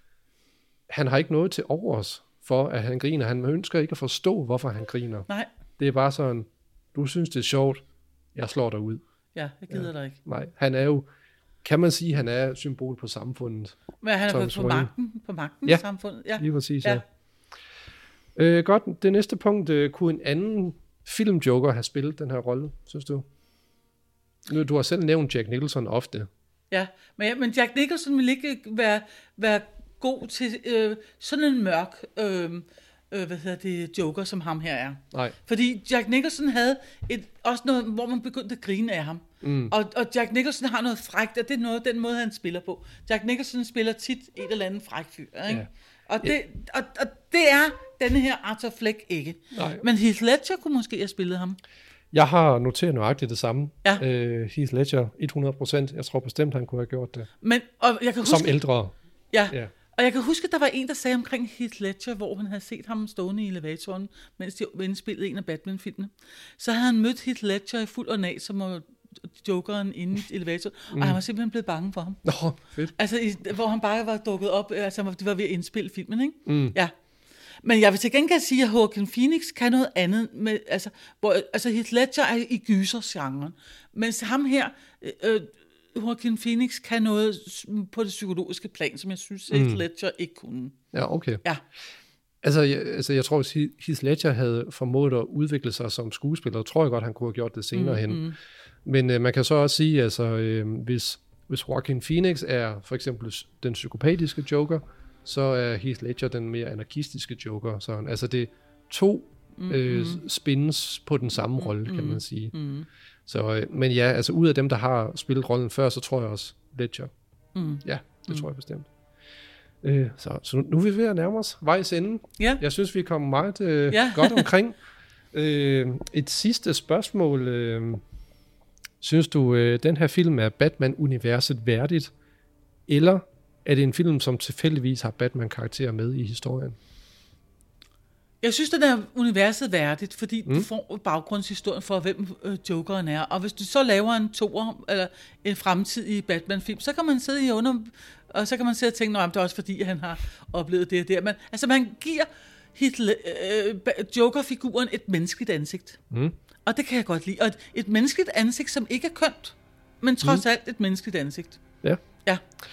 han har ikke noget til overs for, at han griner. Han ønsker ikke at forstå, hvorfor han griner. Nej. Det er bare sådan, du synes, det er sjovt, jeg slår dig ud. Ja, jeg gider ja. dig ikke. Nej, han er jo, kan man sige, han er symbol på samfundet. Men han er på, på magten, på magten ja, i samfundet. Ja, lige præcis, ja. ja. Øh, godt, det næste punkt, øh, kunne en anden filmjoker have spillet den her rolle, synes du? Nu, du har selv nævnt Jack Nicholson ofte. Ja, men, men Jack Nicholson vil ikke være, være god til øh, sådan en mørk øh, øh, hvad hedder det, joker, som ham her er. Nej. Fordi Jack Nicholson havde et, også noget, hvor man begyndte at grine af ham. Mm. Og, og Jack Nicholson har noget frækt, og det er noget, den måde, han spiller på. Jack Nicholson spiller tit et eller andet fræk fyr, ikke? Ja. Og, det, og, og det er denne her Arthur Fleck ikke. Nej. Men Heath Ledger kunne måske have spillet ham. Jeg har noteret nøjagtigt det samme. Ja. Uh, Heath Ledger, hundrede procent. Jeg tror bestemt, han kunne have gjort det. Men, og jeg kan huske, som ældre. Ja. ja. Og jeg kan huske, at der var en, der sagde omkring Heath Ledger, hvor han havde set ham stående i elevatoren, mens de indspillede en af Batman-filmene. Så havde han mødt Heath Ledger i fuld ornat, som var jokeren inde i elevatoren, mm. og han var simpelthen blevet bange for ham. Nå, fedt. Altså, i, hvor han bare var dukket op, altså det var ved at indspille filmen, ikke? Mm. Ja. Men jeg vil til gengæld sige, at Joaquin Phoenix kan noget andet, med, altså, hvor, altså Heath Ledger er i gyser-genren, mens ham her, øh, Joaquin Phoenix kan noget på det psykologiske plan, som jeg synes, mm. Heath Ledger ikke kunne. Ja, okay. Ja. Altså jeg, altså, jeg tror, at Heath Ledger havde formået at udvikle sig som skuespiller, tror jeg godt, han kunne have gjort det senere mm, hen. Mm. Men øh, man kan så også sige, altså, øh, hvis, hvis Joaquin Phoenix er for eksempel den psykopatiske Joker, så er Heath Ledger den mere anarkistiske Joker. Så, altså det er to mm, øh, mm. spins på den samme rolle, mm, kan man sige. Mm. Så, øh, men ja, altså ud af dem, der har spillet rollen før, så tror jeg også Ledger. Mm. Ja, det mm. tror jeg bestemt. Øh, så, så nu er vi ved at nærme os vejs ende. Ja. Jeg synes, vi er kommet meget øh, ja. godt omkring. øh, et sidste spørgsmål. Øh, synes du, øh, den her film er Batman-universet værdigt, eller er det en film, som tilfældigvis har Batman-karakterer med i historien? Jeg synes, det er universet værdigt, fordi mm. du Mm. får baggrundshistorien for, hvem øh, Jokeren er. Og hvis du så laver en toer, eller en fremtidig Batman-film, så kan man sidde i under, og så kan man sidde og tænke, at det er også fordi, han har oplevet det og det. Men altså, man giver Hitler, øh, Joker-figuren et menneskeligt ansigt. Mm. Og det kan jeg godt lide. Og et, et menneskeligt ansigt, som ikke er kønt, men trods mm. alt et menneskeligt ansigt. Ja. Ja.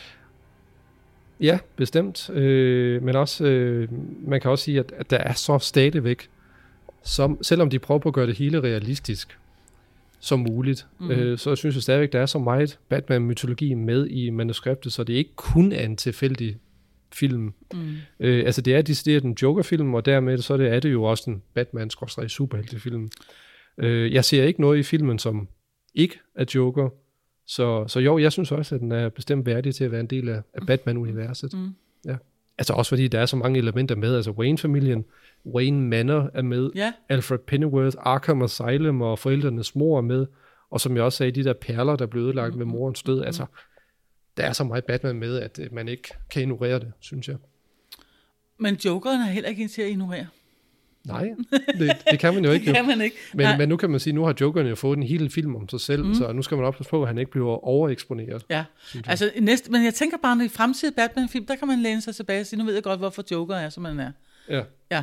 Ja, bestemt. Øh, men også, øh, man kan også sige, at, at der er så stadigvæk, som, selvom de prøver på at gøre det hele realistisk som muligt, mm. øh, så synes jeg stadigvæk, der er så meget Batman-mytologi med i manuskriptet, så det ikke kun er en tilfældig film. Mm. Øh, altså det er decideret en Joker-film, og dermed så det, er det jo også en Batman-superheltefilm. Øh, jeg ser ikke noget i filmen, som ikke er Joker, Så, så jo, jeg synes også, at den er bestemt værdig til at være en del af, af Batman-universet. Mm. Ja. Altså også fordi, der er så mange elementer med. Altså Wayne-familien, Wayne Manor er med, yeah. Alfred Pennyworth, Arkham Asylum og forældrenes mor er med. Og som jeg også sagde, de der perler, der blev ødelagt mm. ved morens død. Altså, der er så meget Batman med, at man ikke kan ignorere det, synes jeg. Men Jokeren er heller ikke en til at ignorere. Nej, det, det kan man jo ikke. det kan man ikke. Men, men nu kan man sige, nu har Jokeren jo fået en hel film om sig selv, mm. så nu skal man oppasse på, at han ikke bliver overeksponeret. Ja, altså næste, men jeg tænker bare, at i fremtidige Batman-film, der kan man læne sig tilbage og sige, nu ved jeg godt, hvorfor Joker er, som han er. Ja. Ja.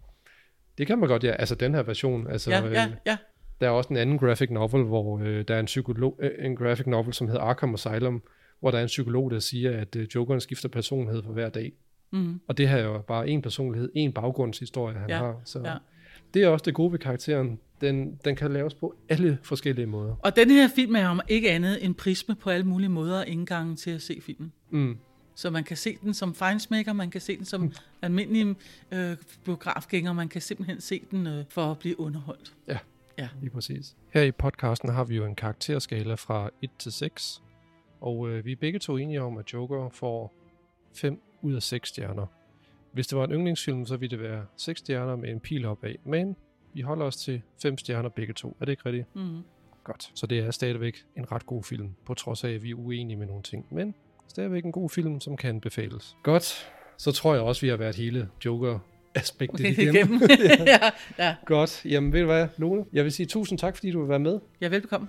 Det kan man godt, ja. Altså den her version. Altså, ja, ja, ja. Øh, der er også en anden graphic novel, hvor øh, der er en, psykolog, øh, en graphic novel, som hedder Arkham Asylum, hvor der er en psykolog, der siger, at øh, Jokeren skifter personlighed for hver dag. Mm. Og det her er jo bare en personlighed, en baggrundshistorie, han ja, har. Så ja. Det er også det gode ved karakteren. Den, den kan laves på alle forskellige måder. Og den her film er om ikke andet end prisme på alle mulige måder og indgangen til at se filmen. Mm. Så man kan se den som feinschmecker, man kan se den som mm. almindelig øh, biografgænger, man kan simpelthen se den øh, for at blive underholdt. Ja, ja, lige præcis. Her i podcasten har vi jo en karakterskala fra et til seks, og øh, vi er begge to enige om, at Joker får fem ud af seks stjerner. Hvis det var en yndlingsfilm, så ville det være seks stjerner med en pil opad, men vi holder os til fem stjerner begge to. Er det ikke rigtigt? Mm. Godt. Så det er stadigvæk en ret god film, på trods af, at vi er uenige med nogle ting. Men stadigvæk en god film, som kan befales. Godt. Så tror jeg også, vi har været hele Joker-aspektet igennem. ja, ja. Godt. Jamen ved du hvad, Lone? Jeg vil sige tusind tak, fordi du vil være med. Ja, velbekomme.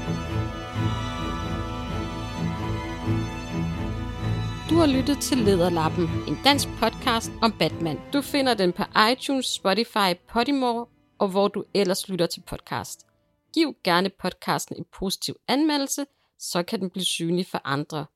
Du har lyttet til Lederlappen, en dansk podcast om Batman. Du finder den på iTunes, Spotify, Podimo og hvor du ellers lytter til podcast. Giv gerne podcasten en positiv anmeldelse, så kan den blive synlig for andre.